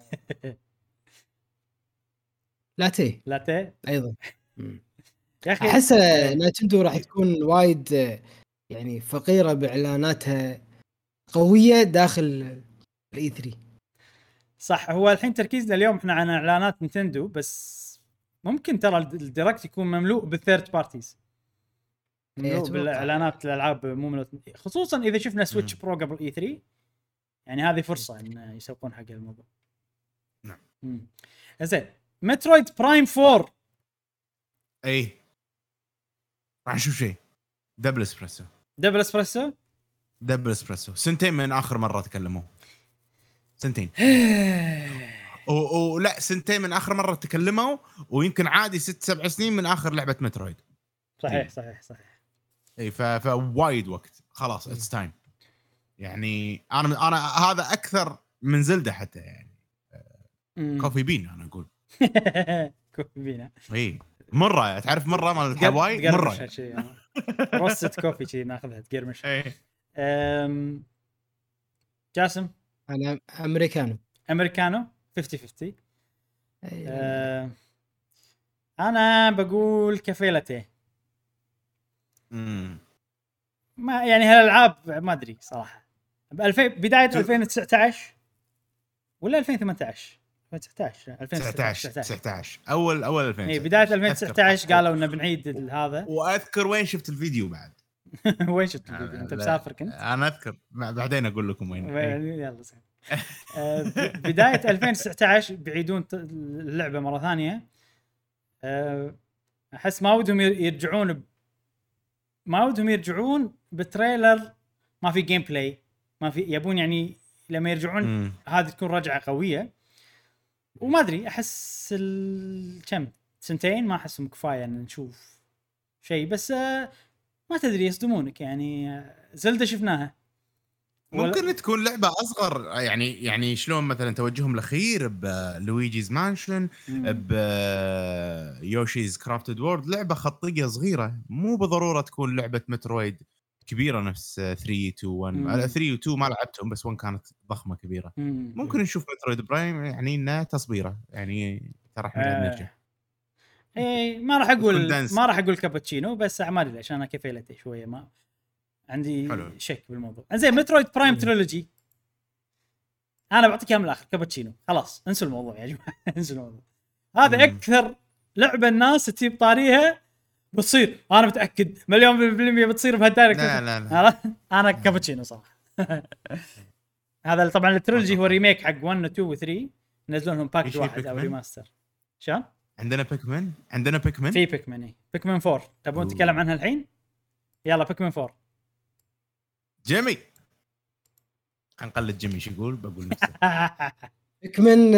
B: لاتي ايضا.
A: يا اخي
B: احس نايتندو راح تكون وايد يعني فقيره باعلاناتها قويه داخل الاي 3.
A: صح، هو الحين تركيزنا اليوم احنا عن اعلانات نينتندو، بس ممكن ترى الديركت يكون مملوء بالثيرد بارتيز، مملوء بالاعلانات الالعاب، مو خصوصا اذا شفنا سويتش برو قبل اي 3. يعني هذه فرصه ان يسوقون حق الموضوع.
C: نعم.
A: زين، مترويد برايم 4.
C: اي راح نشوف شيء دبل اسبريسو. سنتين من اخر مره تكلموا. سنتين. لا سنتين من اخر مره تكلموا، ويمكن عادي 6-7 سنين من اخر لعبه مترويد.
A: صحيح.
C: اي فوايد وقت خلاص. اتس تايم. يعني انا هذا اكثر من زلدة حتى يعني. كوفي بين انا اقول.
A: كوفي بينا.
C: اي مره تعرف مره مال الحواي مره
A: رصة كوفي شي ناخذها تقرمش. جاسم.
B: انا امريكانو 50-50.
A: انا بقول كفيلته. ما يعني هالالعاب ما ادري صراحه. بدايه 2019 ولا 2018
C: 2019 اول 2019.
A: اي بدايه 2019 قالوا انه بنعيد هذا.
C: واذكر وين شفت الفيديو بعد.
A: وين شفت الفيديو؟ انت مسافر كنت؟
C: انا اذكر بعدين اقول لكم وين.
A: يلا زين. بدايه 2019 بيعيدون اللعبه مره ثانيه. احس ما ودهم يرجعون ما ودهم يرجعون بتريلر ما في جيم بلاي، ما في، يبون يعني لما يرجعون هذه تكون رجعه قويه. وما ادري احس كم سنتين ما احسهم كفايه ان نشوف شيء، بس ما تدري يصدمونك يعني. زلدة شفناها
C: ممكن تكون لعبه اصغر، يعني شلون مثلا توجههم الاخير بلويجيز مانشن، بيوشيز كرافتد وورد، لعبه خطيه صغيره، مو بالضروره تكون لعبه مترويد كبيره نفس 3 2 1. 3 و 2 ما لعبتهم، بس 1 كانت ضخمه كبيره. ممكن نشوف مترويد برايم يعني انها تصبيره، يعني ترى احنا قاعد نرجع.
A: ايه ما راح اقول كابتشينو، بس ما ادري ليش انا كفيلته شويه، ما عندي
C: حلو.
A: شك بالموضوع. زين مترويد برايم تريلوجي انا بعطيك اياها من الاخر كابتشينو، خلاص انسوا الموضوع يا جماعه. انسوا الموضوع. هذا اكثر لعبه الناس تجيب طاريها بتصير، انا متاكد مليون بالمية بتصير بهالدايركت.
C: لا.
A: انا كابتشينو صراحه. هذا طبعا التريلوجي هو ريميك حق 1 و 2 و 3، نزلوا لهم باك واحد او ريماستر. شلون؟
C: عندنا بيكمن
A: في بيكمن. اي بيكمن 4 تبون نتكلم عنها الحين؟ يلا بيكمن 4.
C: جيمي هنقلد جيمي شو يقول، بقول نفسه.
B: بيكمن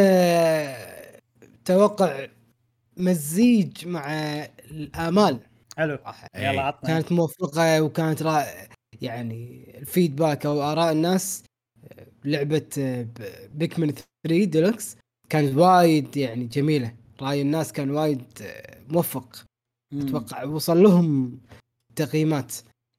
B: توقع مزيج مع الآمال.
A: حلو يلا عطنا.
B: كانت موفقة وكانت يعني الفيدباك أو آراء الناس لعبة بيكمن 3 ديلوكس كانت وايد يعني جميلة، رأي الناس كان وايد موفق. أتوقع وصل لهم تقييمات.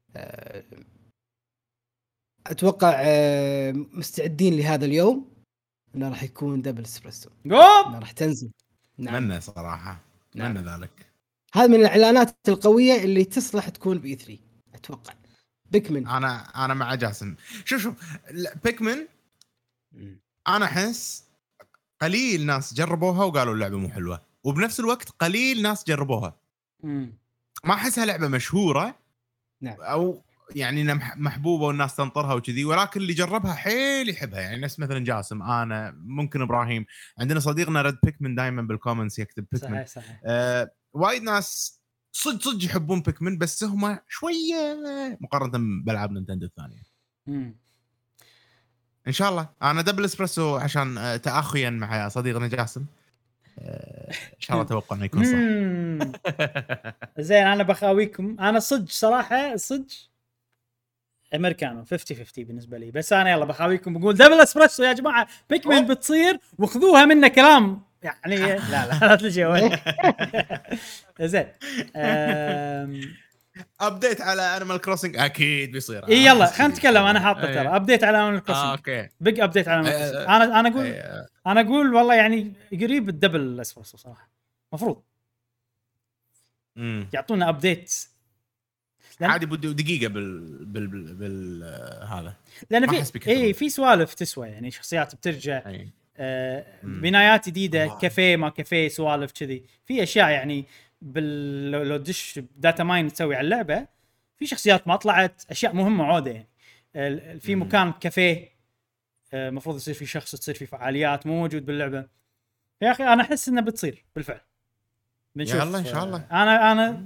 B: أتوقع مستعدين لهذا اليوم انه راح يكون دبل اسبريسو، انه راح تنزل.
C: نعم صراحه نعم ذلك.
B: هذا من الاعلانات القويه اللي تصلح تكون بي 3 اتوقع. بيكمن
C: انا مع جاسم. شوف بيكمن انا احس قليل ناس جربوها وقالوا اللعبه مو حلوه، وبنفس الوقت قليل ناس جربوها. ما احسها لعبه مشهوره.
B: نعم.
C: او يعني محبوبه والناس تنطرها وكذي، ولكن اللي جربها حيل يحبها. يعني نفس مثلا جاسم، انا ممكن ابراهيم، عندنا صديقنا رد بيكمن دائما بالكومنتس يكتب بيكمن.
A: صحيح.
C: وايد ناس صدق يحبون بيكمن، بس هم شويه مقارنه بالعاب نينتندو الثانيه. ان شاء الله انا دبل اسبريسو عشان تاخيا مع صديقنا جاسم. ان شاء الله اتوقع انه يكون صح.
A: زين انا بخاويكم، انا صدق صراحه صدق امريكانو 50-50 بالنسبه لي، بس انا يلا بخاويكم بقول دبل اسبريسو يا جماعه. بيكمن بتصير وخذوها منه كلام يعني. لا تلجوا. زين
C: ابديت على انيمال كروسنج اكيد بيصير.
A: اي يلا خلينا نتكلم. انا حاطه ترى ابديت على انيمال كروسنج.
C: اوكي
A: بيج ابديت على انيمال كروسنج. انا اقول والله يعني قريب الدبل اسبريسو صراحه مفروض يعطونا ابديت
C: عادي دقيقه بال هذا،
A: لان في سوالف تسوى يعني، شخصيات بترجع، بنايات جديده، كافيه ما كافيه، سوالف كذي، في اشياء يعني لو تدش داتا ماين تسوي على اللعبه، في شخصيات ما طلعت، اشياء مهمه عوده يعني. في مكان كافيه مفروض يصير في شخص، تصير في فعاليات مو موجود باللعبه. يا اخي انا احس انه بتصير بالفعل. بنشوف
C: يلا ان شاء الله.
A: انا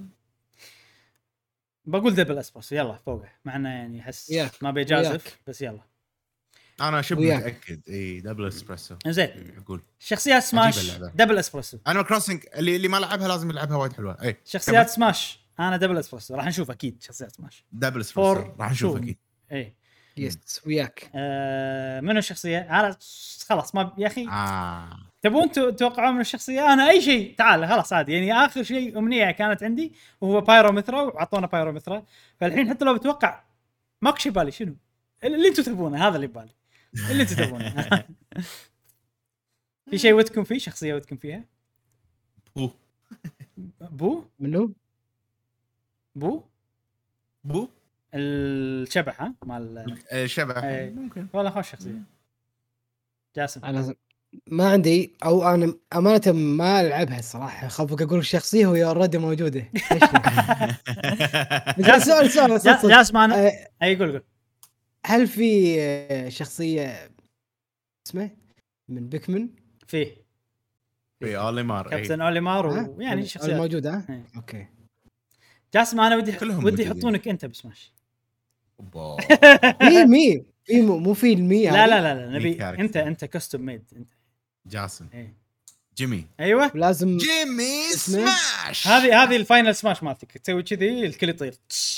A: بقول دبل اسبريسو يلا فوقه، مع انه يعني احس ما بيجازف، بس يلا
C: انا شبه متاكد. اي دبل اسبريسو.
A: زين
C: اقول
A: شخصيات سماش دبل اسبريسو.
C: انا كروسنج اللي ما لعبها لازم يلعبها، وايد حلوه. اي
A: شخصيات سماش انا دبل اسبريسو راح نشوف اكيد. شخصيات سماش
C: دبل اسبريسو راح نشوف اكيد.
A: اي
B: يس وياك.
A: منو الشخصيه؟ انا خلاص ما يا اخي تبون تتوقعون من الشخصيه؟ انا اي شيء تعال خلاص عادي يعني. اخر شيء امنيه كانت عندي وهو بايرومترا، وعطونا بايرومترا، فالحين حتى لو بتوقع ماكو شيء بالي. شنو اللي انتم تبونه؟ هذا اللي ببالي اللي انتم تبونه. في شيء ودكم فيه؟ شخصيه ودكم فيها؟ بو
B: منو
C: بو
A: الشبح مال
C: الشبح ممكن
A: والله خوش شخصيه. جاسم
B: انا ما عندي، او انا امانه ما العبها الصراحه، خافك اقول الشخصيه وهي اوريدي موجوده. سؤال
A: جاسم انا اي قول
B: هل في شخصيه اسمه من بيكمن؟
A: فيه
C: في اوليمار
A: كابتن اوليمار
B: ها؟
A: ويعني شخصيات
B: الموجود ها
A: إيه.
B: اوكي.
A: جاسم انا ودي
C: كلهم
A: ودي
C: موجودين.
A: يحطونك انت بسماش.
B: في مي في مو في المي
A: لا
B: هذه.
A: لا لا, لا نبي
C: character.
A: انت كاستم ميد انت.
C: جاسم
A: ايه
C: جيمي
A: ايوه
B: لازم
C: جيمي
B: اسمه؟
C: سماش.
A: هذه الفاينل سماش مالتك تسوي كذي الكل يطير.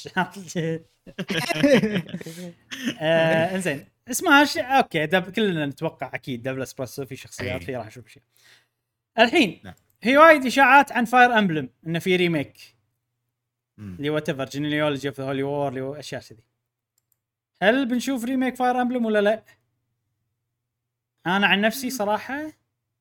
A: انزين سماش اوكي كلنا نتوقع اكيد دبل اسبريسو في شخصيات
C: أي.
A: في راح نشوف شيء. الحين
C: نعم.
A: في وايد اشاعات عن فاير امبلم انه في ريميك
C: مم.
A: اللي وات ايفر جينيولوجي اوف ذا هولي وور اللي اشياء كذي. هل بنشوف ريميك فاير امبلم ولا لا؟ انا عن نفسي صراحه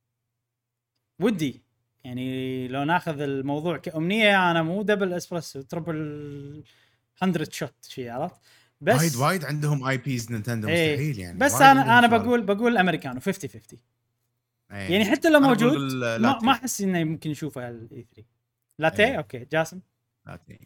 A: ودي يعني لو ناخذ الموضوع كأمنية انا مو دبل اسبريسو تربل 100 شوت شيء عرفت بس
C: وايد عندهم اي بيز نينتندو
A: إيه.
C: مستحيل يعني
A: بس
C: وايد
A: انا
C: عندهم
A: بقول الامريكانو 50 50
C: إيه.
A: يعني حتى لو
C: أنا
A: موجود
C: بقول
A: ما
C: لاتيه.
A: احس انه ممكن نشوفه الاي 3 لاتيه.
C: إيه.
A: اوكي جاسم
C: لاتيه.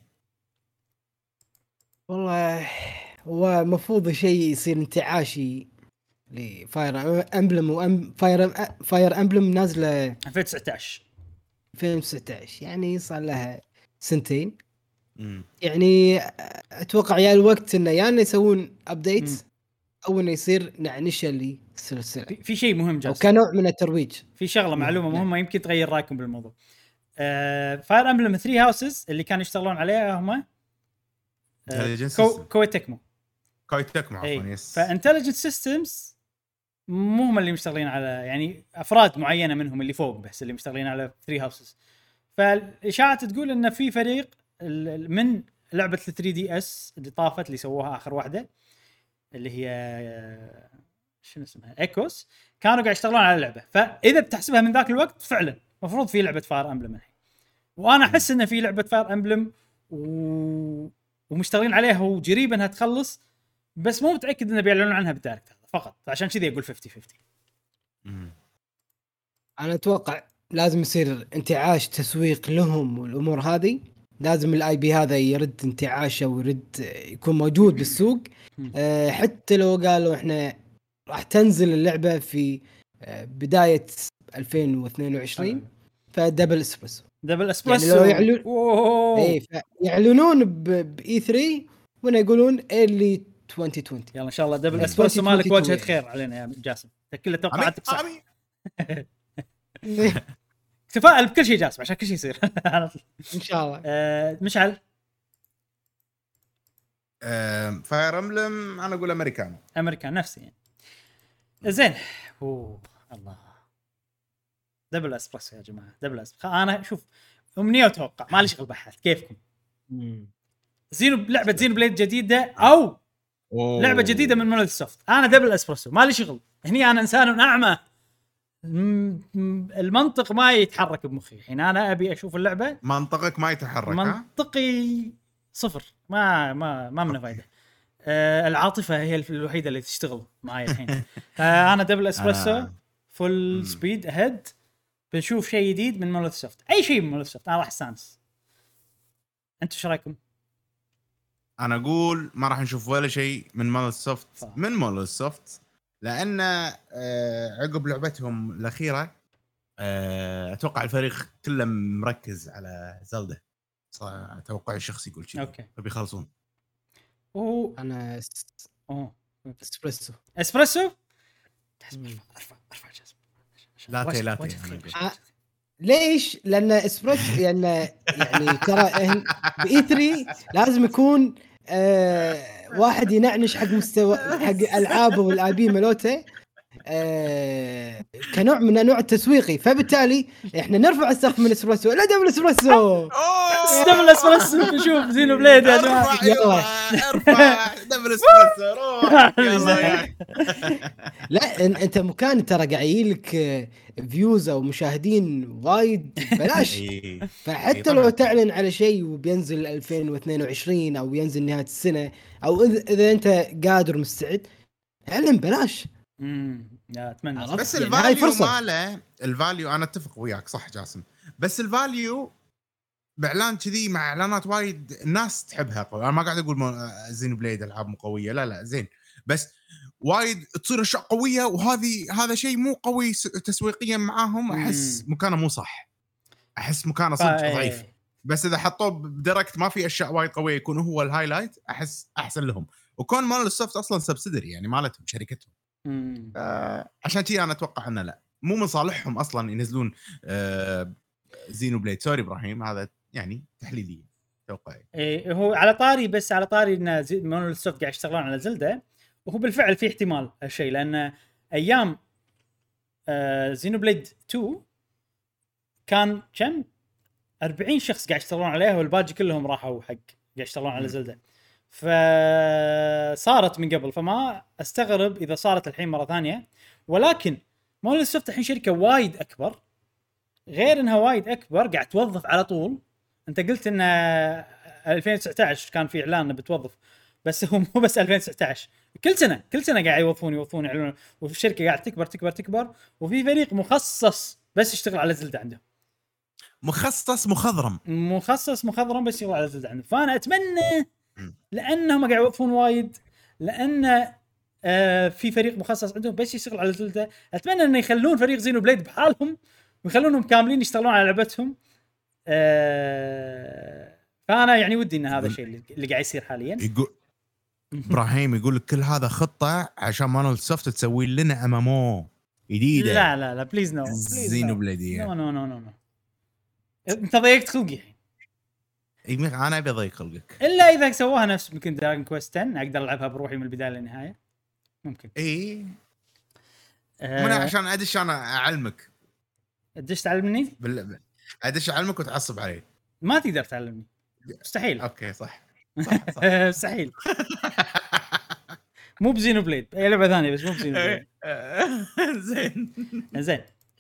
B: والله هو المفروض شيء يصير انتعاشي لفاير امبلم فاير امبلم نازله
A: 2019
B: 2019 يعني صار لها سنتين.
C: مم.
B: يعني اتوقع يا الوقت انه يا يسوون ابديت او انه يصير نعنشه للسلسله
A: في شيء مهم
B: او
A: جاسم
B: كنوع من الترويج.
A: في شغله معلومه
B: نعم.
A: مهمه يمكن تغير رايكم بالموضوع. فاير امبلم 3 هاوسز اللي كانوا يشتغلون عليها هم
C: Intelligent System.
A: كويتكمو
C: كويتك عفوا
A: اي
C: يس.
A: فانتليجنت سيستمز مو هم اللي مشتغلين على يعني افراد معينه منهم اللي فوق بس اللي مشتغلين على 3 هاوسز. فالاشاعه تقول ان في فريق من لعبه 3 دي اس اللي طافت اللي سووها اخر واحده اللي هي شنو اسمها ايكوس كانوا قاعد يشتغلون على اللعبه. فاذا بتحسبها من ذاك الوقت فعلا المفروض في لعبه فاير امبلم الحين وانا احس ان في لعبه فاير امبلم ومشتغلين عليها وقريبا انها تخلص بس مو متاكد انه بيعلنون عنها بالدايركت هذا فقط عشان كذي اقول 50 50.
C: مم.
B: انا اتوقع لازم يصير انتعاش تسويق لهم والامور هذه. لازم الاي بي هذا يرد انتعاشه ويرد يكون موجود بالسوق. حتى لو قالوا احنا راح تنزل اللعبه في بدايه 2022 فدبل اسبريسو
A: دبل اسبريسو
B: يعني لو يعلن
A: أوه.
B: اي يعلنون باي 3 ونا يقولون ايرلي 2020.
A: يلا ان شاء الله دبل
C: يعني
A: اسبريسو مالك
B: 2022
A: وجهه خير علينا يا جاسم كل توقعاتك صح. تفائل بكل شيء جاسم عشان كل شيء يصير.
B: ان شاء الله.
A: مشعل
C: فاير امبلم انا اقول امريكانو.
A: امريكان نفسي يعني. زين اوه الله دبل اسبريسو يا جماعه دبل اسبريسو. انا شوف امنيه وتوقع ما لي شغل بحث كيفكم. لعبه زينو بليد جديده او لعبه جديده من مونوليث سوفت. انا دبل اسبريسو ما لي شغل هني انا انسان اعمى المنطق ما يتحرك بمخي الحين. انا ابي اشوف اللعبه
C: منطقك ما يتحرك.
A: منطقي صفر ما منه فايده. العاطفه هي الوحيده اللي تشتغل معي الحين. انا دبل اسبريسو فول سبيد اهيد بنشوف شيء جديد من مونوليث سوفت. اي شيء من مونوليث سوفت انا راح استانس. انتوا ايش رايكم؟
C: انا اقول ما راح نشوف ولا شيء من مونوليث سوفت لان عقب لعبتهم الاخيره اتوقع الفريق كله مركز على زلدة. توقعي الشخصي يقول شيء.
A: اوكي
C: فبيخلصون.
B: انا
A: اسبريسو ارفع جاسم.
C: لا
B: ليش؟ لان اسبريسو يعني ترى باي 3 لازم يكون واحد ينعنش حق مستوى حق العابه والاي بي ملوته كنوع من انواع التسويقي. فبالتالي احنا نرفع السقف من اسبريسو لا دبل اسبريسو.
A: دبل اسبريسو نشوف زينو بليد يا جماعه.
C: يلا ارفع دبل اسبريسو روح يلا.
B: لا انت مكان ترى قاعد يجيلك فيوز او مشاهدين وايد بلاش. فحتى لو تعلن على شيء وبينزل 2022 او ينزل نهايه السنه او اذا انت قادر مستعد اعلن بلاش.
A: لا اتمنى
C: بس
B: يعني
C: الفاليو ماله الفاليو انا اتفق وياك صح جاسم. بس الفاليو باعلان كذي مع اعلانات وايد الناس تحبها قوي. انا ما قاعد اقول زين بليد العاب مو قويه لا زين بس وايد تصير اشياء قويه، هذا شيء مو قوي تسويقيا معاهم. احس مكانه مو صح، احس مكانه صدق ضعيف. بس اذا حطوه بدايركت ما في اشياء وايد قويه يكون هو الهايلايت، احس احسن لهم. وكون مال السوفت اصلا سبسيدري يعني مالتهم شركتهم، عشان كذي انا اتوقع انه لا، مو من صالحهم اصلا ينزلون زينو بليد. سوري ابراهيم، هذا يعني تحليلي توقعي.
A: إيه هو على طاري ان مونول سوفت قاعد يشتغلون على زلدة، وهو بالفعل في احتمال هالشيء، لان ايام زينو بليد 2 كان كم 40 شخص قاعد يشتغلون عليها، والباقي كلهم راحوا حق قاعد يشتغلون على زلدة. فصارت من قبل، فما استغرب اذا صارت الحين مره ثانيه. ولكن مونول سوفت الحين شركه وايد اكبر، غير انها وايد اكبر قاعد توظف على طول. انت قلت ان 2019 كان في اعلان انه بتوظف، بس هو مو بس 2019، كل سنه قاعد يوظفون يعلنون، وفي الشركه قاعد تكبر، وفي فريق مخصص بس يشتغل على زلدة عندهم،
C: مخصص
A: مخضرم بس يشتغل على زلدة عندهم. فانا اتمنى لانهم قاعد يوظفون وايد، لان في فريق مخصص عندهم بس يشتغل على زلدة، اتمنى انه يخلون فريق زينو بليد بحالهم ويخلونهم كاملين يشتغلون على لعبتهم. فانا يعني ودي ان هذا الشيء اللي قاعد يصير حاليا.
C: ابراهيم يقول لك كل هذا خطه عشان مانول سوفت تسوي لنا امامو جديده.
A: لا بليز نو،
C: زينو بليديه.
A: نو انت ضيقت خلقي.
C: انا ابي اضيق خلقك،
A: الا اذا سووها نفس يمكن دراجون كويست 10 اقدر العبها بروحي من البدايه للنهايه، ممكن.
C: اي من عشان ادش انا اعلمك.
A: ادش تعلمني؟
C: ادش اعلمك وتعصب علي.
A: ما تقدر تعلمني، مستحيل.
C: اوكي صح.
A: مستحيل. مو بزينو بليد، اي لعبه ثانيه بس مو بزينو بليد. زين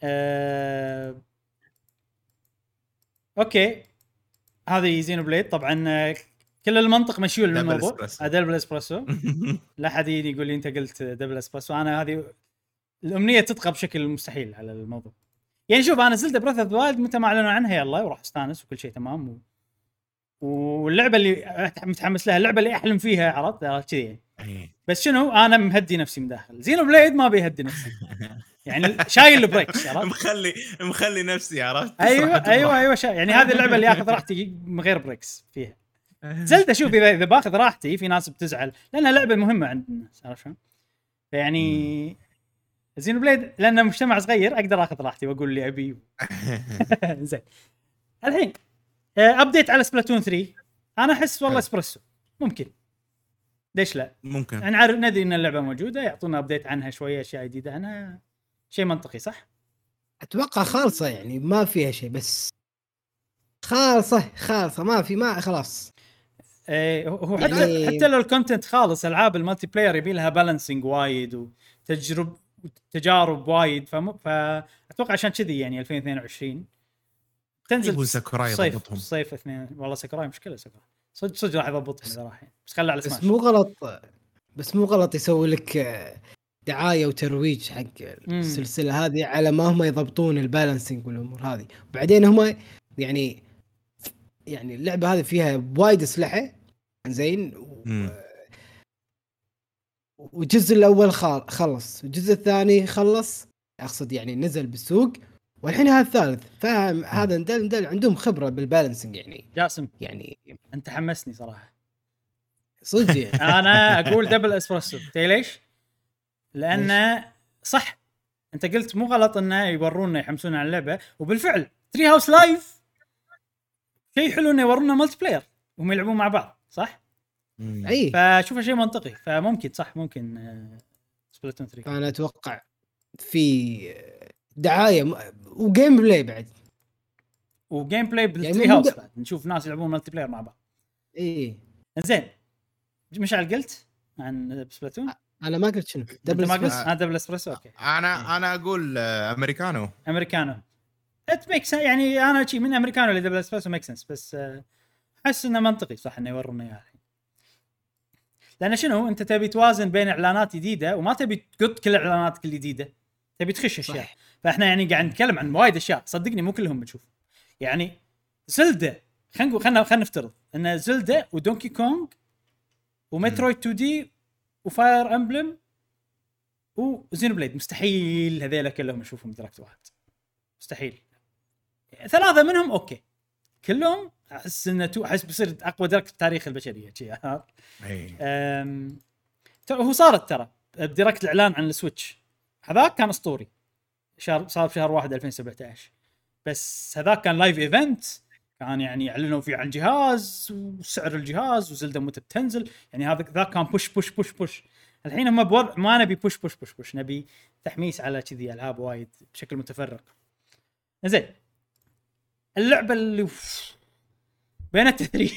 A: اوكي، هذه زينو بليد. طبعا كل المنطق مشيول من الموضوع. دبل اسبريسو. لا حد يقول لي انت قلت دبل اسبريسو، انا هذه الامنيه تطغى بشكل مستحيل على الموضوع. يعني شوف، انا زلت بريث اوف ذا وايلد متى ما اعلنوا عنها يلا وراح استانس وكل شيء تمام، واللعبه اللي متحمس لها، اللعبه اللي احلم فيها، عرفت كذي. بس شنو، انا مهدي نفسي من داخل. زينو بليد ما بيهدي نفسي، يعني شايل البريكس، عرفت.
C: مخلي نفسي، عرفت.
A: ايوه يعني هذه اللعبه اللي اخذ راحتي من غير بريكس فيها. زلت شوف، اذا باخذ راحتي في ناس بتزعل لانها لعبه مهمه عند الناس، عرفت شلون. يعني زينو بليد لانه مجتمع صغير اقدر اخذ راحتي واقول اللي ابي. زين الحين ابديت على سبلاتون 3. انا احس والله اسبريسو ممكن، ليش لا،
C: ممكن.
A: يعني عارف ندري ان اللعبه موجوده، يعطونا ابديت عنها شويه، اشياء جديده عنها، شيء منطقي صح.
B: اتوقع خالصه، يعني ما فيها شيء، بس خالصه ما خلاص.
A: ايه هو حتى لو الكونتنت خالص، العاب المالتي بلاير يبي لها بالانسنج وايد وتجارب وايد، فاتوقع عشان كذي يعني 2022 تنزل صيف 2. والله ساكوراي مشكله، ساكوراي صدق راح يضبطهم اذا راح، بس خلى على سماش.
B: بس مو غلط يسوي لك دعايه وترويج حق السلسله هذه على ما هم يضبطون البالانسنج والامور هذه. وبعدين هم يعني اللعبه هذه فيها وايد اسلحه زين، والجزء الاول خلص، الجزء الثاني خلص، اقصد يعني نزل بالسوق، والحين هذا الثالث. فاهم هذا ندل عندهم خبره بالبالانسنج. يعني
A: جاسم،
B: يعني
A: انت حمسني صراحه
B: صدق. يعني
A: انا اقول دبل اسبريسو. ليش؟ لان صح انت قلت مو غلط انه يورونا يحمسونا على اللعبه، وبالفعل تري هاوس لايف شيء حلو انه يورونا مالتي بلاير وهم يلعبون مع بعض، صح.
B: اي
A: فشوفه شيء منطقي، فممكن صح، ممكن سبلاتون 3.
B: انا اتوقع في دعايه وجيم بلاي بعد،
A: وجيم بلاي بالتري هاوس بعد نشوف ناس يلعبون مالتي بلاير مع بعض.
B: اي
A: زين مشعل قلت عن سبلاتون؟
B: انا ما قلت شنو
A: دبل اسبريسو. دبل اسبريسو اوكي.
C: انا اقول امريكانو. ات ميكس، يعني انا شيء من امريكانو لدبل اسبريسو ميك سنس، بس احس انه منطقي صح انه يورونا اياه الحين. لان شنو، انت تبي توازن بين اعلانات جديده وما تبي تقط كل اعلاناتك الجديده، تبي تخش اشياء. فاحنا يعني قاعد نتكلم عن وايد اشياء، صدقني مو كلهم بنشوف. يعني زلدة، خلينا نفترض ان زلدة ودونكي كونغ ومترويد 2 دي وفاير امبلم
A: وزينو بليد مستحيل هذيلا كلهم نشوفهم بدرجة واحد، مستحيل. 3 منهم اوكي، كلهم احس انه احس بيصير اقوى درجة في تاريخ البشرية شيء.
C: اي
A: هو صارت ترى بدرجة الاعلان عن السويتش هذاك كان اسطوري، صار بشهر 1 2017، بس هذاك كان لايف ايفنت، كان يعني يعلنوا فيه عن الجهاز وسعر الجهاز وزلدة متى بتنزل، يعني هذا ذاك كان بوش. الحين هم بوضع ما نبي بوش، نبي تحميس على كذي العاب وايد بشكل متفرق. زين اللعبه اللي بينت 3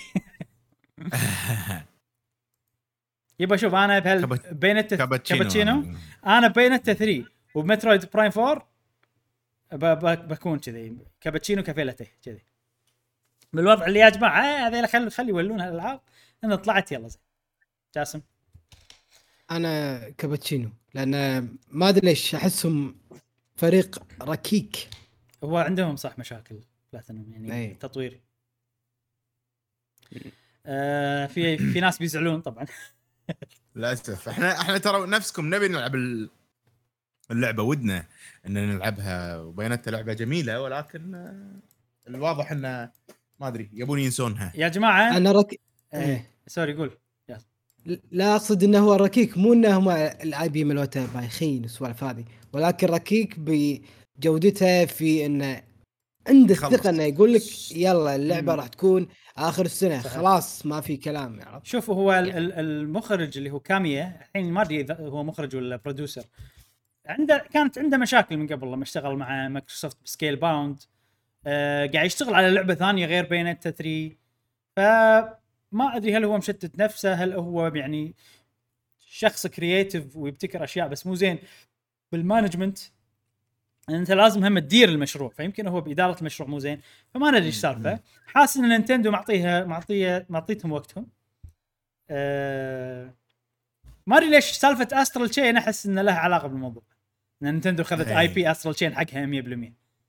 A: يبا شوف انا بينت كابتشينو، انا بينت 3 ومترويد برايم 4 بكون كذي كابتشينو كافيلته كذي بالوضع اللي يا جماعه هذول خلي يولون هالالعاب. انا طلعت يلا زين. جاسم
B: انا كابتشينو لان ما ادري ليش احسهم فريق ركيك.
A: هو عندهم صح مشاكل بلاتينوم يعني
B: أي.
A: تطوير. في ناس بيزعلون طبعا.
C: للاسف احنا ترى نفسكم نبي نلعب اللعبه، ودنا ان نلعبها وبينت لعبه جميله، ولكن الواضح انه ما ادري يبون ينسونها.
A: يا جماعه
B: انا
A: سوري قول.
B: لا اقصد انه هو ركيك، مو انه هم الاي بي ملوته بايخين والسوالف هذه، ولكن ركيك بجودتها في انه عنده الثقه انه يقول لك يلا اللعبه راح تكون اخر السنه صحيح. خلاص ما في كلام يعني.
A: شوفوا هو يعني المخرج اللي هو كاميا الحين ما ادري اذا هو مخرج ولا بروديوسر، كانت عنده مشاكل من قبل لما اشتغل مع مايكروسوفت بسكيل باوند. قاعد يشتغل على لعبه ثانيه غير بينت 3، فما ادري هل هو مشتت نفسه، هل هو يعني شخص كرييتيف ويبتكر اشياء بس مو زين بالمانجمنت، انت لازم هم تدير المشروع، فيمكن هو باداره المشروع مو زين، فما ندري ايش سالفه. حاسس ان نينتندو معطيتهم وقتهم. ما ادري ليش سالفه استرال تشين احس ان لها علاقه بالموضوع، ان نينتندو خذت اي بي استرال تشين حقها 100%.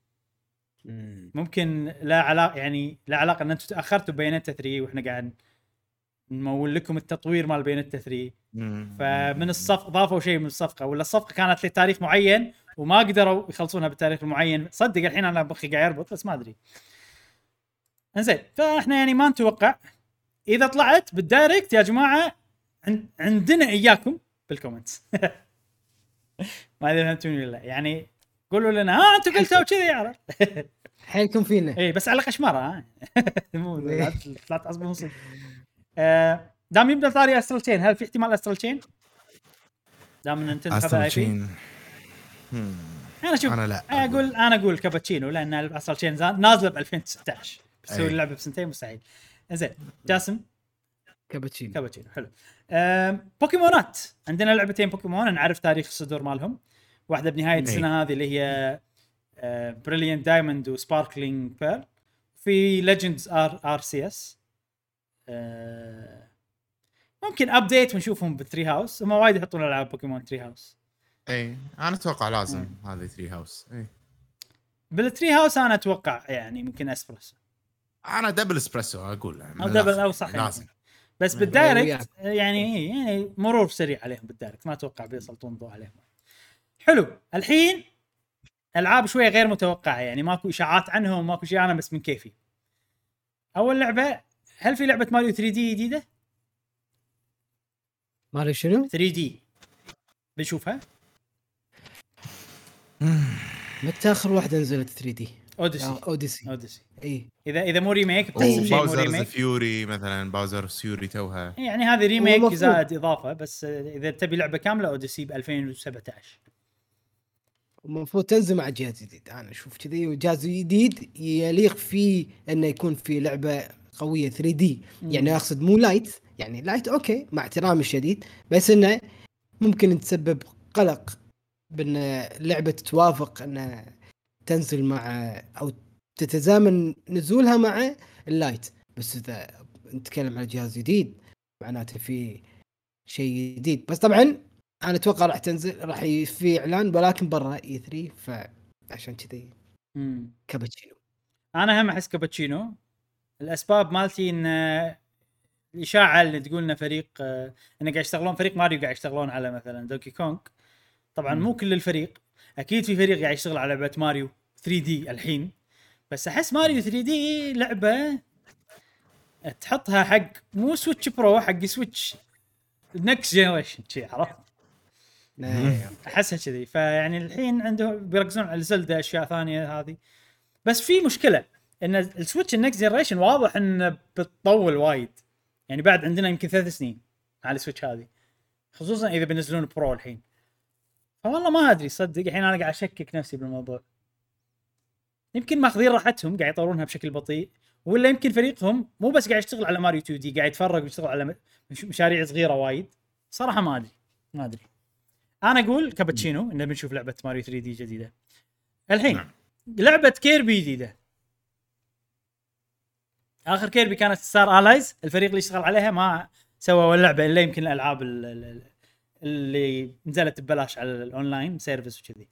A: ممكن لا علاقه، يعني لا علاقه ان انتم تاخرتوا بينت 3 واحنا قاعد نمول لكم التطوير مال بينت 3، فمن الصفقه ضافوا شيء من الصفقه، ولا الصفقه كانت لتاريخ معين وما قدروا يخلصونها بالتاريخ المعين. صدق الحين انا بخي قاعد يربط بس ما ادري. انزين فاحنا يعني ما نتوقع. اذا طلعت بالدايركت يا جماعه عندنا اياكم بالكومنتس. ما ادري فهمتوني ولا يعني، قولوا لنا انتم قلتوا كذي عرفت.
B: حيلكم فينا
A: اي بس على قشمره مو لا تعصبون صدق. دام يبدا طاري استرال تشين، هل في احتمال استرال تشين دام نينتندو خذ اي بي؟ انا شوف
C: انا لا
A: انا اقول كابتشينو، لان استرال تشين نازله ب 2016 بتسوي اللعبه بسنتين مستحيل. زين جاسم
B: كابتشينو
A: حلو. بوكيمونات عندنا لعبتين بوكيمون نعرف تاريخ الصدور مالهم، واحده بنهايه السنه هذه اللي هي بريليانت دايموند وسباركلينج بيرل، في ليجندز ار سي اس. ممكن ابديت ونشوفهم بالتري هاوس، هم وايد يحطون العاب بوكيمون تري هاوس.
C: اي انا اتوقع لازم هذه تري هاوس. اي
A: بالتري هاوس انا اتوقع يعني ممكن اسبريسو،
C: انا دبل اسبريسو اقول
A: او دبل او صح
C: لازم
A: يعني. بس بالدايركت يعني مرور سريع عليهم بالدايركت، ما اتوقع بيسلطون ضوء عليهم. حلو. الحين العاب شويه غير متوقعه، يعني ماكو اشاعات عنهم ماكو شيء، انا بس من كيفي. اول لعبه، هل في لعبه ماريو 3 دي جديده؟
B: ماريو شنو
A: 3 دي بنشوفها
B: متى اخر واحده نزلت 3 دي؟
A: اوديسي.
B: اي
A: اذا مو ريميك بتحسب شيء مو ريميك.
C: فيوري مثلا، باوزر فيوري توها،
A: يعني هذه ريميك زائد اضافه، بس اذا تبي لعبه كامله اوديسي ب 2017
B: المفروض تنزل مع جهاز جديد. انا اشوف كذي، وجهاز جديد يليق فيه انه يكون في لعبه قويه 3 دي. يعني اقصد مو لايت، يعني لايت اوكي مع احترامي الشديد، بس انه ممكن تسبب قلق بان اللعبه توافق انها تنزل مع او تتزامن نزولها مع اللايت. بس اذا نتكلم عن جهاز جديد معناته في شيء جديد. بس طبعا انا اتوقع راح تنزل، راح في اعلان ولكن برا اي 3، فعشان كذي كابتشينو.
A: انا هم احس كابتشينو. الاسباب مالتي ان الاشاعه اللي تقول لنا فريق انه قاعد يشتغلون فريق ماريو قاعد يشتغلون على مثلا دوكي كونغ، طبعا مو كل الفريق، اكيد في فريق قاعد يشتغل على لعبه ماريو 3 دي الحين، بس احس ماريو 3 دي لعبه تحطها حق مو سويتش برو، حق سويتش نكست جنريشن شي، عرفت؟ احسها كذي. فيعني الحين عنده بيركزون على زلدة اشياء ثانيه هذه. بس في مشكله ان السويتش النكست جنريشن واضح انه بتطول وايد، يعني بعد عندنا يمكن 3 سنين على السويتش هذه، خصوصا اذا بينزلون برو الحين. فوالله ما ادري صدق، الحين انا قاعد اشكك نفسي بالموضوع. يمكن ماخذين راحتهم قاعد يطورونها بشكل بطيء، ولا يمكن فريقهم مو بس قاعد يشتغل على ماريو 2 دي، قاعد يتفرق ويشتغل على مشاريع صغيره وايد. صراحه ما ادري. انا اقول كابتشينو انه بنشوف لعبه ماريو 3 دي جديده الحين.
C: نعم.
A: لعبه كيربي جديده، اخر كيربي كانت ستار الايز، الفريق اللي اشتغل عليها ما سوى ولا لعبه الا يمكن الالعاب اللي نزلت ببلاش على الاونلاين سيرفيس وكذي.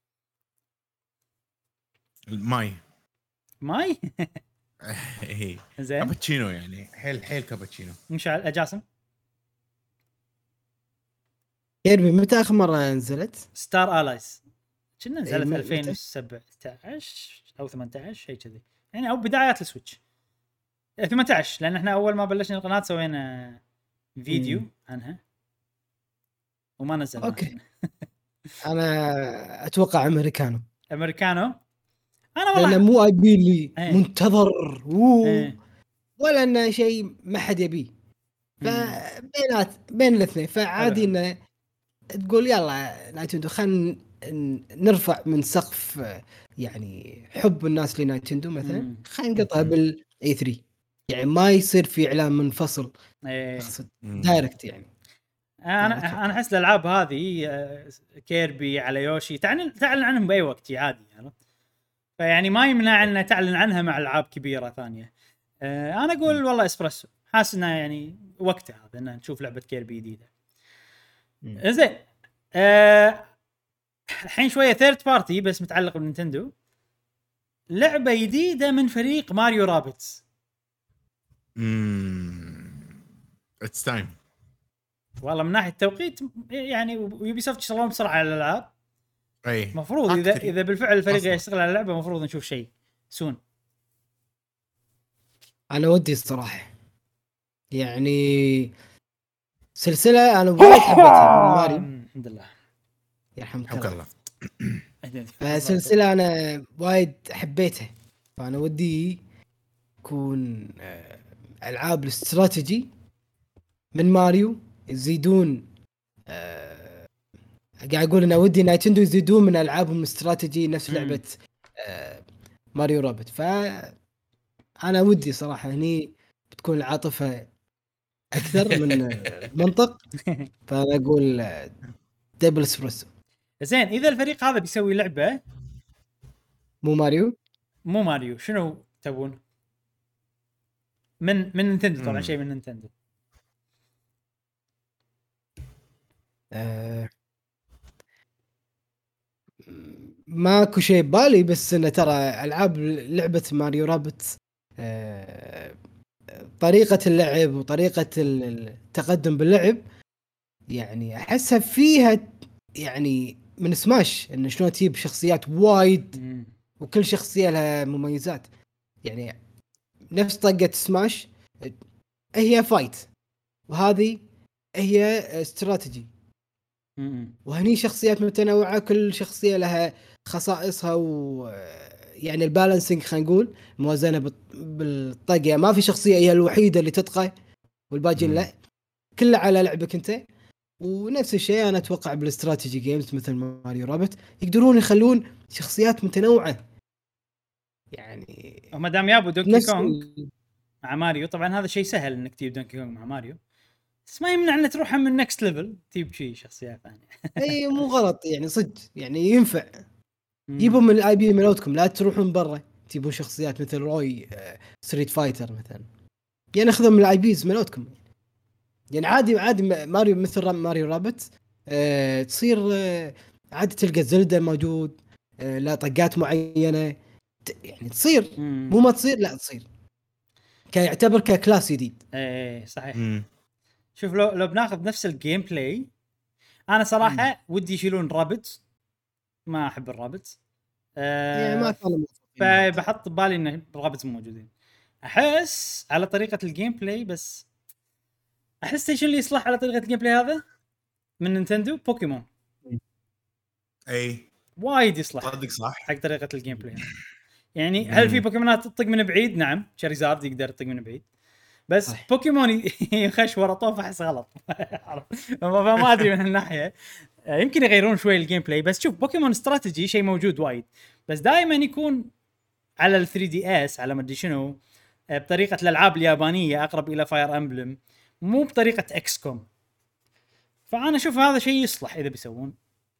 C: ماي ايه
A: زين
C: كابتشينو، يعني حيل كابتشينو.
A: مشعل اجاسم
B: كيربي متى اخر مره نزلت؟
A: ستار الايز كنا نزلت
B: متى؟
A: 2017 او 18 شيء كذي يعني، او بدايات السويتش 18، لان احنا اول ما بلشنا القناه سوينا فيديو عنها وما نزلنا.
B: اوكي. انا اتوقع امريكانو
A: انا
B: لانه
A: والله
B: مو اي بي اللي
A: ايه.
B: منتظر
A: ايه.
B: ولا انه شيء ما حد يبيه، بين الاثنين. فعادي
A: حلو.
B: انه تقول يلا نايتندو خلينا نرفع من سقف يعني حب الناس لنايتندو مثلا، خلينا نقطها بالاي 3، يعني ما يصير في اعلان منفصل.
A: ايه.
B: اقصد دايركت يعني.
A: انا احس الالعاب هذه كيربي على يوشي تعلن عنهم باي وقت عادي يعني، فيعني ما يمنع ان تعلن عنها مع العاب كبيره ثانيه. انا اقول والله اسبريسو، حاسس انه يعني وقته هذا ان نشوف لعبه كيربي جديده. زين الحين شويه ثيرد بارتي بس متعلق بالنينتندو، لعبه جديده من فريق ماريو رابتس.
C: اتس تايم.
A: والله من ناحيه التوقيت يعني يوبي سوفت يشتغلون بسرعه على الالعاب،
C: اي
A: مفروض اذا بالفعل الفريق يشتغل على اللعبه مفروض نشوف شيء سون.
B: انا ودي الصراحه يعني سلسله انا وايد حبيتها من ماريو.
A: الحمد لله
B: يرحمك
C: الله.
B: سلسله انا وايد حبيتها، فانا ودي يكون العاب الاستراتيجي من ماريو يزيدون. قاعد اقول انا ودي نايتندو يزيدون من العابهم الاستراتيجي نفس لعبه ماريو رابت. انا ودي صراحه هني بتكون العاطفه اكثر من المنطق، فانا اقول دبل اسبريسو.
A: زين اذا الفريق هذا بيسوي لعبه
B: مو ماريو
A: شنو تبون من نينتندو؟ طبعا شيء من نينتندو.
B: ماكو شيء ببالي، بس انه ترى العاب لعبه ماريو رابت طريقه اللعب وطريقه التقدم باللعب يعني احسها فيها يعني من سماش، انه شلون تجيب شخصيات وايد وكل شخصيه لها مميزات. يعني نفس طقه سماش هي فايت، وهذه هي استراتيجي، وهني شخصيات متنوعه كل شخصيه لها خصائصها، ويعني البالانسنج خلينا نقول موازنه بالطقه. ما في شخصيه هي الوحيده اللي تطقى والباقيين لا، كله على لعبك انت. ونفس الشيء انا اتوقع بالاستراتيجي جيمز مثل ماريو رابت يقدرون يخلون شخصيات متنوعه يعني.
A: وما دام يابو دونكي كونغ مع ماريو، طبعا هذا شيء سهل انك تجيب دونكي كونغ مع ماريو، بس ما يمنع ان تروح من نكست ليفل تجيب شيء شخصيات ثانيه.
B: اي مو غلط يعني، صدق يعني ينفع. جيبوا من الاي بي مالتكم، لا تروحون برا تجيبون شخصيات مثل روي ستريت فايتر مثلا، يعني اخذوا من الاي بيز مالتكم. يعني عادي ماريو مثل ماريو رابت تصير عادي تلقى زلدة موجود، لا طقات معينة يعني تصير مو ما تصير، لا تصير يعتبر ككلاس جديد.
A: ايه صحيح. شوف لو بناخذ نفس الجيم بلاي، انا صراحه ودي يشيلون رابط، ما احب الرابط.
B: يعني ما كانوا
A: فبحط ببالي ان الرابط موجودين. احس على طريقه الجيم بلاي، بس احس ايش اللي يصلح على طريقه الجيم بلاي هذا من نينتندو؟ بوكيمون
C: اي
A: وايد يصلح
C: صدق صح.
A: حق طريقه الجيم بلاي. يعني هل في بوكيمونات تطق من بعيد؟ نعم، شاريزارد يقدر يطق من بعيد، بس
B: صح.
A: بوكيمون يخش ورا طوف، احس غلط. فما ادري من هالناحيه. يمكن يغيرون شوي الجيم بلاي، بس شوف بوكيمون استراتيجي شيء موجود وايد، بس دائما يكون على ال 3 دي اس، على ما ادري شنو، بطريقه الالعاب اليابانيه اقرب الى فاير امبلم، مو بطريقه اكس كوم. فانا اشوف هذا شيء يصلح اذا بيسوون.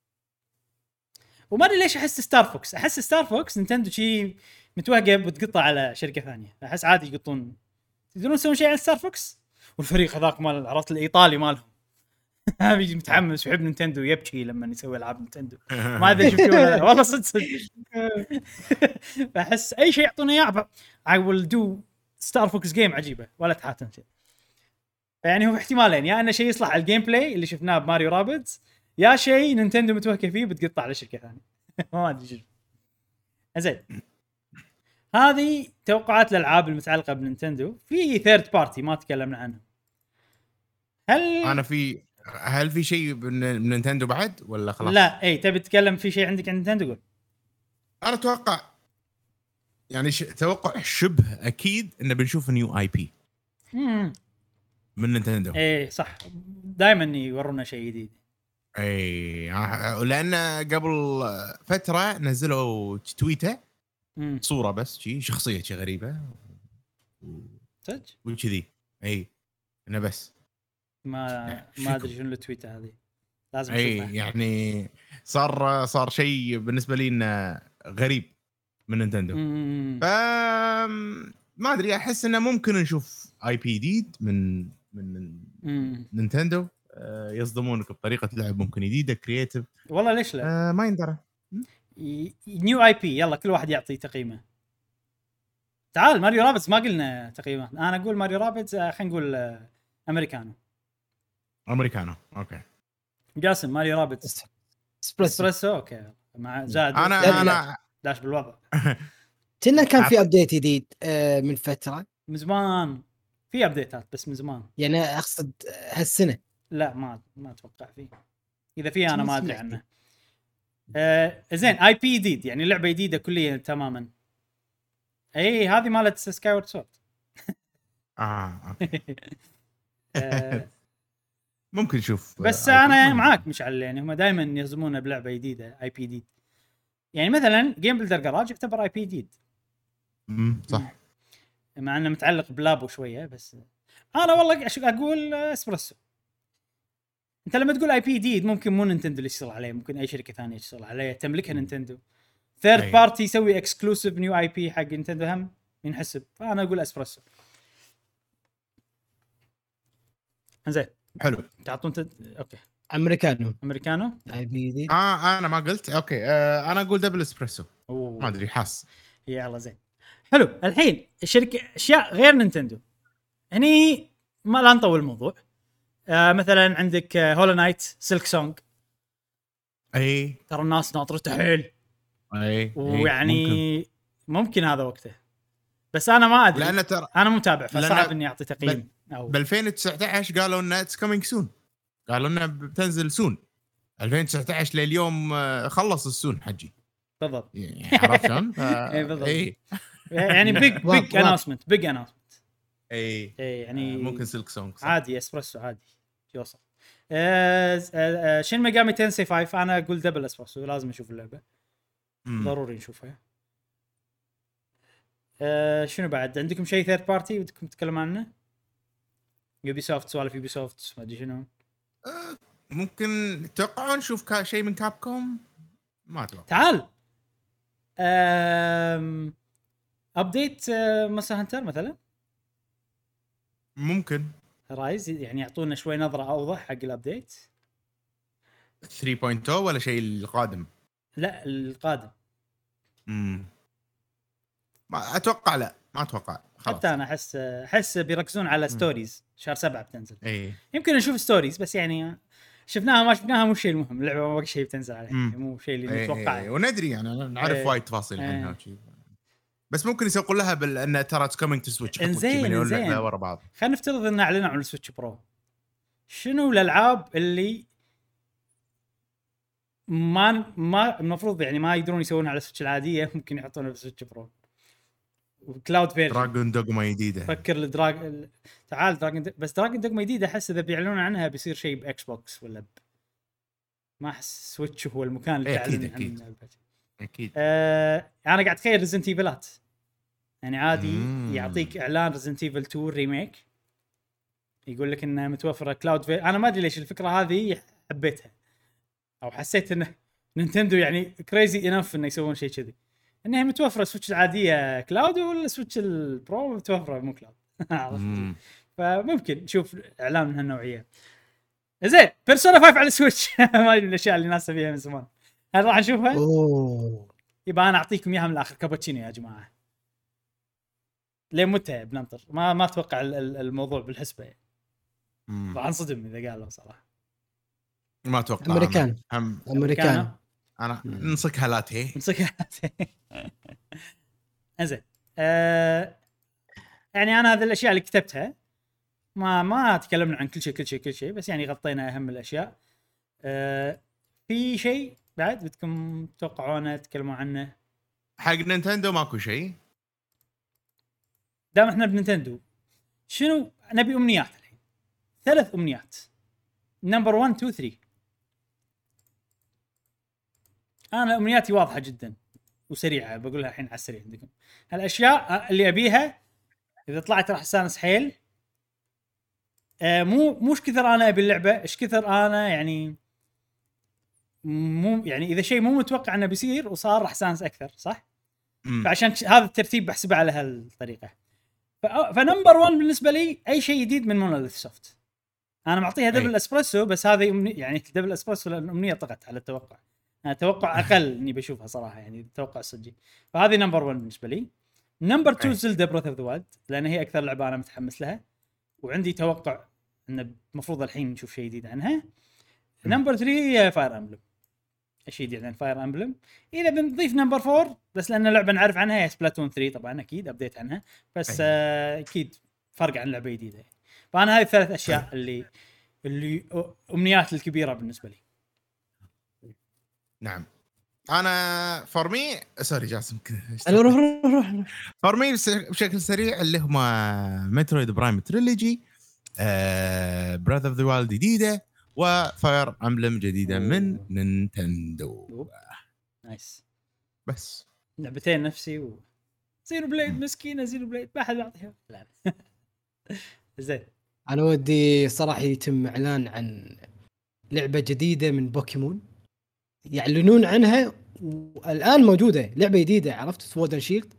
A: وما ادري ليش احس ستار فوكس نينتندو شيء متوهقه بتقطع على شركه ثانيه. احس عادي يقطون، يقدرون يسوون شيء على ستار فوكس. والفريق هذاك مال عرفت الايطالي مالهم بيجي متحمس ويحب نينتندو، يبكي لما يسوي العاب نينتندو. ما ادري شفتوا ولا لا، والله صدق. فاحس اي شيء يعطونا اياه I will do ستار فوكس جيم عجيبه ولا تحاتن شيء. يعني هو احتمالين، يا انه شيء يصلح على الجيم بلاي اللي شفناه بماريو رابيدز، يا شيء نينتندو متوهكه فيه بتقطع على شركه ثانيه. ما ادري شو. زين، هذه توقعات الالعاب المتعلقه بنينتندو. في ثيرد بارتي ما تكلمنا عنه.
C: هل في شيء من نينتندو بعد ولا خلاص؟
A: لا اي تبي تتكلم في شيء عندك عن نينتندو؟ قول.
C: انا اتوقع يعني توقع شبه اكيد انه بنشوف نيو اي بي من نينتندو.
A: ايه صح، دائما يورونا شيء جديد.
C: اي لان قبل فتره نزلوا تويته صوره بس شيء شخصيه شيء غريبه
A: صدق
C: وكذي. اي انا بس
A: ما ادري شنو التويته هذه، لازم
C: اي
A: اشوفها.
C: يعني صار شيء بالنسبه لي انه غريب من نينتندو. ف ما ادري، احس انه ممكن نشوف اي بي جديد من نينتندو. يصدمونك بطريقه لعب ممكن جديده كرييتيف.
A: والله ليش لا؟
C: ما يندرى.
A: نيو اي بي، يلا كل واحد يعطي تقييمه. تعال ماريو رابيدز ما قلنا تقييمه. انا اقول ماريو رابيدز، خلينا نقول امريكانو. اوكي. جاسم ماريو رابيدز اسبريسو. اوكي مع زاد.
C: انا
A: داش بالوضع.
B: كنا كان في ابديت جديد من فتره،
A: من زمان في ابديتات، بس من زمان
B: يعني اقصد هالسنه.
A: لا ما اتوقع فيه. اذا فيه انا ما ادري عنه. زين اي بي جديد يعني لعبه جديده كليا تماما. اي هذه مالت سكاي وورد سورد.
C: اوكي. ممكن نشوف.
A: بس انا معاك مشعل، يعني هم دائما يهزمونا بلعبه جديده اي بي جديد. يعني مثلا جيم بيلدر جراج يعتبر اي بي جديد.
C: صح،
A: مع انه متعلق بلابو شويه، بس انا والله اقول اسبريسو. انت لما تقول اي بي جديد ممكن مو نينتندو اللي يشتغل عليه، ممكن اي شركه ثانيه تشتغل عليه تملكها نينتندو. ثيرد بارتي يسوي اكسكلوسيف نيو اي بي حق نينتندو هم ينحسب. فانا اقول اسبريسو. زين
C: حلو.
A: تعطون اوكي امريكانو
B: اي بي دي.
C: انا ما قلت اوكي. انا اقول دبل اسبريسو. ما ادري حاس.
A: يلا زين حلو. الحين الشركه اشياء غير نينتندو هني، ما لا نطول الموضوع. مثلا عندك هولو نايت سيلك سونج.
C: اي
A: ترى الناس ناطرته حيل.
C: اي
A: ويعني ممكن هذا وقته، بس انا ما ادري
C: لان ترى
A: انا متابع، فصعب اني اعطي تقييم.
C: ب 2019 قالوا انه اتس كومينج سون، قالوا انه بتنزل سون. 2019 لليوم خلص السون حجي
A: بالضبط.
C: يعني عرفت شلون؟
A: اي يعني بيج اناونسمنت اي يعني
C: ممكن سلك سونج
A: عادي، اسبريسو عادي يوصل. شين ميجامي تنسي 5 انا اقول دبل اسبريسو. لازم اشوف اللعبه، ضروري نشوفها. شنو بعد عندكم شيء ثيرد بارتي ودكم تتكلم عنه؟ يوبي سوفت، سوالف يوبي سوفت ما ادري شنو.
C: ممكن تتوقعون نشوف شيء من كابكوم؟ ما اتوقع.
A: تعال ابديت مونستر هانتر مثلا،
C: ممكن
A: رايز يعني يعطونا شوي نظره اوضح حق الابديت
C: 3.0 ولا شيء القادم؟
A: لا القادم.
C: ما اتوقع. لا ما اتوقع خلاص.
A: حتى انا احس بيركزون على ستوريز. شهر 7 بتنزل.
C: اي
A: يمكن نشوف ستوريز، بس يعني شفناها ما شفناها مو شيء المهم، اللعبه ما بقى شيء بتنزل عليها،
C: مم.
A: مو شيء اللي
C: إيه،
A: نتوقعه.
C: إيه، وندري يعني نعرف
A: إيه.
C: وايد تفاصيل عنها
A: إيه.
C: وشي. بس ممكن يسوقون لها بان ترى كومينج تو سويتش،
A: إنزين،
C: مليون
A: إنزين.
C: لعبه ورا بعض.
A: خلينا نفترض ان اعلنوا عن السويتش برو، شنو الالعاب اللي ما المفروض يعني ما يقدرون يسوونها على السويتش العاديه ممكن يحطونها في السويتش برو وكلاود فيرجن؟
C: دراجون دوغما جديده.
A: فكر تعال بس دراجون دوغما جديده احس اذا بيعلنون عنها بيصير شيء باكس بوكس ولا ما احس سويتش هو المكان اللي تعلن عنه.
C: اكيد.
A: انا قاعد اتخيل ريزنت ايفلات يعني عادي يعطيك اعلان ريزنت ايفل 2 ريميك يقول لك انها متوفره كلاود انا ما ادري ليش الفكره هذه حبيتها او حسيت انه نينتندو يعني كريزي انف انه يسوون شيء كذي، انها متوفره سويتش العاديه كلاود والسويتش البرو متوفره مو كلاود. فممكن نشوف اعلان من هالنوعيه. زين بيرسونا 5 على السويتش ما ادري الاشياء اللي ناس فيها من زمان، هل راح نشوفها؟ يبقى انا اعطيكم اياها من الاخر كابتشينو يا جماعه. ليه متى بننطر؟ ما اتوقع الموضوع بالحسبه يعني. راح انصدم اذا قالوا صراحه.
C: ما اتوقع.
B: امريكان
C: انا نصك هالاتي
A: انزين. يعني انا هذه الاشياء اللي كتبتها ما تكلمنا عن كل شيء بس يعني غطينا اهم الاشياء. في شيء بعد بدكم تتوقعونه تتكلموا عنه
C: حق نينتندو؟ ماكو شيء
A: دام احنا بنينتندو. شنو نبي؟ امنيات الحين 3 امنيات، نمبر 1 2 3. انا امنياتي واضحه جدا وسريعه بقولها الحين على السريع عندكم. الاشياء اللي ابيها اذا طلعت راح استانس حيل. مش كثر انا ابي اللعبه، ايش كثر انا يعني مو يعني اذا شيء مو متوقع انه بيصير وصار راح استانس اكثر، صح؟ فعشان هذا الترتيب بحسبه على هالطريقه. فنمبر 1 بالنسبه لي اي شيء جديد من مونوليث سوفت. انا معطيها دبل اسبريسو بس هذه يعني دبل اسبريسو الامنيه طغت على التوقع. انا توقع اقل اني بشوفها صراحه يعني التوقع الصجي. فهذه نمبر 1 بالنسبه لي. نمبر 2 زلدا بروث اوف ذا وايلد لان هي اكثر لعبه انا متحمس لها وعندي توقع انه المفروض الحين نشوف شيء جديد عنها. نمبر 3 فاير امبلم، شيء جديد عن فاير امبلم. اذا بنضيف نمبر 4 بس لان اللعبه نعرف عنها هي سبلاتون 3 طبعا اكيد ابديت عنها بس اكيد فرق عن لعبه جديده. فانا هاي الثلاث اشياء اللي امنيات الكبيره بالنسبه لي.
C: نعم. انا فورمي سوري جاسم
B: روح
C: فورمي بشكل سريع اللي هما مترويد برايم تريلوجي، براذ اوف ذا وايلد جديده وفاير امبلم جديده من نينتندو.
A: نايس.
C: بس
A: لعبتين نفسي زيرو بليد مسكينه زيرو بليد ما حد يعطيها. لا زين.
B: انا ودي صراحه يتم اعلان عن لعبه جديده من بوكيمون يعلنون عنها والان موجوده لعبه جديده عرفت سوورد اند شيلد.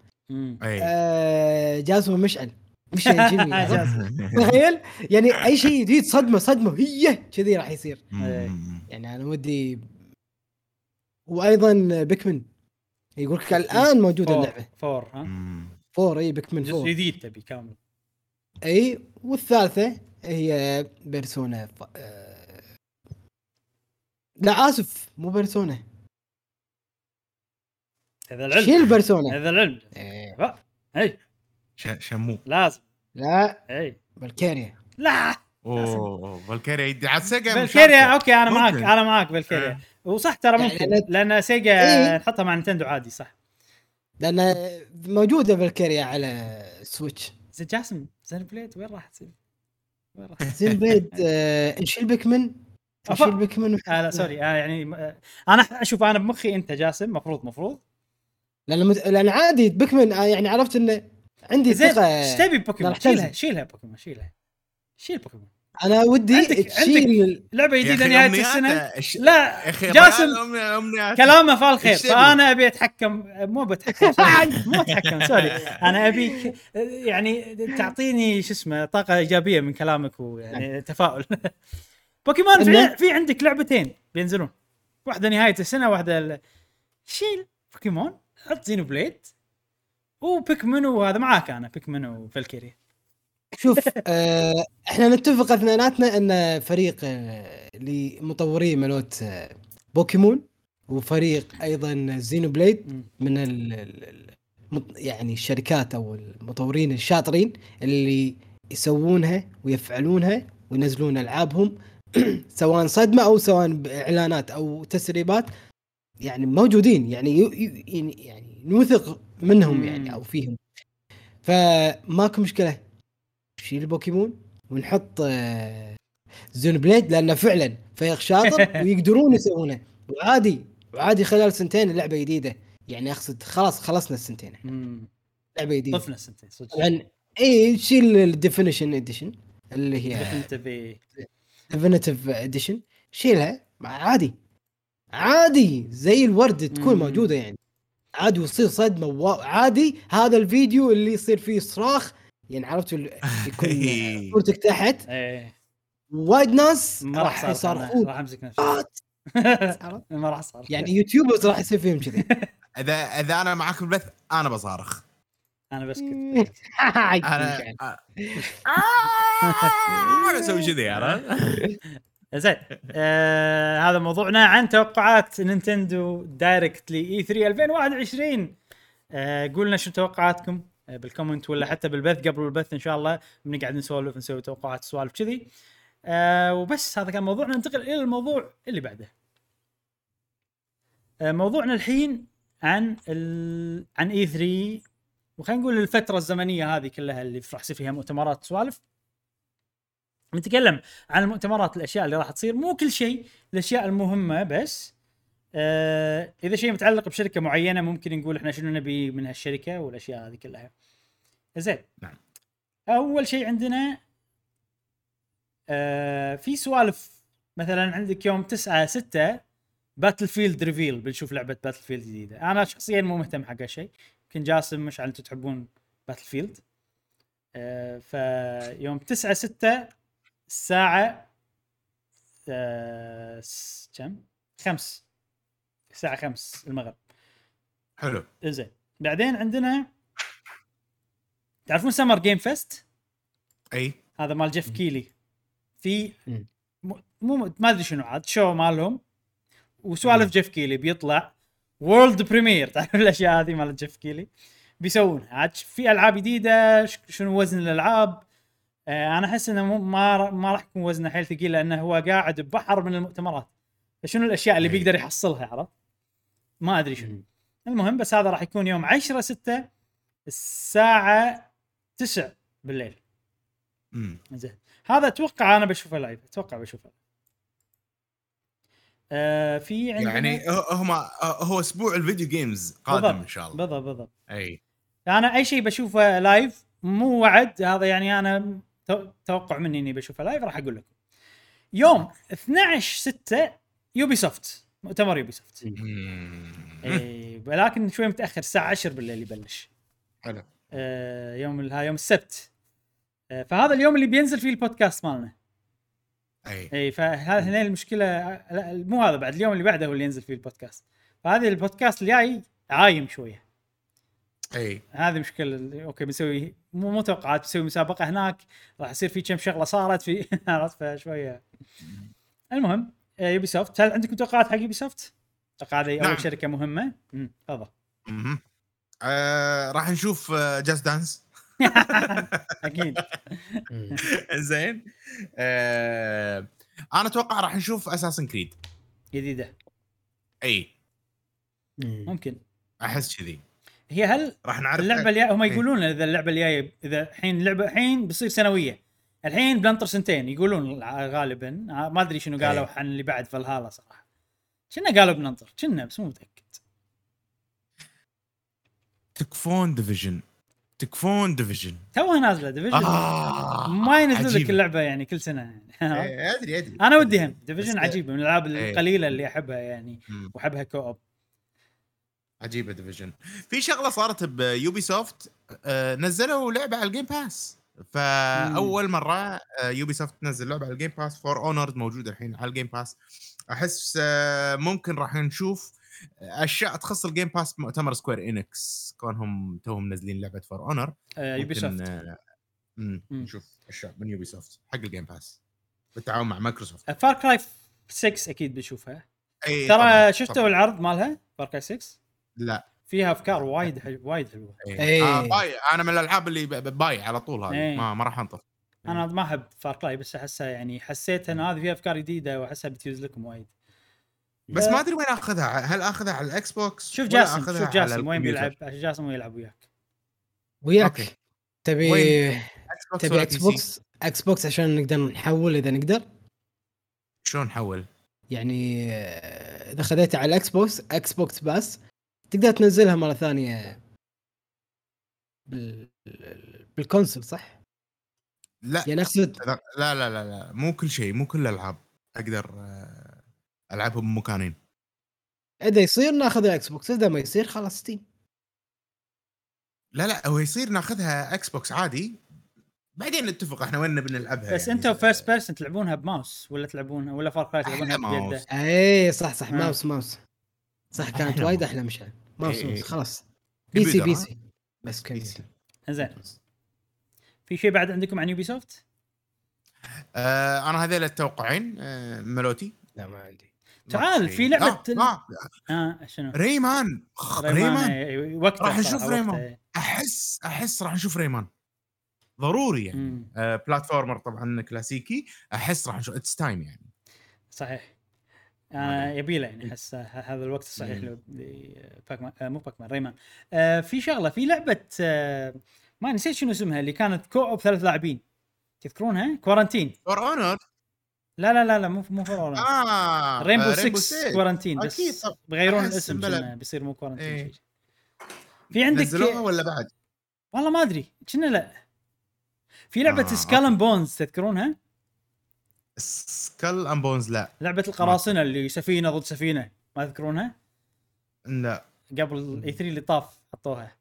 B: جاسم مشعل جيني تخيل يعني اي شيء جديد صدمه هي كذي راح يصير. يعني انا ودي. وايضا بيكمن يقول لك الان موجوده اللعبه 4 اي بيكمن 4
A: جديد تبي كامل.
B: اي والثالثه هي بيرسونا لا اسف مو بيرسونا
A: هذا العلم.
B: شيل بيرسونا
A: هذا العلم. اي
C: شمو
A: لازم.
B: لا
A: اي
B: فالكيريا.
A: لا
C: فالكيريا يدي على سيجا.
A: فالكيريا اوكي انا معك فالكيريا. وصح ترى ممكن لان سيجا نحطها مع نينتندو عادي صح
B: لان موجوده فالكيريا على سويتش.
A: زين جاسم زين بليد وين راح تصير؟
B: زين بليد نشيل بيكمن
A: لا سوري يعني انا اشوف انا بمخي انت جاسم مفروض
B: لان عادي بيكمن يعني عرفت انه عندي ثقه.
A: ايش تبي بوكيمون؟ شيلها بوكيمون شيل بوكيمون.
B: انا ودي تشيل
A: لعبه جديده نهايه السنه. لا جاسم كلامه فالخير فانا ابي اتحكم مو اتحكم سوري. انا ابيك يعني تعطيني شو اسمه طاقه ايجابيه من كلامك ويعني تفاؤل. بوكيمون في عندك لعبتين بينزلون واحده نهايه السنه واحده شيل بوكيمون حط زينو بليد وبيكمن وهذا معاك انا بيكمن وفالكيريا
B: شوف احنا نتفق اثنيناتنا ان فريق لمطوري ملوت بوكيمون وفريق ايضا زينو بليد من يعني الشركات او المطورين الشاطرين اللي يسوونها ويفعلونها وينزلون العابهم سواء صدمه او سواء اعلانات او تسريبات، يعني موجودين، يعني نوثق منهم يعني او فيهم. فماكو مشكله نشيل البوكيمون ونحط زون بليد لانه فعلا فريق شاطر ويقدرون يسوونه، وعادي خلال سنتين اللعبه جديده، يعني اقصد خلاص خلصنا السنتين لعبه جديده
A: طفنا السنتين صدق.
B: طبعا اي شيل الديفينيشن اديشن اللي هي ديفينيتيف اديشن، شيلها عادي زي الورد تكون موجوده يعني عادي، ويصير صدمه عادي. هذا الفيديو اللي يصير فيه صراخ يعني عرفت يكون صورتك تحت وايد ناس
A: ما راح يصرخون، راح امسك نفسي ما راح صار
B: يعني يوتيوبرز راح يصير فيهم كذي.
C: اذا انا معاك بالبث انا بصارخ،
A: انا بسكت
C: انا اسوي كذي عرفت.
A: زين هذا موضوعنا عن توقعات نينتندو دايركت لي اي 3 2021. قولنا شو توقعاتكم بالكومنت ولا حتى بالبث قبل البث، ان شاء الله بنقعد نسولف نسوي توقعات سوالف كذي. وبس هذا كان موضوعنا. ننتقل الى الموضوع اللي بعده. موضوعنا الحين عن اي 3، وخلينا نقول الفتره الزمنيه هذه كلها اللي راح يصير فيها مؤتمرات سوالف. نتكلم عن المؤتمرات، الاشياء اللي راح تصير، مو كل شيء، الاشياء المهمه بس. اذا شيء متعلق بشركه معينه ممكن نقول احنا شنو نبي من هالشركه والاشياء هذه كلها. زين
C: نعم.
A: اول شيء عندنا في سوالف، مثلا عندك يوم 9/6 باتل فيلد ريفيل، بنشوف لعبه باتل فيلد جديده. انا شخصيا مو مهتم حق هالشيء، يمكن جاسم مش انتم تحبون باتل فيلد. فيوم 9/6 الساعه كم 5 الساعه 5 المغرب.
C: حلو.
A: زين بعدين عندنا تعرفون سمر جيم فيست؟
C: اي
A: هذا مال جيف كيلي، في مو ما ادري شنو عاد شو مالهم وسوالف جيف كيلي بيطلع وورلد بريمير. تعرف الاشياء هذه مال جيف كيلي بيسوونها عاد في العاب جديده. شنو وزن الالعاب؟ انا احس انه ما راح يكون وزنه حيل ثقيل لانه هو قاعد ببحر من المؤتمرات. فشنو الاشياء اللي بيقدر يحصلها؟ عرفت ما ادري شنو. المهم بس هذا راح يكون يوم 10/6 الساعه 9 بالليل. زين هذا اتوقع انا بشوفه لايف، اتوقع بشوفه. في عندنا
C: يعني هو اسبوع الفيديو جيمز قادم
A: بالضبط.
C: ان شاء الله.
A: بالضبط.
C: اي
A: انا اي شيء بشوفه لايف، مو وعد هذا، يعني انا توقع مني اني بشوفه لايف. راح اقول لكم يوم 12/6 يوبي سوفت، مؤتمر يوبي سوفت. ولكن شوي متاخر، الساعه 10 بالليل يبلش.
C: حلو.
A: يوم السبت. فهذا اليوم اللي بينزل فيه البودكاست مالنا. اي فهذا هنا المشكله. لا مو هذا، بعد اليوم اللي بعده هو اللي ينزل فيه البودكاست. فهذا البودكاست الجاي عايم شويه.
C: اي
A: هذه مشكله. اوكي بنسوي مو توقعات، بنسوي مسابقه هناك، راح يصير في كم شغله صارت في عرفت فشويه. المهم يوبي سوفت، هل عندكم توقعات حق يوبي سوفت؟ اتوقع هذه اول شركه مهمه. تفضل.
C: راح نشوف جاست دانس
A: اكيد.
C: زين. انا اتوقع راح نشوف اساسن كريد
A: جديده.
C: اي
A: ممكن
C: احس كذي.
A: هي هل
C: راح نعرف
A: اللعبه الجايه؟ هم يقولون اذا اللعبه الجايه، اذا الحين اللعبه الحين بتصير سنويه، الحين بلانتر سنتين يقولون غالبا. ما ادري شنو قالوا عن اللي بعد فالهالا صراحه. شنو قالوا بلانتر كنا بس مو متاكد. تكفون ديفيجن توها نازله ديفيجن. ما ينزل لك اللعبه يعني كل سنه يعني.
C: ادري
A: انا ودي هم ديفيجن عجيبه، من الالعاب القليله اللي احبها يعني، واحبها كوب.
C: عجيبه ديفيجن. في شغله صارت بيوبي سوفت، نزلوا لعبه على الجيم باس. فاول مره يوبي سوفت تنزل لعبه على الجيم باس. فور اونرد موجوده الحين على الجيم باس. احس ممكن راح نشوف اشياء تخص الجيم باس بمؤتمر سكوير انكس، كونهم توهم منزلين لعبه فور اونر.
A: يوبي سوفت.
C: نشوف اشياء من يوبي سوفت حق الجيم باس بالتعاون مع مايكروسوفت.
A: فار كراي 6 اكيد بنشوفها.
C: اي
A: ترى
C: طبعاً.
A: شفتوا العرض مالها فار كراي 6
C: لا
A: فيها افكار وايد حلوه.
C: بايع انا من الالعاب اللي بايع على طول هذه ما راح انطر.
A: انا ما احب فار كراي بس احسها يعني حسيت ان هذه فيها افكار جديده واحسها بتفوز لكم وايد.
C: بس ما ادري وين اخذها، هل اخذها على الاكس بوكس؟
A: شوف جاسم وين بيلعب عشان جاسم ويلعب
B: وياك.
C: أوكي.
B: تبي
C: ولا
B: اكس بوكس؟ اكس بوكس عشان نقدر نحول اذا نقدر.
C: شلون نحول؟
B: يعني اذا خذيتها على الاكس بوكس اكس بوكس بس تقدر تنزلها مره ثانيه بالكونسول صح؟
C: لا
B: يعني اقصد
C: لا مو كل شيء، مو كل الالعاب اقدر العبهم بمكانين.
B: اذا يصير ناخذ الاكس بوكس، اذا ما يصير خلاص ستيم.
C: لا هو يصير ناخذها اكس بوكس عادي بعدين نتفق احنا وين نبي نلعبها.
A: بس يعني انتوا فيرست بيرسون تلعبونها بماوس ولا تلعبونها ولا فار كراي تلعبونها بيده؟
B: اي صح ماوس صح كانت وايد احلى مشان ماوس خلاص بي سي بس كمبيوتر.
A: زين في شيء بعد عندكم عن يوبي سوفت؟
C: انا هذول التوقعين ملوتي.
B: لا ما عندي.
A: تعال في لعبه شنو
C: ريمان
A: وقت
C: راح نشوف ريمان. احس راح نشوف ريمان ضروري يعني. بلاتفورمر طبعا كلاسيكي، احس راح نشوف اتس تايم يعني.
A: صحيح يبي له يعني احس هذا الوقت الصحيح له باكمان مو باكمان ريمان. في شغله في لعبه ما نسيت شنو اسمها اللي كانت كوب 3 لاعبين تذكرونها؟ كوارنتين
C: فور اونر.
A: لا مو فور اونر. رينبو 6 كوارنتين بس بغيرون الاسم بيصير مو كوارنتين شيء. في عندك
C: نزلوها ولا بعد؟
A: والله ما ادري كنا لا. في لعبه سكال اند بونز تذكرونها؟
C: سكال اند بونز لا
A: لعبه القراصنه اللي سفينه ضد سفينه ما تذكرونها؟
C: لا
A: قبل اي 3 اللي طاف حطوها.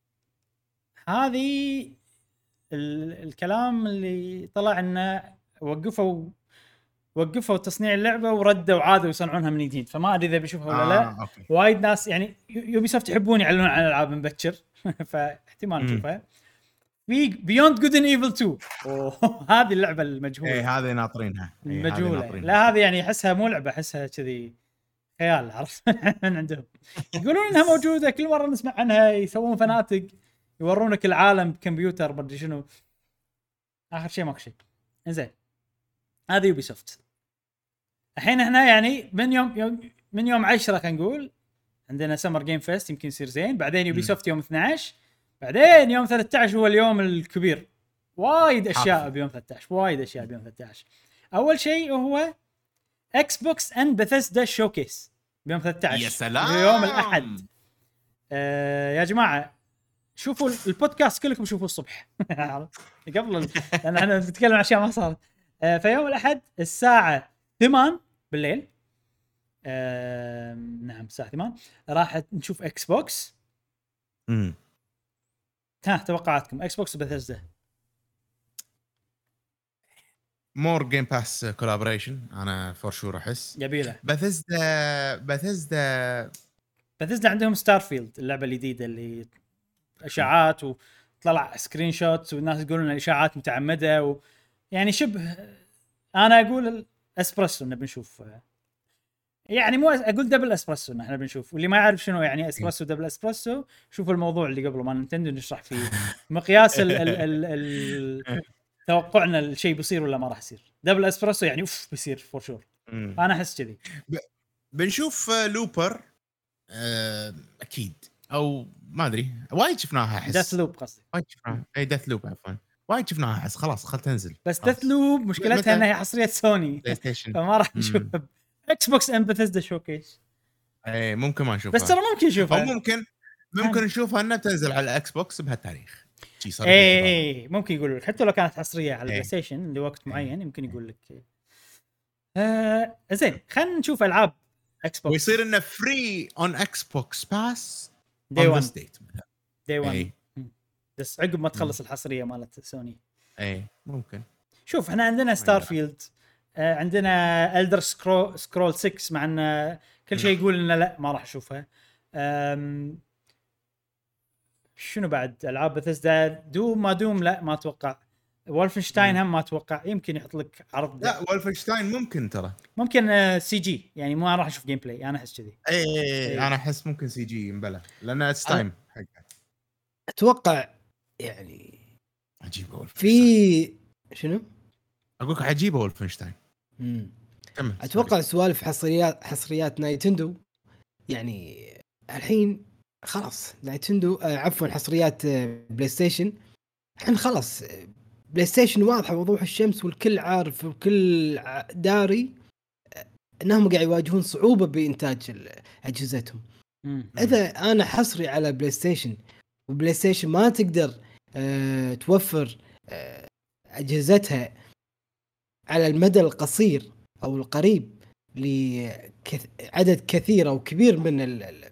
A: هذه الكلام اللي طلع انه وقفوا تصنيع اللعبه وردوا عادوا يصنعونها من جديد، فما ادري اذا بيشوفها ولا لا. وايد ناس يعني يوبي سوفت يحبون يعلنون عن العاب مبكر فاحتمال نشوفها. في بيوند جود اند ايفل 2 هذه اللعبه المجهوله.
C: هذه ناطرينها
A: المجهوله. لا هذه يعني احسها مو لعبه، احسها كذي خيال عرفت من عندهم. يقولون انها موجوده، كل مره نسمع عنها يسوون فناتق يورونك العالم بكمبيوتر بدي شنو. اخر شيء ماكو شيء. انزين هذه يوبي سوفت. الحين احنا يعني من يوم 10 خلينا نقول عندنا سمر جيم فيست يمكن يصير زين، بعدين يوبي سوفت يوم 12، بعدين يوم 13 هو اليوم الكبير. وايد اشياء بيوم 13 وايد اشياء بيوم 13. اول شيء هو اكس بوكس اند بثيسدا شوكيس بيوم 13
C: يا سلام
A: يوم الاحد. يا جماعه شوفوا البودكاست كلكم شوفوا الصبح قبل لان احنا بنتكلم عن اشياء ما صارت. فيوم الاحد الساعه 8 بالليل نعم الساعه 8 راح نشوف اكس بوكس. توقعاتكم اكس بوكس وبثيسدا؟
C: مور جيم باس كولابوريشن انا فور شور احس
A: يبيله.
C: بثيسدا
A: عندهم ستارفيلد اللعبه الجديده اللي اشاعات وطلع سكرين شوتس والناس يقولون الاشاعات متعمده يعني شبه انا اقول الاسبريسو نبي نشوف يعني مو اقول دبل اسبريسو احنا بنشوف. واللي ما يعرف شنو يعني اسبريسو دبل اسبريسو شوف الموضوع اللي قبله ما نينتندو نشرح فيه مقياس توقعنا الشيء بيصير ولا ما راح يصير. دبل اسبريسو يعني بيصير فور شور. انا احس كذي.
C: بنشوف لوبر اكيد او ما ادري وايد شفناها احس.
A: ديث لوب قصدي.
C: وايد شفناها اي ديث لوب عفوا وايد شفناها احس خلاص خل تنزل.
A: بس ديث لوب مشكلتها انها حصريه سوني فما راح نشوفها اكس بوكس ام بثيسدا شوكيس.
C: اي ممكن ما نشوفها
A: بس ترى ممكن نشوفها
C: او ممكن نشوفها انها تنزل على الاكس بوكس بهالتاريخ.
A: اي ممكن يقول لك حتى لو كانت حصريه على البلاي ستيشن لوقت معين يمكن يقول لك زين. خلينا نشوف العاب اكس بوكس
C: ويصير انه فري اون اكس بوكس باس
A: داي 1 بس عقب ما تخلص الحصريه مالت سوني.
C: اي ممكن.
A: شوف احنا عندنا ستارفيلد عندنا إلدر سكرول 6 مع ان كل شيء يقول انه لا ما راح اشوفها. شنو بعد العاب بثيسدا؟ دوم لا ما اتوقع. وولفنشتاين هم ما اتوقع، يمكن يحط لك عرض.
C: لا وولفنشتاين ممكن ترى،
A: ممكن سي جي يعني، ما راح اشوف جيم بلاي، انا احس كذي.
C: اي انا احس ممكن سي جي ينبلى لان اتس تايم حقه.
B: اتوقع يعني
C: عجيبه
B: في
C: وولفنشتاين.
B: شنو
C: اقول لك عجيبه وولفنشتاين. كمل.
B: اتوقع سوالف حصريات نايتندو يعني الحين خلاص. نايتندو عفوا حصريات بلاي ستيشن الحين خلاص. بلاي ستيشن واضحه وضوح الشمس، والكل عارف والكل داري انهم قاعد يواجهون صعوبه بانتاج اجهزتهم. اذا انا حصري على بلاي ستيشن وبلاي ستيشن ما تقدر توفر اجهزتها على المدى القصير او القريب لعدد كثير او كبير من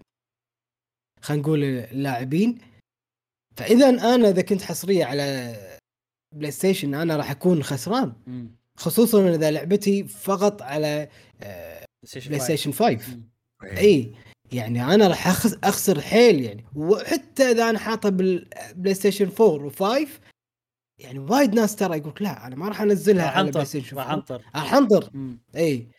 B: خلينا نقول اللاعبين، فاذا انا اذا كنت حصريه على بلاي ستيشن انا راح اكون خسران. خصوصا اذا لعبتي فقط على بلاي ستيشن 5. اي يعني انا راح اخسر حيل يعني. وحتى اذا انا حاطه بالبلاي ستيشن 4 و5 يعني وايد ناس ترى يقول لا انا ما راح انزلها على بلاي ستيشن 4 راح انطر. اي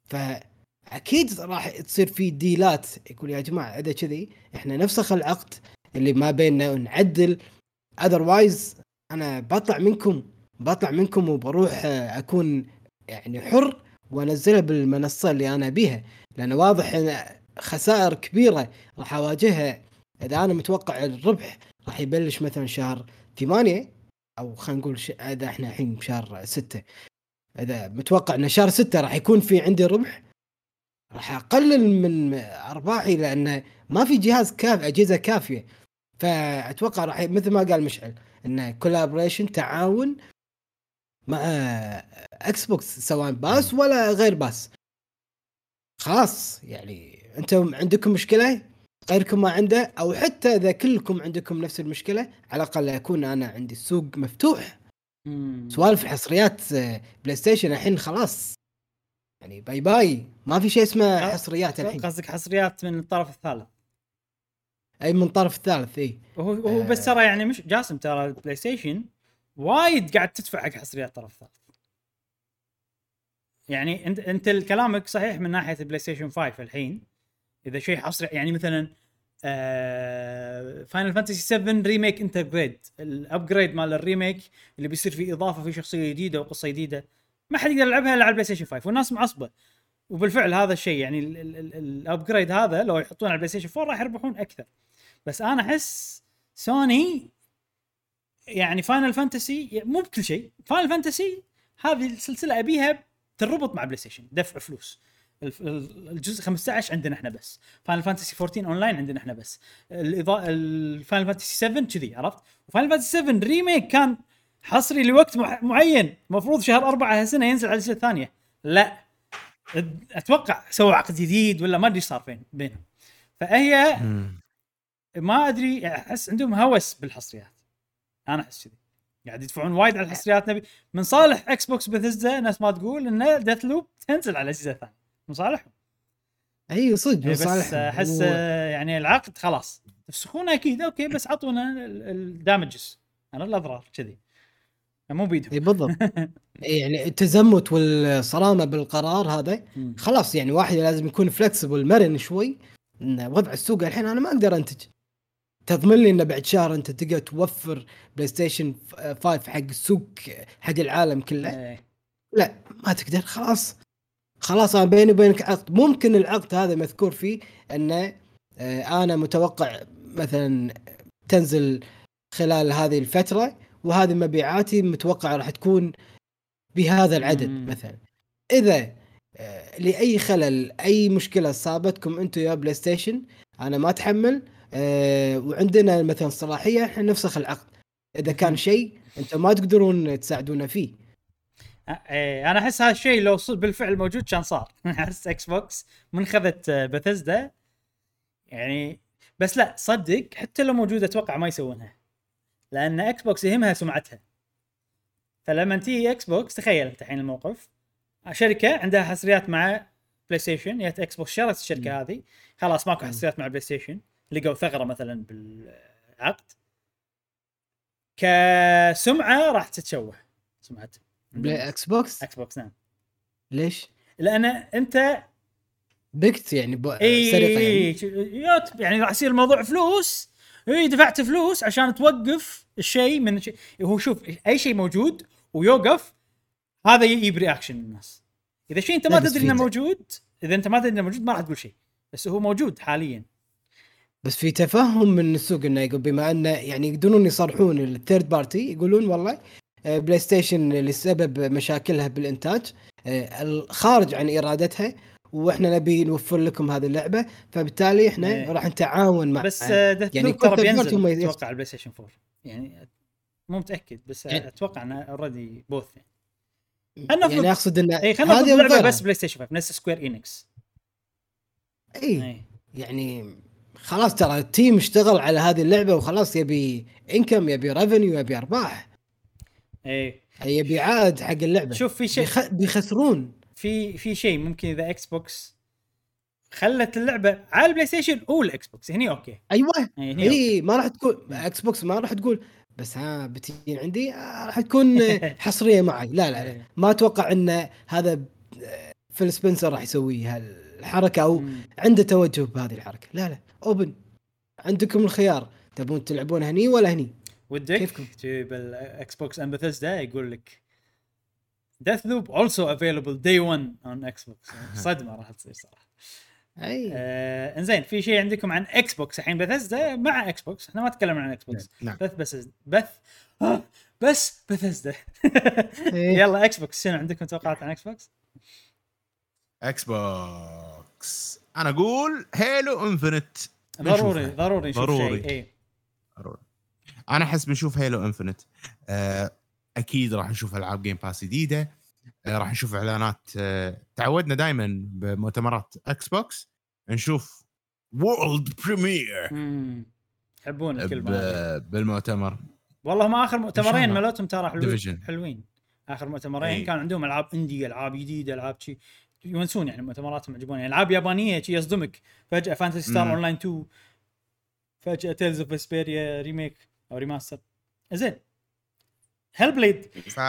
B: فاكيد راح تصير في ديلات. يقول يا جماعه اذا كذي احنا نفسخ العقد اللي ما بيننا ونعدل، اذروايز انا بطلع منكم وبروح اكون يعني حر وانزلها بالمنصه اللي انا بيها، لان واضح ان خسائر كبيره راح اواجهها. اذا انا متوقع الربح راح يبلش مثلا شهر 8 او خلينا نقول اذا احنا الحين بشهر 6، اذا متوقع ان شهر 6 راح يكون في عندي ربح، راح اقلل من ارباحي لان ما في جهاز اجهزه كافيه. فاتوقع راح مثل ما قال مشعل انه كولابوريشن تعاون مع اكس بوكس سواء باس ولا غير باس. خلاص يعني انتم عندكم مشكله غيركم ما عنده، او حتى اذا كلكم عندكم نفس المشكله على الاقل يكون انا عندي السوق مفتوح. سوالف حصريات بلاي ستيشن الحين خلاص يعني باي باي، ما في شيء اسمه حصريات الحين.
A: قصدك حصريات من الطرف الثالث؟
B: اي من الطرف الثالث. اي
A: هو بس ترى يعني مش جاسم، ترى البلاي ستيشن وايد قاعد تدفع حق حصريات الطرف الثالث. يعني انت كلامك صحيح من ناحيه البلاي ستيشن 5 الحين اذا شيء حصري، يعني مثلا فاينل فانتسي 7 ريميك انتجريد، الابجريد مال الريميك اللي بيصير فيه اضافه في شخصيه جديده وقصه جديده، ما حد يقدر يلعبها الا على البلاي ستيشن 5 والناس معصبه. وبالفعل هذا الشيء يعني الابجريد هذا لو يحطونه على البلاي ستيشن 4 راح يربحون اكثر. بس انا احس سوني يعني فاينل فانتسي مو بكل شيء. فاينل فانتسي هذه السلسله ابيها تربط مع بلاي ستيشن، دفع فلوس. الجزء 15 عندنا احنا بس، فاينل فانتسي 14 اونلاين عندنا احنا بس، الفاينل فانتسي 7 كذي، عرفت؟ وفاينل فانتسي 7 ريميك كان حصري لوقت معين، مفروض شهر 4 هالسنه ينزل على الجزء الثانيه. لا اتوقع سووا عقد جديد ولا ما ادري صار فين بينهم. فهي ما ادري، احس عندهم هوس بالحصريات. انا احس كذي قاعد يدفعون وايد على الحصريات. نبي من صالح اكس بوكس بثزدا ناس ما تقول ان ديث لوب تنزل على اجهزه ثانيه، من صالحهم.
B: اي صدق من صالحهم.
A: بس احس يعني العقد خلاص تفسخونه اكيد اوكي، بس عطونا الدامجز انا الاضرار كذي مو بيدهم.
B: اي بالضبط. يعني التزمت والصرامه بالقرار هذا خلاص. يعني واحد لازم يكون فلكسبل مرن شوي. ان وضع السوق الحين انا ما اقدر انتج. تضمن لي ان بعد شهر انت تقدر توفر بلاي ستيشن 5 حق السوق حق العالم كله؟ لا ما تقدر. خلاص انا بيني وبينك عقد. ممكن العقد هذا مذكور فيه ان انا متوقع مثلا تنزل خلال هذه الفتره وهذه مبيعاتي متوقع راح تكون بهذا العدد مثلا. اذا لاي خلل اي مشكله صابتكم انتم يا بلاي ستيشن انا ما اتحمل، وعندنا مثلا صلاحيه احنا نفسخ العقد اذا كان شيء انتم ما تقدرون تساعدونا فيه.
A: انا احس هذا الشيء لو بالفعل موجود كان صار. احس اكس بوكس منخذت بثزدا يعني. بس لا صدق حتى لو موجوده اتوقع ما يسوونها، لان اكس بوكس يهمها سمعتها. فلما تيجي اكس بوكس تخيل انت الحين الموقف، شركه عندها حصريات مع بلاي ستيشن، يا اكس بوكس شرت الشركه هذه خلاص ماكو حصريات مع بلاي ستيشن، لقوا ثغره مثلا بالعقد، كسمعه راح تتشوه. سمعت
B: اكس بوكس.
A: اكس بوكس نعم.
B: ليش؟
A: لان انت
B: بكت يعني سرقه يعني.
A: يعني راح يصير الموضوع فلوس. دفعت فلوس عشان توقف الشيء من شيء. هو شوف اي شيء موجود ويوقف هذا يجيب رياكشن من الناس. اذا شيء انت ما تدري انه موجود، اذا انت ما تدري انه موجود ما راح تقول شيء، بس هو موجود حاليا.
B: بس في تفهم من السوق انه يقول بما انه يعني يقدرون يصرحون الثيرد بارتي، يقولون والله بلاي ستيشن لسبب مشاكلها بالانتاج الخارج عن ارادتها، واحنا نبي نوفر لكم هذه اللعبه، فبالتالي احنا راح نتعاون مع.
A: بس
B: يعني
A: ترى بينزل اتوقع على البلاي ستيشن 4 يعني، مو متاكد بس يعني اتوقع انه اوريدي بوث
B: يعني اقصد انه
A: هذه لعبه بس بلاي ستيشن 5 نفس سكوير إينكس.
B: يعني خلاص ترى التيم اشتغل على هذه اللعبه وخلاص يبي انكم، يبي ريفينيو، يبي ارباح، يبي عائد حق اللعبه.
A: شوف في شيء
B: بيخسرون
A: في شيء ممكن اذا اكس بوكس خلت اللعبه على البلاي ستيشن والاكس بوكس هني اوكي.
B: ايوه اي ما راح تقول اكس بوكس، ما راح تقول بس بتجي عندي راح تكون حصريه معي. لا ما اتوقع ان هذا فيل سبنسر راح يسوي هالحركه او عنده توجه بهذه الحركه. لا اوبن، عندكم الخيار، تبون تلعبون هني ولا هني
A: ودك كيفكم. تجيب الاكس بوكس ام بثيسدا يقول لك Deathloop also available day one on Xbox. صدمه راح تصير صراحه.
B: اي
A: انزين في شيء عندكم عن اكس بوكس الحين بثيسدا مع اكس بوكس. احنا ما تكلمنا عن اكس بوكس.
C: نعم.
A: بس بثيسدا. يلا اكس بوكس شنو عندكم توقعات عن اكس بوكس؟
C: اكس بوكس انا اقول هيلو انفينيت.
A: ضروري نشوف شيء.
C: اي ضروري. انا احس بنشوف هيلو انفينيت. اكيد راح نشوف العاب جيم باس جديده. راح نشوف اعلانات. تعودنا دائما بمؤتمرات اكس بوكس نشوف وورلد بريمير.
A: يحبون الكلمه
C: بالمؤتمر.
A: والله ما اخر مؤتمرين مالتهم ترى حلوين. اخر مؤتمرين كان عندهم العاب اندي، العاب جديده، العاب شيء يونسون يعني. مؤتمراتهم عجبوني يعني. العاب يابانيه شيء يصدمك فجاه. فانتسي ستار اونلاين 2 فجاه. تيلز اوف فيسبيريا ريميك او ريماستر. زين هل بليد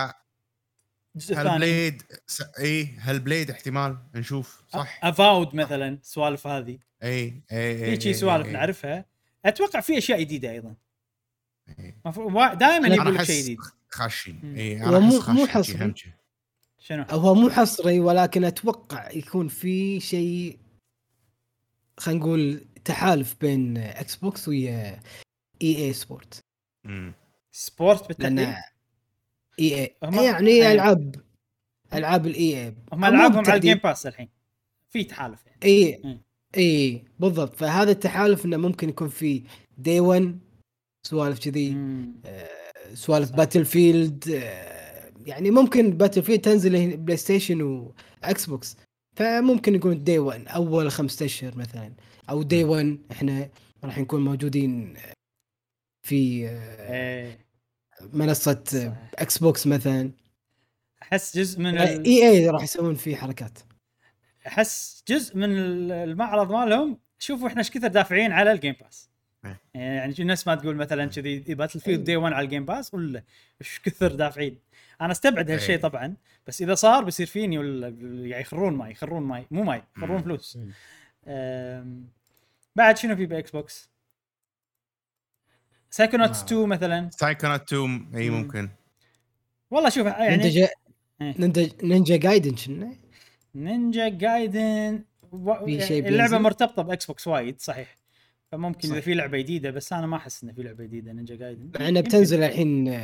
C: هل بليد احتمال نشوف صح.
A: افاود مثلا سوالف هذه
C: اي
A: في سوالف نعرفها. اتوقع في اشياء جديده ايضا. دائما يقول لك شيء جديد
C: خاشين.
B: انا مو حصري.
A: شنو
B: هو مو حصري ولكن اتوقع يكون في شيء خلينا نقول تحالف بين اكس بوكس ويا اي سبورت.
A: سبورت بالتحديد.
B: اي يعني العاب الاي
A: هم العابهم على الجيم باس الحين في تحالف يعني.
B: اي بالضبط. فهذا التحالف انه ممكن يكون في داي 1 سوالف كذي. سوالف باتل فيلد. يعني ممكن باتل فيلد تنزل بلاي ستيشن واكس بوكس، فممكن يكون داي 1 اول 5 اشهر مثلا، او داي 1 احنا راح نكون موجودين في منصة اكس بوكس مثلا.
A: احس جزء من
B: اي راح يسوون فيه حركات.
A: احس جزء من المعرض مالهم. شوفوا احنا ايش كثر دافعين على الجيم باس. يعني الناس ما تقول مثلا كذي باتل فيلد داي 1 على الجيم باس ولا ايش كثر دافعين. انا استبعد هالشيء طبعا، بس اذا صار بيصير فيني ولا يعني يخرون ماي مو ماي يخرون فلوس. بعد شنو في باكس بوكس؟ سايكونوتس 2 مثلا.
C: سايكونوت 2 اي ممكن.
A: والله شوف يعني
B: نينجا جايدن. شنو
A: نينجا جايدن اللعبه مرتبطه باكس بوكس وايد صحيح. فممكن اذا في لعبه جديده، بس انا ما احس انه في لعبه جديده نينجا جايدن.
B: احنا بتنزل الحين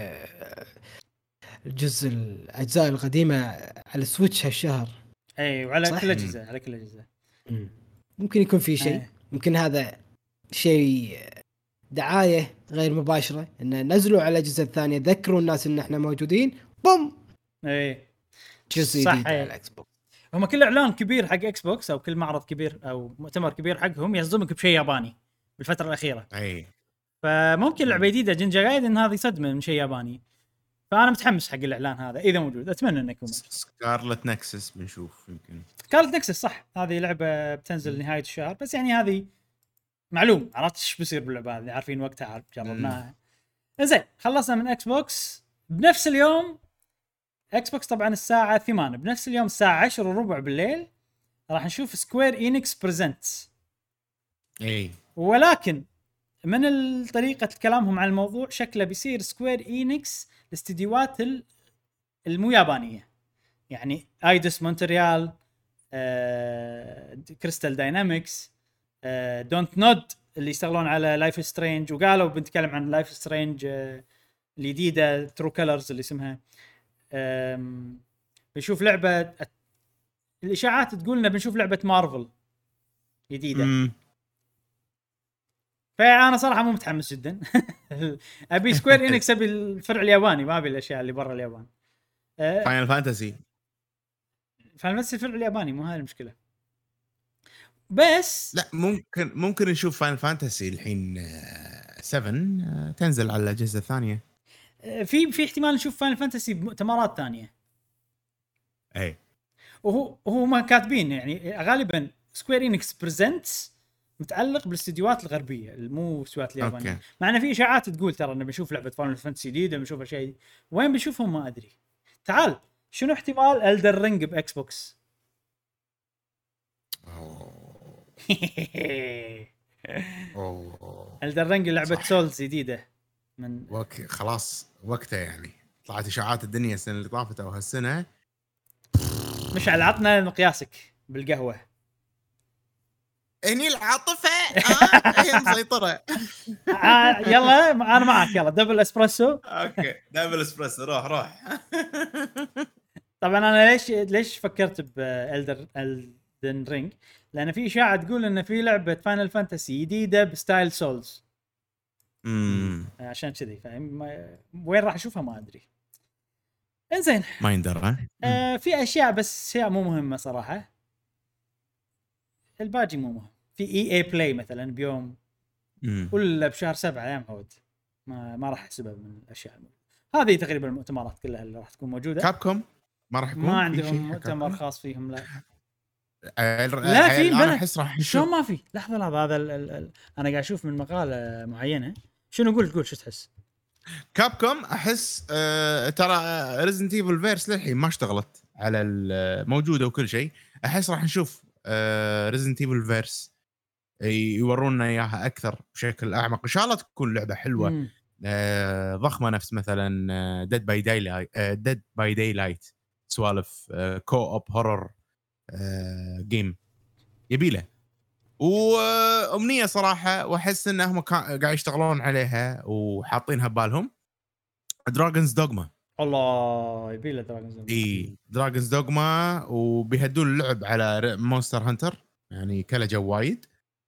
B: الجزء الاجزاء القديمه على السويتش هالشهر.
A: اي وعلى كل الاجهزه على كل الاجهزه.
B: ممكن يكون في شيء. ممكن هذا شيء دعايه غير مباشره ان نزلوا على الاجهزه الثانيه، ذكروا الناس ان احنا موجودين. بوم
A: اي
B: جزء جديد على الاكس بوكس.
A: هم كل اعلان كبير حق اكس بوكس او كل معرض كبير او مؤتمر كبير حقهم يصدمك بشيء ياباني بالفتره الاخيره.
C: اي
A: فممكن لعبه جديده جينجا جايدن هذه صدمه من شيء ياباني. فانا متحمس حق الاعلان هذا اذا موجود. اتمنى انه يكون
C: سكارلت نكسس بنشوف. يمكن
A: سكارلت نكسس صح. هذه لعبه بتنزل نهايه الشهر، بس يعني هذه معلوم عرفت ايش بيصير باللعبه هذه، عارفين وقتها جربناها. زين خلصنا من اكس بوكس. بنفس اليوم اكس بوكس طبعا الساعه 8 بنفس اليوم الساعه 10:15 بالليل راح نشوف سكوير إينكس بريزنتس.
C: اي
A: ولكن من طريقه كلامهم عن الموضوع شكله بيصير سكوير إينكس الاستديوهات المو يابانيه، يعني ايدس مونتريال، كريستال داينامكس، دونت نود اللي يشتغلون على لايف سترينج، وقالوا بنتكلم عن لايف سترينج الجديده ترو كلرز اللي اسمها. بنشوف لعبه، الاشاعات تقول لنا بنشوف لعبه مارفل جديده. فانا صراحه مو متحمس جدا. ابي سكوير إنكس، ابي الفرع الياباني، ما ابي الاشياء اللي برا اليابان.
C: فاينل فانتسي
A: الفرع الياباني، مو هاي المشكله. بس
C: لا ممكن نشوف فاينل فانتسي الحين 7 تنزل على الاجهزه الثانيه.
A: في احتمال نشوف فاينل فانتسي بمؤتمرات ثانيه.
C: اي
A: وهو ما كاتبين، يعني غالبا سكوير إنكس بريزنتس متعلق بالاستديوهات الغربيه مو الاستديوهات اليابانيه. مع ان في اشاعات تقول ترى انه بنشوف لعبه فاينل فانتسي جديده، بنشوف شيء وين بنشوفهم ما ادري. تعال شنو احتمال الدر رينج باكس بوكس؟ الدر رينج لعبه سولز جديده من
C: خلاص وقته، يعني طلعت اشاعات الدنيا السنه اللي طافت او هالسنه.
A: مشعل عطنا مقياسك بالقهوه.
C: هني العاطفه هي مسيطره.
A: يلا انا معك، يلا دبل اسبريسو.
C: اوكي دبل اسبريسو، روح.
A: طبعا انا ليش فكرت بالدن رينج؟ لان في اشاعه تقول ان في لعبه فاينل فانتسي جديده بستايل سولز. عشان كذي فاهم وين راح اشوفها ما ادري. انزين
C: ما يندرى.
A: في اشياء بس اشياء مو مهمه صراحه، الباقي مو مهم. في اي بلاي مثلا بيوم ولا بشهر 7 يا معود، ما راح احسبها من الاشياء هذه. تقريبا المؤتمرات كلها اللي راح تكون موجوده.
C: كابكوم ما راح يكون
A: ما عندهم مؤتمر خاص فيهم. لا
C: في انا احس راح
A: شو ما في. لحظه هذا انا قاعد اشوف من مقاله معينه. شنو قول شو تحس؟
C: كابكوم احس ترى ريزنت ايفل فيرس للحين ما اشتغلت على الموجوده وكل شيء. احس راح نشوف ريزنت ايفل فيرس يورونا اياها اكثر بشكل اعمق. ان شاء الله تكون لعبه حلوه ضخمه نفس مثلا ديد باي داي لايت سوالف كو اوب هورر جيم يبيله. وامنيه صراحه، واحس انهم قاعد يشتغلون عليها وحاطينها ببالهم. دراجونز دوغما.
A: الله يبيله دراجونز دوغما.
C: اي دراجونز دوغما، وبيهدون اللعب على مونستر هانتر، يعني كله جو وايد.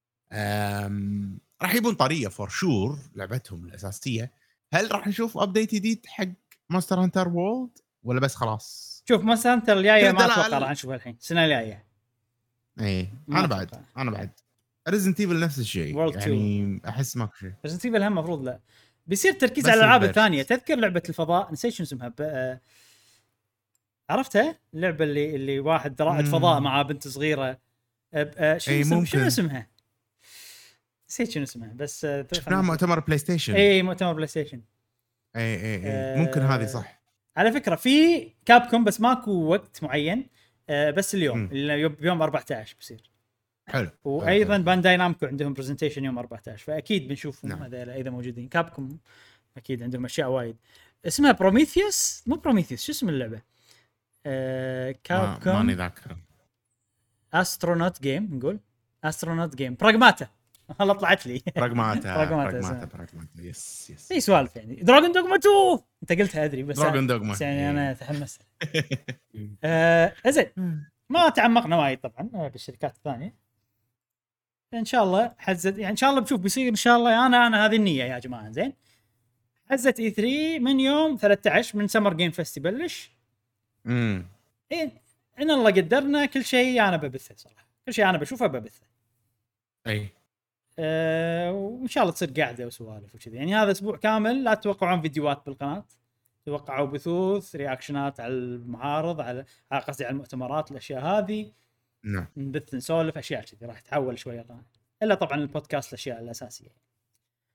C: راح يبون طريقه فور شور لعبتهم الاساسيه. هل راح نشوف ابديت جديد حق مونستر هانتر وورلد ولا بس خلاص؟
A: شوف مونستر هانتر الجايه ما اتوقع راح نشوفها الحين، السنه الجايه.
C: اي انا بعد ريزنت ايفل نفس الشيء، يعني احس ماكو شيء.
A: ريزنت ايفل هم المفروض لا بيصير تركيز على الالعاب الثانيه. تذكر لعبه الفضاء، نسيت شنو اسمها عرفتها؟ اللعبه اللي واحد رائد فضاء مع بنت صغيره. شنو اسمها؟ نسيت شنو اسمها بس
C: شفناها مؤتمر بلاي ستيشن.
A: اي مؤتمر بلاي ستيشن.
C: اي ممكن هذه صح.
A: على فكره في كابكوم بس ماكو وقت معين، بس اليوم يوم 14 بصير
C: حلو.
A: وايضا بانداي نامكو عندهم برزنتيشن يوم 14، فاكيد بنشوفهم هذول اذا موجودين. كابكوم اكيد عندهم اشياء وايد. اسمها بروميثيوس، مو بروميثيوس، شو اسم اللعبه؟ كابكوم
C: ماني ذاكر.
A: استرونوت جيم، نقول استرونوت جيم براغماتا. والله طلعت لي
C: براغماتا يس
A: في سوالف يعني. دراجون دوغما 2 انت قلتها ادري بس
C: دراجون دوغما
A: يعني انا تحمست. زين ما تعمقنا وايد طبعا بالشركات الثانيه. ان شاء الله حزت، يعني ان شاء الله بشوف بيصير ان شاء الله. انا هذه النيه يا جماعه. زين حزت اي 3 من يوم 13 من سمر جيم فيستيفال. ليش ان الله قدرنا كل شيء انا ببثه صراحه، كل شيء انا بشوفه ببثه.
C: اي
A: وان شاء الله تصير قاعده وسوالف وكذا. يعني هذا اسبوع كامل لا تتوقعون فيديوهات بالقناه، توقعوا بثوث رياكشنات على المعارض، على قصدي على المؤتمرات، الاشياء هذه.
C: نعم
A: نبث نسولف اشياء كذي راح تحول شويه القناه، الا طبعا البودكاست الاشياء الاساسيه.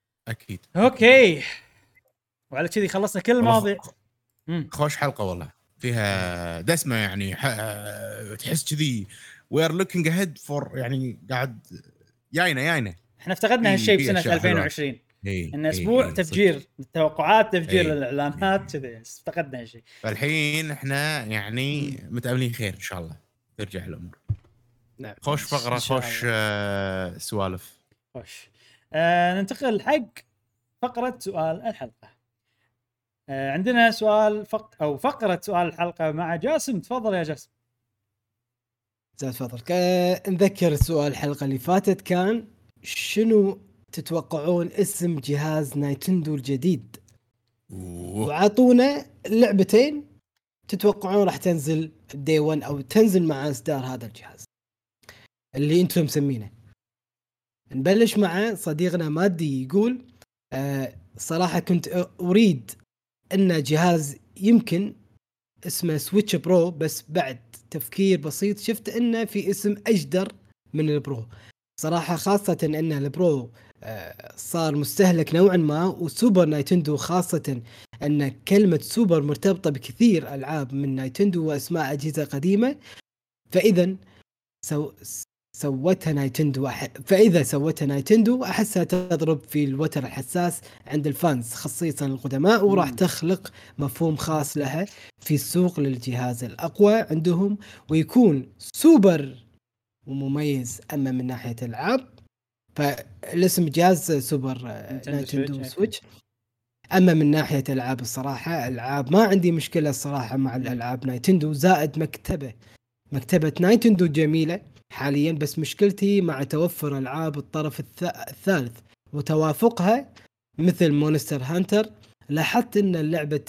C: اكيد
A: اوكي وعلى كذي خلصنا كل المواضيع.
C: خوش حلقه والله. فيها دسمه يعني تحس كذي وير لوكينج اهيد فور، يعني قاعد جاينا
A: احنا افتقدنا هالشيء بسنه
C: أشياء حلوة.
A: 2020
C: إيه
A: ان اسبوع
C: صدق.
A: تفجير التوقعات، تفجير
C: إيه.
A: الاعلانات كذا، افتقدنا هالشيء.
C: فالحين احنا يعني متأملين خير ان شاء الله ترجع الامور.
B: نعم.
C: خوش فقره،
A: إن شاء
C: خوش سوالف.
A: خوش. ننتقل حق فقره سؤال الحلقه. عندنا سؤال فقره سؤال الحلقه مع جاسم. تفضل يا جاسم.
B: زاد فضلك. نذكر السؤال الحلقة اللي فاتت كان شنو تتوقعون اسم جهاز نايتندو الجديد؟ وعطونا لعبتين تتوقعون راح تنزل دي 1 او تنزل مع اصدار هذا الجهاز اللي انتم مسمينه. نبلش مع صديقنا مادي يقول صراحة كنت اريد ان جهاز يمكن اسمه سويتش برو، بس بعد تفكير بسيط شفت انه في اسم اجدر من البرو صراحة، خاصة ان البرو صار مستهلك نوعا ما، وسوبر نايتندو خاصة ان كلمة سوبر مرتبطة بكثير العاب من نايتندو واسماء اجهزة قديمة، فاذا سوتها نايتندو احسها تضرب في الوتر الحساس عند الفانز خصيصا القدماء، وراح تخلق مفهوم خاص لها في السوق للجهاز الاقوى عندهم ويكون سوبر ومميز. اما من ناحية العاب فالاسم جهاز سوبر نايتندو سويتش. اما من ناحية العاب الصراحة العاب ما عندي مشكلة الصراحة مع الالعاب نايتندو، زائد مكتبة نايتندو جميلة حاليا، بس مشكلتي مع توفر ألعاب الطرف الثالث وتوافقها مثل مونستر هانتر. لاحظت أن اللعبة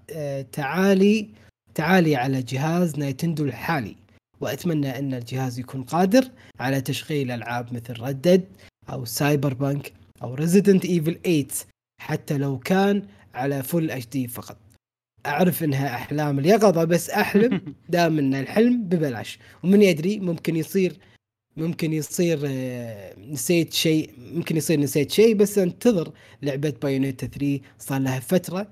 B: تعالي على جهاز نايتندو الحالي، وأتمنى أن الجهاز يكون قادر على تشغيل ألعاب مثل ردد أو سايبر بانك أو ريزيدنت ايفل 8 حتى لو كان على فول اتش دي فقط. أعرف إنها أحلام اليقظة، بس أحلم دام إن الحلم ببلاش، ومن يدري ممكن يصير نسيت شيء، بس انتظر لعبة بايونيتا 3 صار لها فترة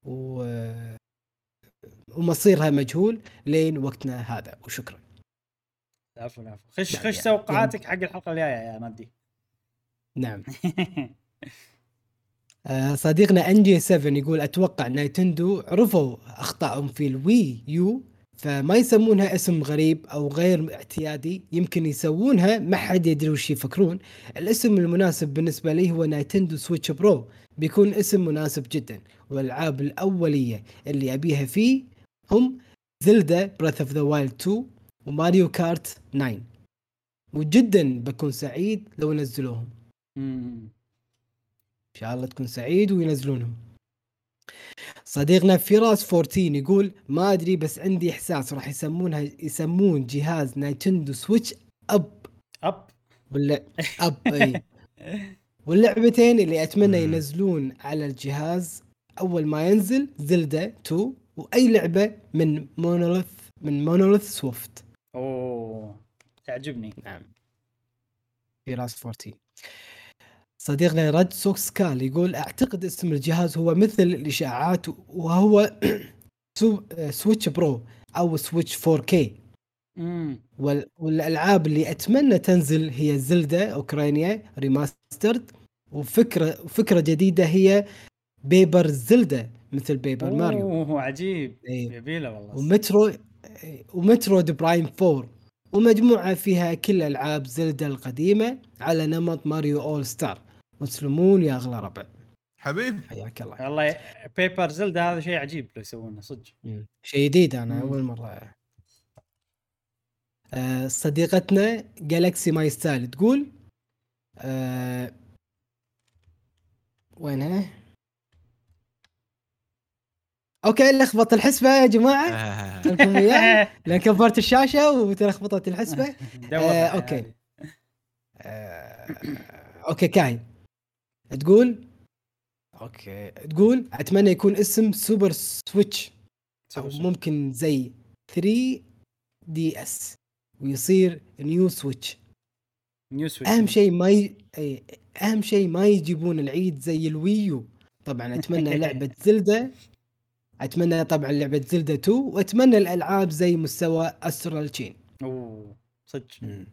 B: ومصيرها مجهول لين وقتنا هذا، وشكرا.
A: عفوا خش توقعاتك حق الحلقة الجاية يا مادي.
B: نعم. صديقنا انجي 7 يقول اتوقع نايتندو عرفوا اخطائهم في الوي يو فما يسمونها اسم غريب او غير اعتيادي، يمكن يسوونها ما حد يدري وش يفكرون. الاسم المناسب بالنسبة لي هو نايتندو سويتش برو، بيكون اسم مناسب جدا، والالعاب الاولية اللي ابيها فيه هم زلدا بريث اوف ذا وايلد 2 وماريو كارت 9، وجدا بكون سعيد لو نزلوهم. إن شاء الله تكون سعيد وينزلونهم. صديقنا فراس 14 يقول ما أدري بس عندي إحساس راح يسمون جهاز نايتندو سويتش أب ولا أب أي. واللعبتين اللي أتمنى ينزلون على الجهاز أول ما ينزل زلدا 2 وأي لعبة من مونوليث سوفت.
A: تعجبني.
B: نعم. فراس 14. صديقنا رد سوكس كال يقول اعتقد اسم الجهاز هو مثل الاشاعات وهو سويتش برو او سويتش 4K. والالعاب اللي اتمنى تنزل هي زلدا اوكرانيا ريماسترد، وفكرة جديدة هي بيبر زلدا مثل بيبر ماريو.
A: عجيب. يبيله والله.
B: ومترو برايم 4، ومجموعة فيها كل ألعاب زلدا القديمة على نمط ماريو أول ستار. مسلمون يا أغلى ربع.
C: حبيب
B: حياك الله.
A: والله بيبر زلدا هذا شيء عجيب لو يسوونه صدق.
B: شيء جديد أنا أول مرة. صديقتنا جالكسي ماي ستايل تقول وينها؟ اوكي لخبط الحسبه يا جماعه خلكم وياي لان كبرت الشاشه وتلخبطت الحسبه. اوكي اوكي كاين تقول اتمنى يكون اسم سوبر سويتش او ممكن زي 3DS ويصير نيو سويتش. اهم شيء ما يجيبون العيد زي الويو. طبعا اتمنى لعبه زلدا اتمنى طبعا لعبه زلدا 2 واتمنى الالعاب زي مستوى استرال تشين.
A: اوه صدق.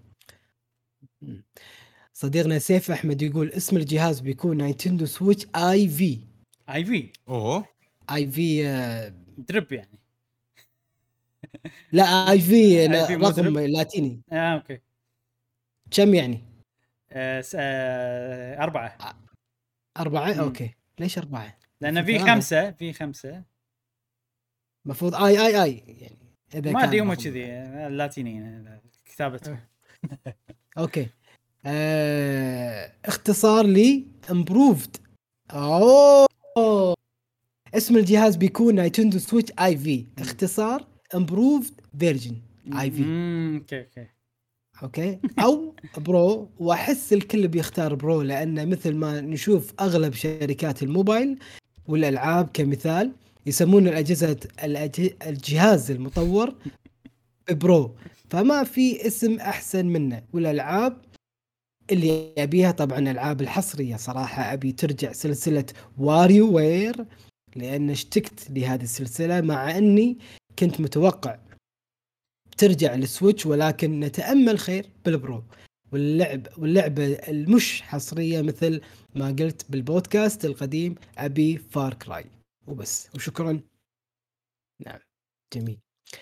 B: صديقنا سيف احمد يقول اسم الجهاز بيكون نينتندو سويتش اي في.
A: اي في
C: اوه
B: اي في
A: درب يعني.
B: لا اي في
A: IV مو
B: رقم
A: درب؟
B: لاتيني.
A: اوكي.
B: كم يعني؟
A: 4
B: 4.
A: مم.
B: اوكي ليش 4؟
A: لان في 5 في 5
B: المفروض اي يعني اذا
A: ما
B: كان
A: ادري هم
B: رقم.
A: كذي اللاتينيين كتابتهم.
B: اوكي اختصار لي امبروفد. اوه اسم الجهاز بيكون نينتندو سويتش اي في، اختصار امبروفد فيرجن اي في.
A: اوكي
B: اوكي او برو. واحس الكل بيختار برو لانه مثل ما نشوف اغلب شركات الموبايل والالعاب كمثال يسمون الجهاز المطور برو، فما في اسم احسن منه. والالعاب اللي ابيها طبعا العاب الحصريه صراحه ابي ترجع سلسله واريو وير لان اشتقت لهذه السلسله، مع اني كنت متوقع ترجع للسويتش، ولكن نتامل خير بالبرو. واللعبه المش حصريه مثل ما قلت بالبودكاست القديم ابي فار كراي وبس وشكرا. نعم جميل.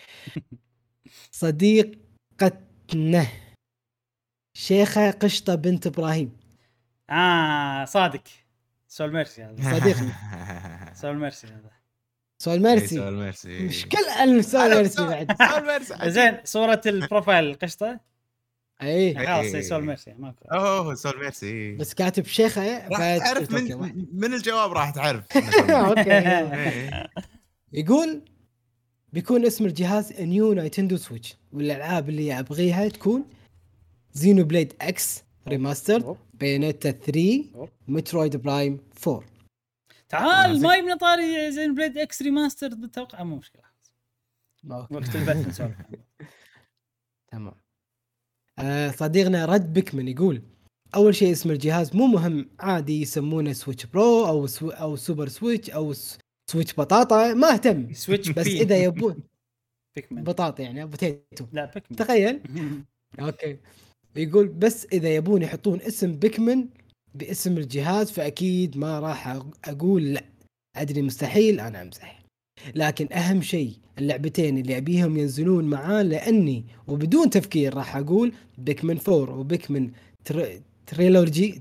B: صديقتنا شيخة قشطة بنت إبراهيم.
A: صادق سول ميرسي هذا.
B: صديقنا
A: سول ميرسي هذا.
B: سؤال ميرسي.
C: سؤال ميرسي
B: مش كل السؤال ميرسي بعد.
C: سؤال ميرسي
A: زين صورة البروفايل القشطة
B: اي
A: خلاص سول ميرسي ماكو.
C: اوه سؤال ميرسي
B: بس كاتب شيخة
C: راح تعرف
B: أوكي، واحد.
C: من الجواب راح تعرف.
B: اوكي يقول بيكون اسم الجهاز نيو نايتندو سويتش، والالعاب اللي ابغيها تكون زينو بليد اكس ريماستر، بايونيتا 3، مترويد برايم 4.
A: تعال ما يبني طاري زين بليد اكس ريماستر بالتوقع مو مشكلة.
B: أوكي.
A: وقت البث نسولف.
B: تمام. صديقنا رد بيكمن يقول اول شيء اسم الجهاز مو مهم، عادي يسمونه سويتش برو او سوبر سويتش او سويتش بطاطا، ما اهتم.
A: سويتش
B: بس
A: بي.
B: اذا يبون
A: بيكمن.
B: بطاطا يعني ابو تيتو،
A: لا بيكمن.
B: تخيل. اوكي يقول بس اذا يبون يحطون اسم بيكمن باسم الجهاز فاكيد ما راح اقول لا، ادري مستحيل، انا امزح. لكن اهم شيء اللعبتين اللي ابيهم ينزلون معاه، لاني وبدون تفكير راح اقول بيكمن 4 وبيكمن تريلوجي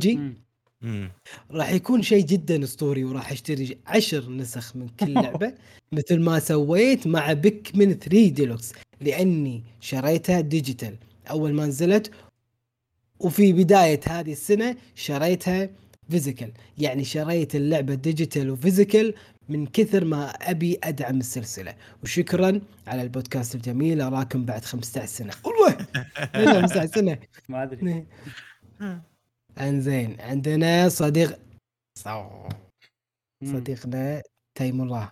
B: راح يكون شيء جدا اسطوري، وراح اشتري 10 نسخ من كل لعبه مثل ما سويت مع بيكمن 3 ديلوكس، لاني شريتها ديجيتال اول ما نزلت، وفي بدايه هذه السنه شريتها فيزيكال. يعني شريت اللعبه ديجيتال وفيزيكال من كثر ما ابي ادعم السلسله. وشكرا على البودكاست الجميل، اراكم بعد 15 سنه. والله 15 سنه
A: ما ادري.
B: انزين عندنا صديقنا تيم الله.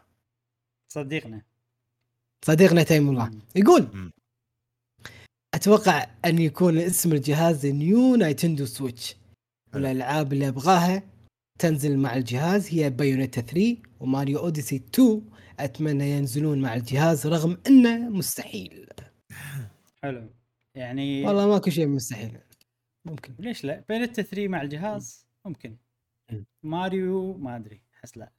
B: صديقنا تيم الله يقول اتوقع ان يكون اسم الجهاز نيو نايتندو سويتش، والالعاب اللي ابغاها تنزل مع الجهاز هي بايونيتا 3 وماريو اوديسي 2، اتمنى ينزلون مع الجهاز رغم انه مستحيل.
A: حلو يعني
B: والله ماكو شيء مستحيل، ممكن.
A: ليش لا؟ بايونيتا 3 مع الجهاز ممكن. ماريو ما ادري حس لا.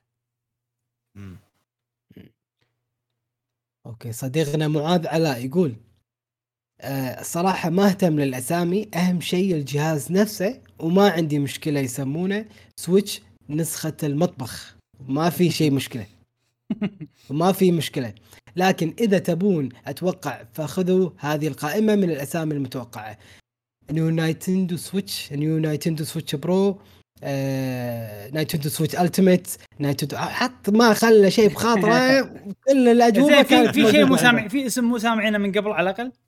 B: اوكي صديقنا معاذ علاء يقول الصراحة ما اهتم للأسامي، أهم شيء الجهاز نفسه، وما عندي مشكلة يسمونه سويتش نسخة المطبخ، ما في شيء مشكلة وما في مشكلة. لكن إذا تبون أتوقع فخذوا هذه القائمة من الأسامي المتوقعة: نيو نايتندو سويتش، نيو نايتندو سويتش برو، نايتندو سويتش التيميت، نايتندو، حط ما خلى شيء بخاطره. كل الأجوبة كانت
A: في شيء مسامع، في اسم مسامعينه من قبل على الأقل.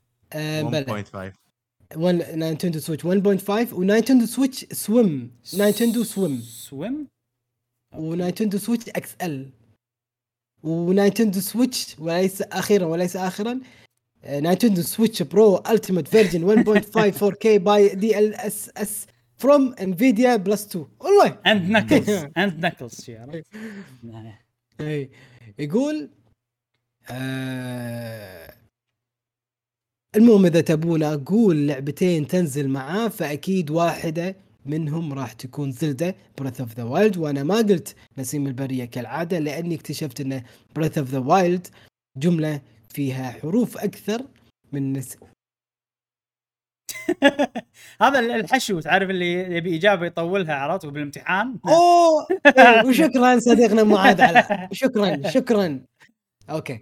C: 1.5
B: نايتندو سويتش 1.5 ونايتندو سويتش سويم، نايتندو سويم ونايتندو سويتش اكس ال، ونايتندو سويتش وليس اخيرا نايتندو سويتش برو التيميت فيرجن 1.5 4K باي DLSS فروم انفيديا بلس 2. والله
A: اند ناكلز يا
B: اي يقول المهم اذا تبون اقول لعبتين تنزل معاه فاكيد واحده منهم راح تكون زلدة بريث اوف ذا وايلد، وانا ما قلت نسيم البريه كالعاده لاني اكتشفت ان بريث اوف ذا وايلد جمله فيها حروف اكثر من
A: هذا الحشو تعرف اللي يبي اجابه يطولها عرفت بالامتحان.
B: اوه إيه، وشكرا صديقنا معاذ على شكرا اوكي.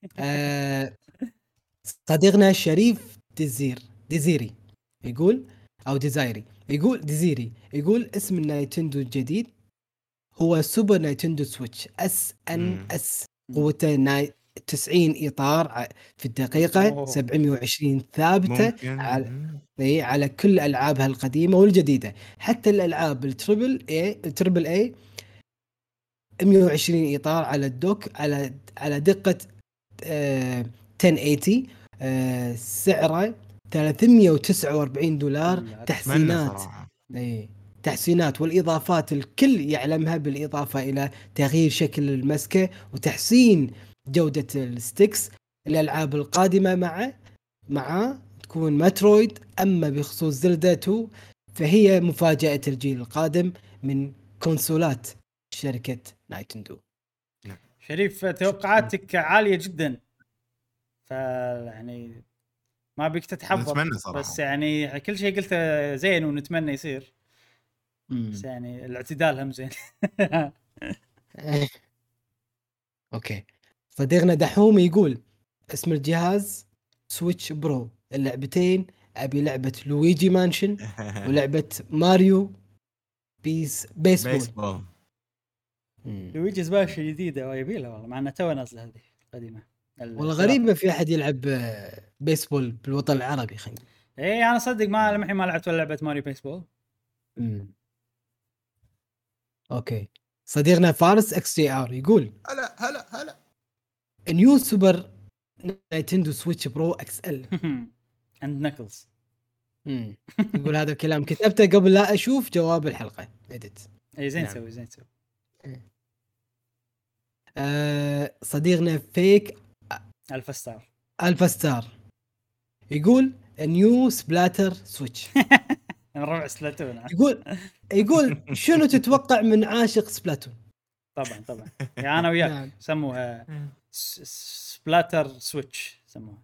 B: صديقنا الشريف ديزيري يقول او ديزايري يقول ديزيري يقول اسم النايتندو الجديد هو سوبر نايتندو سويتش اس ان اس، قوته 90 اطار في الدقيقه، 720 ثابته على كل العابها القديمه والجديده، حتى الالعاب التربل اي 120 اطار على الدوك على دقه 1080. سعره $349 تحسينات. تحسينات والاضافات الكل يعلمها، بالاضافه الى تغيير شكل المسكه وتحسين جوده الستيكس. الالعاب القادمه مع تكون مترويد. اما بخصوص زلدا 2 فهي مفاجاه الجيل القادم من كونسولات شركه نايتندو.
A: شريف توقعاتك عاليه جدا، فيعني ما بيك تتحفظ، بس يعني كل شيء قلته زين ونتمنى يصير. بس يعني الاعتدال هم زين.
B: اوكي. صديقنا دحوم يقول اسم الجهاز سويتش برو، اللعبتين ابي لعبه لويجي مانشن ولعبه ماريو بيسبول.
A: لويجي سباش جديده ويبي لها والله، مع انها تو نازله هذه قديمه.
B: والله غريبه في احد يلعب بيسبول بالوطن العربي. خلينا
A: ايه انا صدق ما لمحي ما لعبت ولا لعبه ماريو بيسبول.
B: اوكي. صديقنا فارس اكس جي ار يقول
C: هلا
B: نيو سوبر نايتندو سويتش برو اكس ال
A: اند نكلز.
B: يقول هذا الكلام كتبته قبل لا اشوف جواب الحلقه اديت.
A: اي زين تسوي زين تسوي.
B: صديقنا فيك الفا ستار يقول نيو سبلاتر سويتش.
A: ربع سبلاتون.
B: يقول شنو تتوقع من عاشق سبلاتون؟
A: طبعا يعني انا وياك سموها سبلاتر سويتش سموها.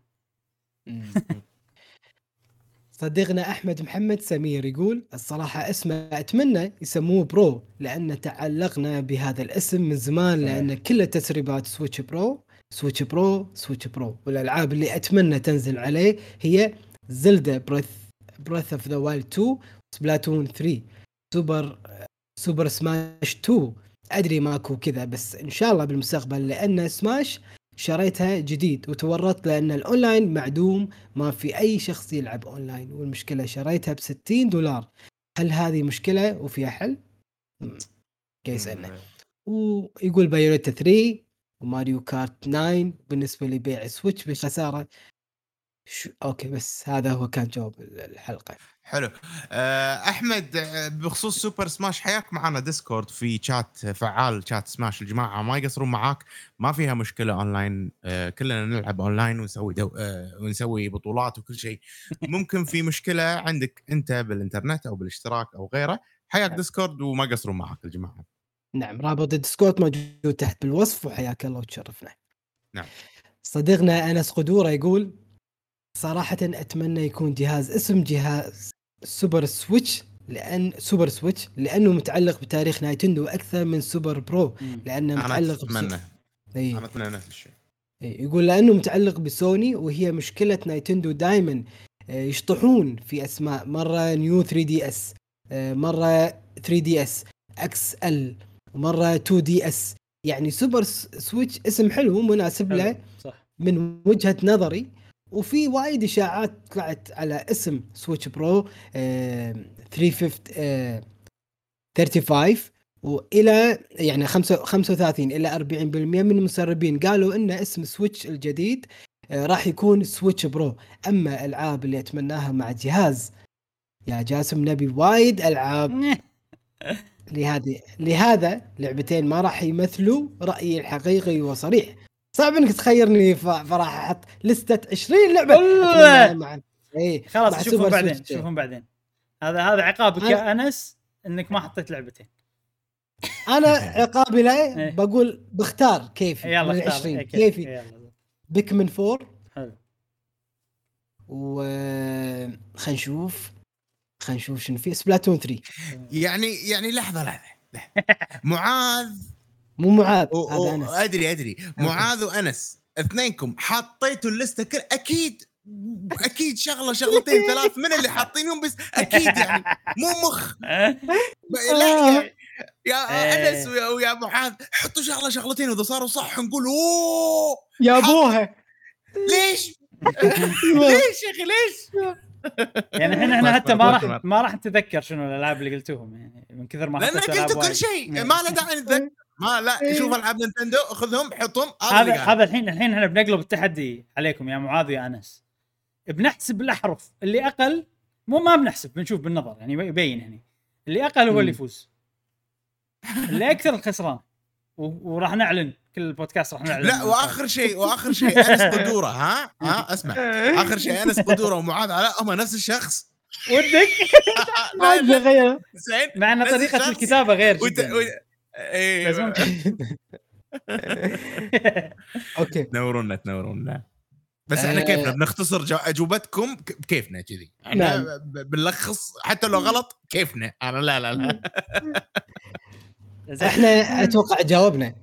B: صديقنا احمد محمد سمير يقول الصراحه اسمه اتمنى يسموه برو، لان تعلقنا بهذا الاسم من زمان، لان كل التسريبات سويتش برو والالعاب اللي اتمنى تنزل عليه هي زلدا بريث اوف ذا وايلد 2، سبلاتون 3، سوبر سماش 2. ادري ماكو كذا، بس ان شاء الله بالمستقبل، لان سماش شريتها جديد وتورطت لان الاونلاين معدوم، ما في اي شخص يلعب اونلاين، والمشكله شريتها $60. هل هذه مشكله وفيها حل؟ كيس انه ويقول بايونيتا 3 وماريو كارت 9 بالنسبه لبيع سويتش بخساره. اوكي بس هذا هو كان جواب الحلقه.
C: حلو. احمد بخصوص سوبر سماش، حياك معنا ديسكورد في شات فعال، شات سماش الجماعه ما يقصرون معاك، ما فيها مشكله اونلاين. كلنا نلعب اونلاين ونسوي ونسوي بطولات وكل شيء. ممكن في مشكله عندك انت بالانترنت او بالاشتراك او غيره، حياك ديسكورد وما يقصرون معاك الجماعه.
B: نعم رابط الديسكورد موجود تحت بالوصف، وحياك الله وتشرفنا.
C: نعم.
B: صديقنا انس قدوره يقول صراحه اتمنى يكون اسم جهاز سوبر سويتش، لانه متعلق بتاريخ نايتندو اكثر من سوبر برو، لانه متعلق
C: انا اتمنى نفس الشيء.
B: يقول لانه متعلق بسوني، وهي مشكله نايتندو دائما يشطحون في اسماء، مره نيو 3DS، مره 3DS اكس ال، ومره 2DS. يعني سوبر سويتش اسم حلو مناسب له من وجهه نظري، وفي وايد اشاعات طلعت على اسم سويتش برو 335 والى يعني 35 الى 40% من المسربين قالوا ان اسم سويتش الجديد راح يكون سويتش برو. اما الالعاب اللي اتمناها مع جهاز، يا جاسم نبي وايد العاب لهذا لعبتين ما راح يمثلوا رأيي الحقيقي وصريح. صعب انك تخيرني فراح احط لستة 20 لعبة مع ايه
A: خلاص
B: مع
A: شوفهم
B: سوبر
A: بعدين
B: سويتش.
A: شوفهم بعدين. هذا عقابك يا انس انك ما حطيت لعبتين.
B: انا عقابي له
A: إيه.
B: بقول بختار كيفي
A: يلا
B: من
A: اختار
B: 20
A: إيه،
B: كيفي
A: يلا
B: بيكمن 4
A: حلو.
B: و خلينا نشوف شنو في سبلاتون 3.
C: يعني لحظه معاذ
B: مو معاذ هذا انس.
C: ادري معاذ وانس اثنينكم حطيتوا الليسته كل اكيد شغلتين ثلاث من اللي حاطينهم بس اكيد يعني مو مخ لا يا انس ويا معاذ حطوا شغلتين واذا صاروا صح نقول اوه
B: يا ابوها
C: ليش ليش يا اخي ليش
A: يعني الحين احنا حتى ما راح نتذكر شنو الالعاب اللي قلتوهم يعني من كثر ما
C: لأن قلت كل شيء ما له داعي نتذكر ما لا شوف العاب نينتندو خذهم حطهم.
A: هذا الحين احنا بنقلب التحدي عليكم يا معاذ ويا انس. بنحسب الاحرف اللي اقل ما بنحسب بنشوف بالنظر يعني يبين هنا اللي اقل هو اللي يفوز اللي اكثر الخسران وراح نعلن كل البودكاست راح نعلن.
C: لا واخر شيء انس قدوره ها اسمع اخر شيء انس قدوره ومعاذ علاء هم نفس الشخص
A: ودك
B: ما غير
C: زين
A: مع ان طريقه الكتابه غير جدا
C: ايه
B: اوكي
C: تنورونا بس احنا كيفنا بنختصر اجوبتكم بكيفنا كذي احنا بنلخص حتى لو غلط كيفنا انا لا
B: احنا اتوقع جاوبنا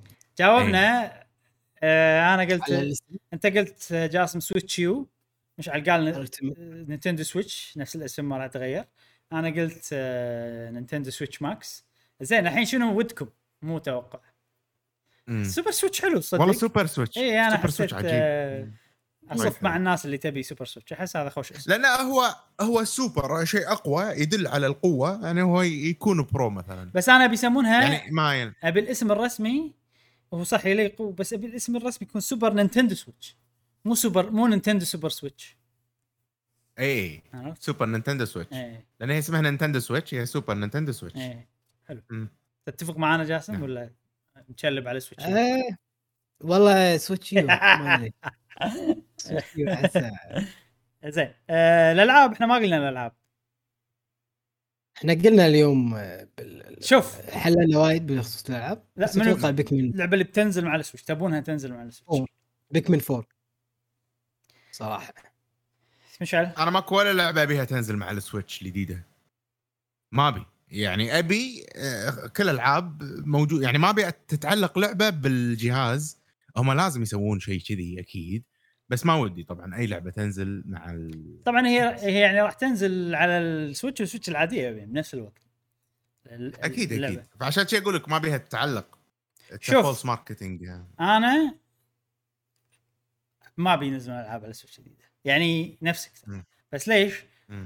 A: انا قلت انت قلت جاسم سويتش يو مشعل قال نينتندو سويتش نفس الاسم ما راح يتغير. انا قلت نينتندو سويتش ماكس. زين الحين شنو ودكم مو توقع سوبر سويتش حلو صدق
C: والله سوبر سويتش
A: اي انا
C: سوبر سويتش عجيب
A: اصف مع الناس اللي تبي سوبر سويتش احس هذا خوش اسم.
C: لأن هو سوبر شيء أقوى يدل على القوة يعني هو يكون برو مثلا
A: بس أنا بيسمونها
C: يعني ما
A: أبي الاسم الرسمي وهو صح يليق بس أبي الاسم الرسمي يكون سوبر نينتندو سويتش مو نينتندو سوبر سويتش.
C: ايه سوبر نينتندو سويتش لأن هي اسمها نينتندو سويتش هي سوبر نينتندو سويتش.
A: حلو تتفق معنا جاسم ولا نشلب على سويتش؟
B: والله سويتش ما ادري
A: زين الالعاب احنا ما قلنا الالعاب.
B: احنا قلنا اليوم
A: شوف
B: حللنا وايد بخصوص الالعاب.
A: لا
B: بس اتوقع بيكمن
A: اللعبه اللي بتنزل مع السويتش تبونها تنزل مع السويتش
B: بيكمن 4 صراحه.
A: مشعل
C: انا ماكو ولا لعبه ابيها تنزل مع السويتش الجديده ما ابي يعني ابي كل العاب موجود يعني ما ابي تتعلق لعبه بالجهاز. هم لازم يسوون شيء كذي اكيد بس ما ودي طبعا اي لعبه تنزل مع
A: طبعا هي يعني راح تنزل على السويتش والسويتش العاديه بنفس الوقت
C: اكيد فعشان شيء اقول لك ما بيها تتعلق.
A: شوف
C: ماركتينج يعني.
A: انا ما بينزلون العاب على السويتش الجديده يعني نفسك بس ليش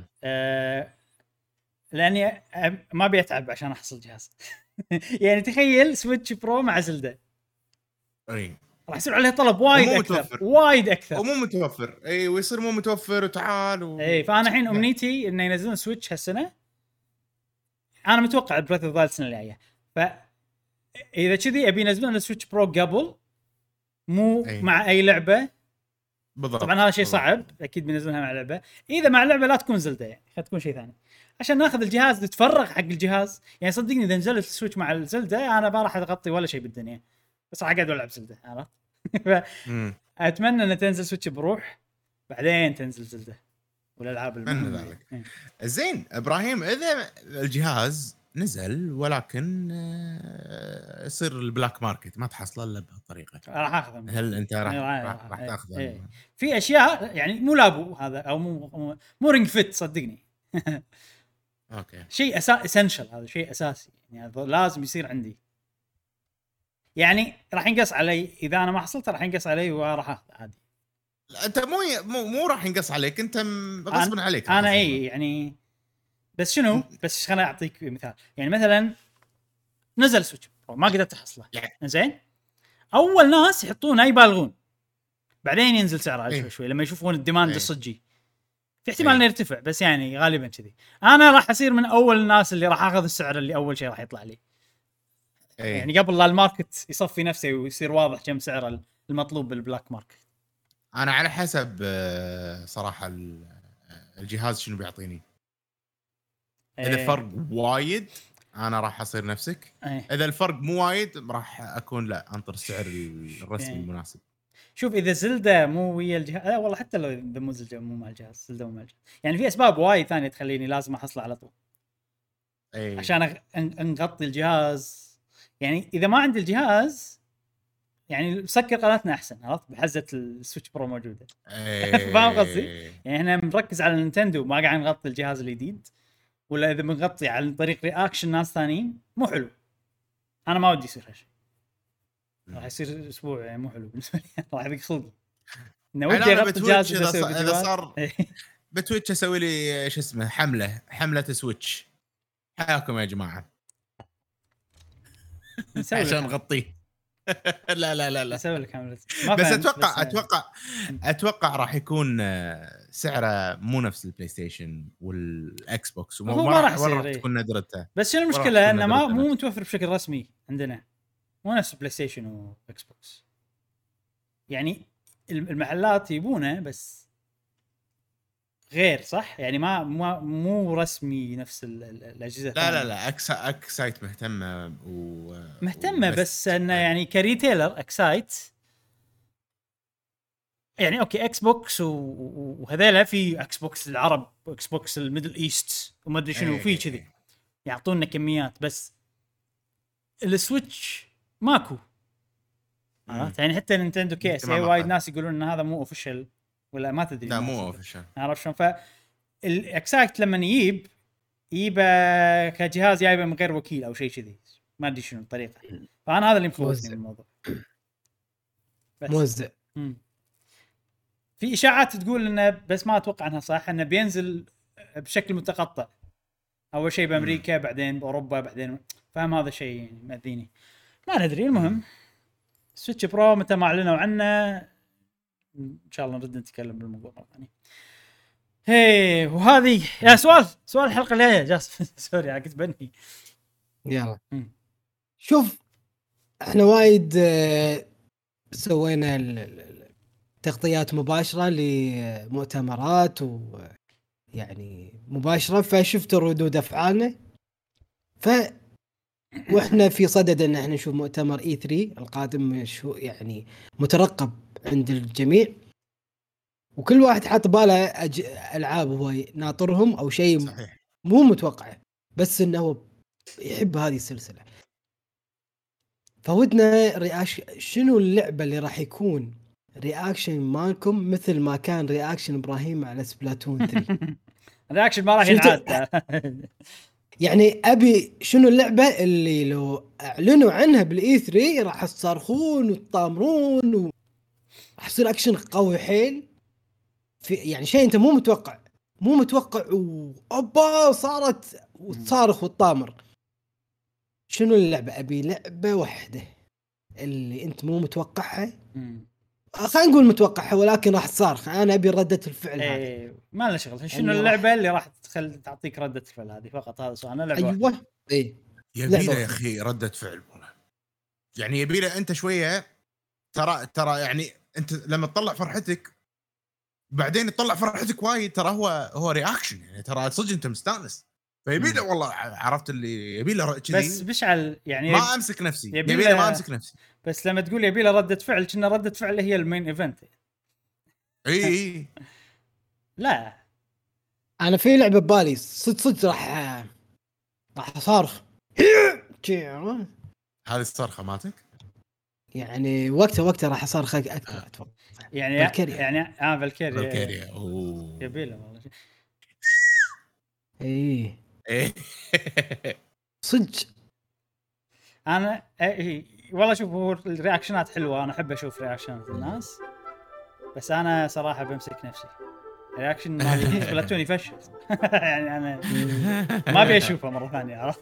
A: لاني ما بيتعب عشان احصل جهاز يعني تخيل سويتش برو مع زلدة
C: اي
A: راح يصير عليه طلب وايد اكثر
C: ومو متوفر اي ويصير مو متوفر وتعال
A: اي فانا الحين امنيتي انه ينزلون سويتش هالسنه. انا متوقع بريث اوف ذا السنه الجايه فاذا كذي ابي ينزلون السويتش برو قبل مو مع اي لعبه بالضبط. طبعا هذا شيء صعب اكيد بينزلونها مع لعبه. اذا مع لعبه لا تكون زلدة يعني تكون شيء ثاني عشان ناخذ الجهاز نتفرغ حق الجهاز يعني صدقني اذا نزلت السويتش مع الزلدة انا ما راح اغطي ولا شيء بالدنيا بس راح اقعد العب زلدة عرفت. اتمنى ان تنزل سويتش بروح بعدين تنزل زلدة والالعاب
C: المهمه. زين ابراهيم اذا الجهاز نزل ولكن يصير البلاك ماركت ما تحصله الا بهالطريقه
A: راح اخذه.
C: هل انت راح تاخذه؟
A: في اشياء يعني مو لابو هذا او مو رينج فيت صدقني
C: اوكي
A: شيء اسينشال هذا شيء اساسي يعني لازم يصير عندي يعني راح ينقص علي اذا انا ما حصلت راح ينقص علي وراح اخذ عادي.
C: انت مو راح ينقص عليك انت غصبا عليك
A: انا اي يعني بس شنو بس خليني اعطيك مثال يعني مثلا نزل سويتش ما قدرت احصله زين اول ناس يحطونه يبالغون بعدين ينزل سعره شوي لما يشوفون الديماند الصجي في احتمال انه يرتفع بس يعني غالبا كذي. انا راح اصير من اول الناس اللي راح اخذ السعر اللي اول شيء راح يطلع لي يعني قبل لا الماركت يصفي نفسه ويصير واضح كم سعر المطلوب بالبلاك ماركت.
C: انا على حسب صراحه الجهاز شنو بيعطيني. اذا فرق وايد انا راح اصير نفسك. اذا الفرق مو وايد راح اكون لا انطر السعر الرسمي المناسب.
A: شوف اذا زلدة مو ويا الجهاز، لا والله حتى لو اذا مو زلدة مو مع الجهاز، زلدة مو مع الجهاز، يعني في اسباب وايد ثانيه تخليني لازم احصله على طول عشان نغطي الجهاز. يعني اذا ما عندي الجهاز يعني سكر قناتنا احسن، عرفت؟ بحزه السويتش برو موجوده. فاهم قصدي؟ يعني احنا بنركز على النينتندو ما قاعد نغطي الجهاز الجديد، ولا اذا بنغطي عن طريق رياكشن ناس ثانيين مو حلو. انا ما ودي يصير هالشيء، راح يصير اسبوع يعني مو حلو بالنسبه لي. راح يضيق خلقي انه ودي اغطي الجهاز
C: اذا صار بتويتش اسوي لي شو اسمه حمله سويتش. حياكم يا جماعه عشان نغطيه. لا
A: نسوي لك حمله.
C: بس اتوقع راح يكون سعره مو نفس البلاي ستيشن والاكس بوكس،
A: ما راح
C: تكون ندرته.
A: بس شنو المشكله انه مو متوفر بشكل رسمي عندنا، مو نفس بلاي ستيشن واكس بوكس. يعني المحلات يبونه بس غير صح، يعني مو رسمي نفس الاجهزه.
C: لا اكسايت مهتمه
A: بس انه يعني كريتيلر اكسايت يعني اوكي اكس بوكس وهذيلا في اكس بوكس العرب واكس بوكس الميدل ايست وما ادري شنو في كذي يعطونا كميات. بس السويتش ماكو، عرفت؟ يعني حتى نينتندو كيس وايد ناس يقولون ان هذا مو اوفيشال ولا ما تدري.
C: لا مو اوفيشال،
A: عرفت شلون؟ فالاكسايت لما يجيبه كجهاز جايبه من غير وكيل او شيء كذي، ما ادري شنو الطريقه. فانا هذا اللي مخوفني من الموضوع.
B: موزع.
A: في اشاعات تقول انه بس ما اتوقع انها صح، انه بينزل بشكل متقطع، اول شيء بامريكا بعدين باوروبا بعدين، فاهم؟ هذا شيء مأذيني ما ندري. المهم سويتش برو متى ما اعلنوا عنه ان شاء الله نرد نتكلم بالموضوع مره ثانيه. هي وهذه يا سؤال الحلقه الجايه جاسم. سوري كنت بنهي.
B: يلا شوف احنا وايد سوينا تغطيات مباشره لمؤتمرات ويعني مباشره، فشفت ردود افعالنا. واحنا في صدد ان احنا نشوف مؤتمر E3 القادم، شو يعني مترقب عند الجميع، وكل واحد حاط باله العاب هو ناطرهم او شيء مو متوقع، بس انه هو يحب هذه السلسله. فودنا شنو اللعبه اللي راح يكون رياكشن مالكم مثل ما كان رياكشن ابراهيم على سبلاتون 3.
A: رياكشن ما راح ينعاد.
B: يعني ابي شنو اللعبه اللي لو اعلنوا عنها بالاي 3 راح تصرخون وتطامرون راح يصير اكشن قوي حيل، في يعني شيء انت مو متوقع اوبا صارت وتصارخ وتطامر. شنو اللعبه؟ ابي لعبه واحده اللي انت مو متوقعها، خلينا نقول متوقعها ولكن راح تصارخ. انا ابي ردة الفعل هذه.
A: ما له شغل شنو اللعبه اللي راح تعطيك ردة الفعل هذه فقط. هذا سؤال. انا لعبه
B: ايوه
C: يبيله يا اخي ردة فعل، يعني يبيله انت شويه. ترى يعني انت لما تطلع فرحتك بعدين تطلع فرحتك وايد، ترى هو رياكشن، يعني ترى صدق انت مستانس. فيبيله والله عرفت اللي يبيله كذي.
A: بس بشعل يعني
C: ما امسك نفسي، يبيله ما امسك نفسي.
A: بس لما تقول يبيله ردة فعل كنا ردة فعل هي المين ايفنت.
C: اي
A: لا
B: انا في لعبه ببالي صدق راح صارخ.
C: هذه الصرخه مالتك
B: يعني وقتها راح اصارخ اكثر اتوقع.
A: يعني
B: فالكيريا.
A: يعني
C: فالكيريا
A: يبيله والله.
B: ايه صدق
A: انا والله شوف هو الرياكشنات حلوه، انا احب اشوف رياكشنات الناس، بس انا صراحه بمسك نفسي. رياكشن مال سبلاتون يفشل. يعني انا ما ابي اشوفه مره ثانيه، عرفت؟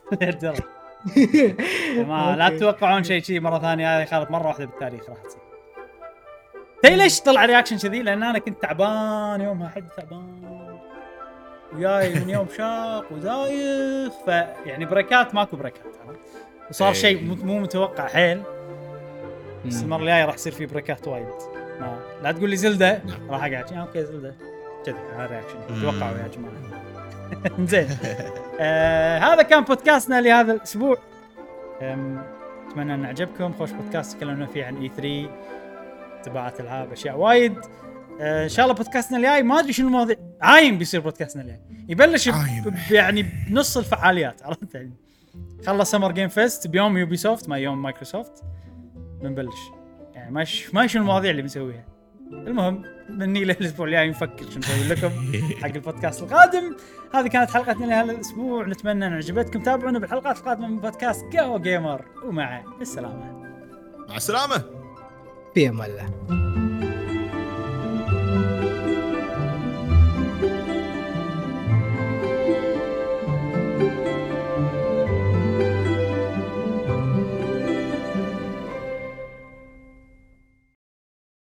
A: ما لا تتوقعون شيء مره ثانيه. هذه خالف مره واحده بالتاريخ راح تصير. ليش طلع رياكشن كذي؟ لان انا كنت تعبان يومها، حد تعبان وياي من يوم شاق ودايخ، فيعني بريكات ماكو بريكات، وصار
C: إيه.
A: شيء مو متوقع حيل. بس
B: مم.
A: المره الجايه راح يصير في بريكات وايد. لا تقول لي زلدة
C: نعم.
A: راح اقعد اوكي زلدة كذا. هذا رياكشن
C: مم.
A: توقعوا يا جماعه. زين. هذا كان بودكاستنا لهذا الاسبوع. اتمنى ان عجبكم. خوش بودكاست تكلمنا فيه عن E3 تبعات العاب اشياء وايد. ان شاء الله بودكاستنا الجاي ما ادري شنو المواضيع. عايم بيصير بودكاستنا الجاي يبلش يعني بنص الفعاليات عرفت يعني. خلص سمر جيم فيست بيوم يوبي سوفت ما يوم مايكروسوفت بنبلش يعني ما شنو المواضيع اللي بنسويها. المهم مني للاسبوع الجاي نفكر شو نسوي لكم حق البودكاست القادم. هذه كانت حلقتنا لهذا الاسبوع. نتمنى ان عجبتكم. تابعونا بالحلقات القادمه من بودكاست قهوة جيمر ومع السلامه.
C: مع السلامه.
B: في امان الله.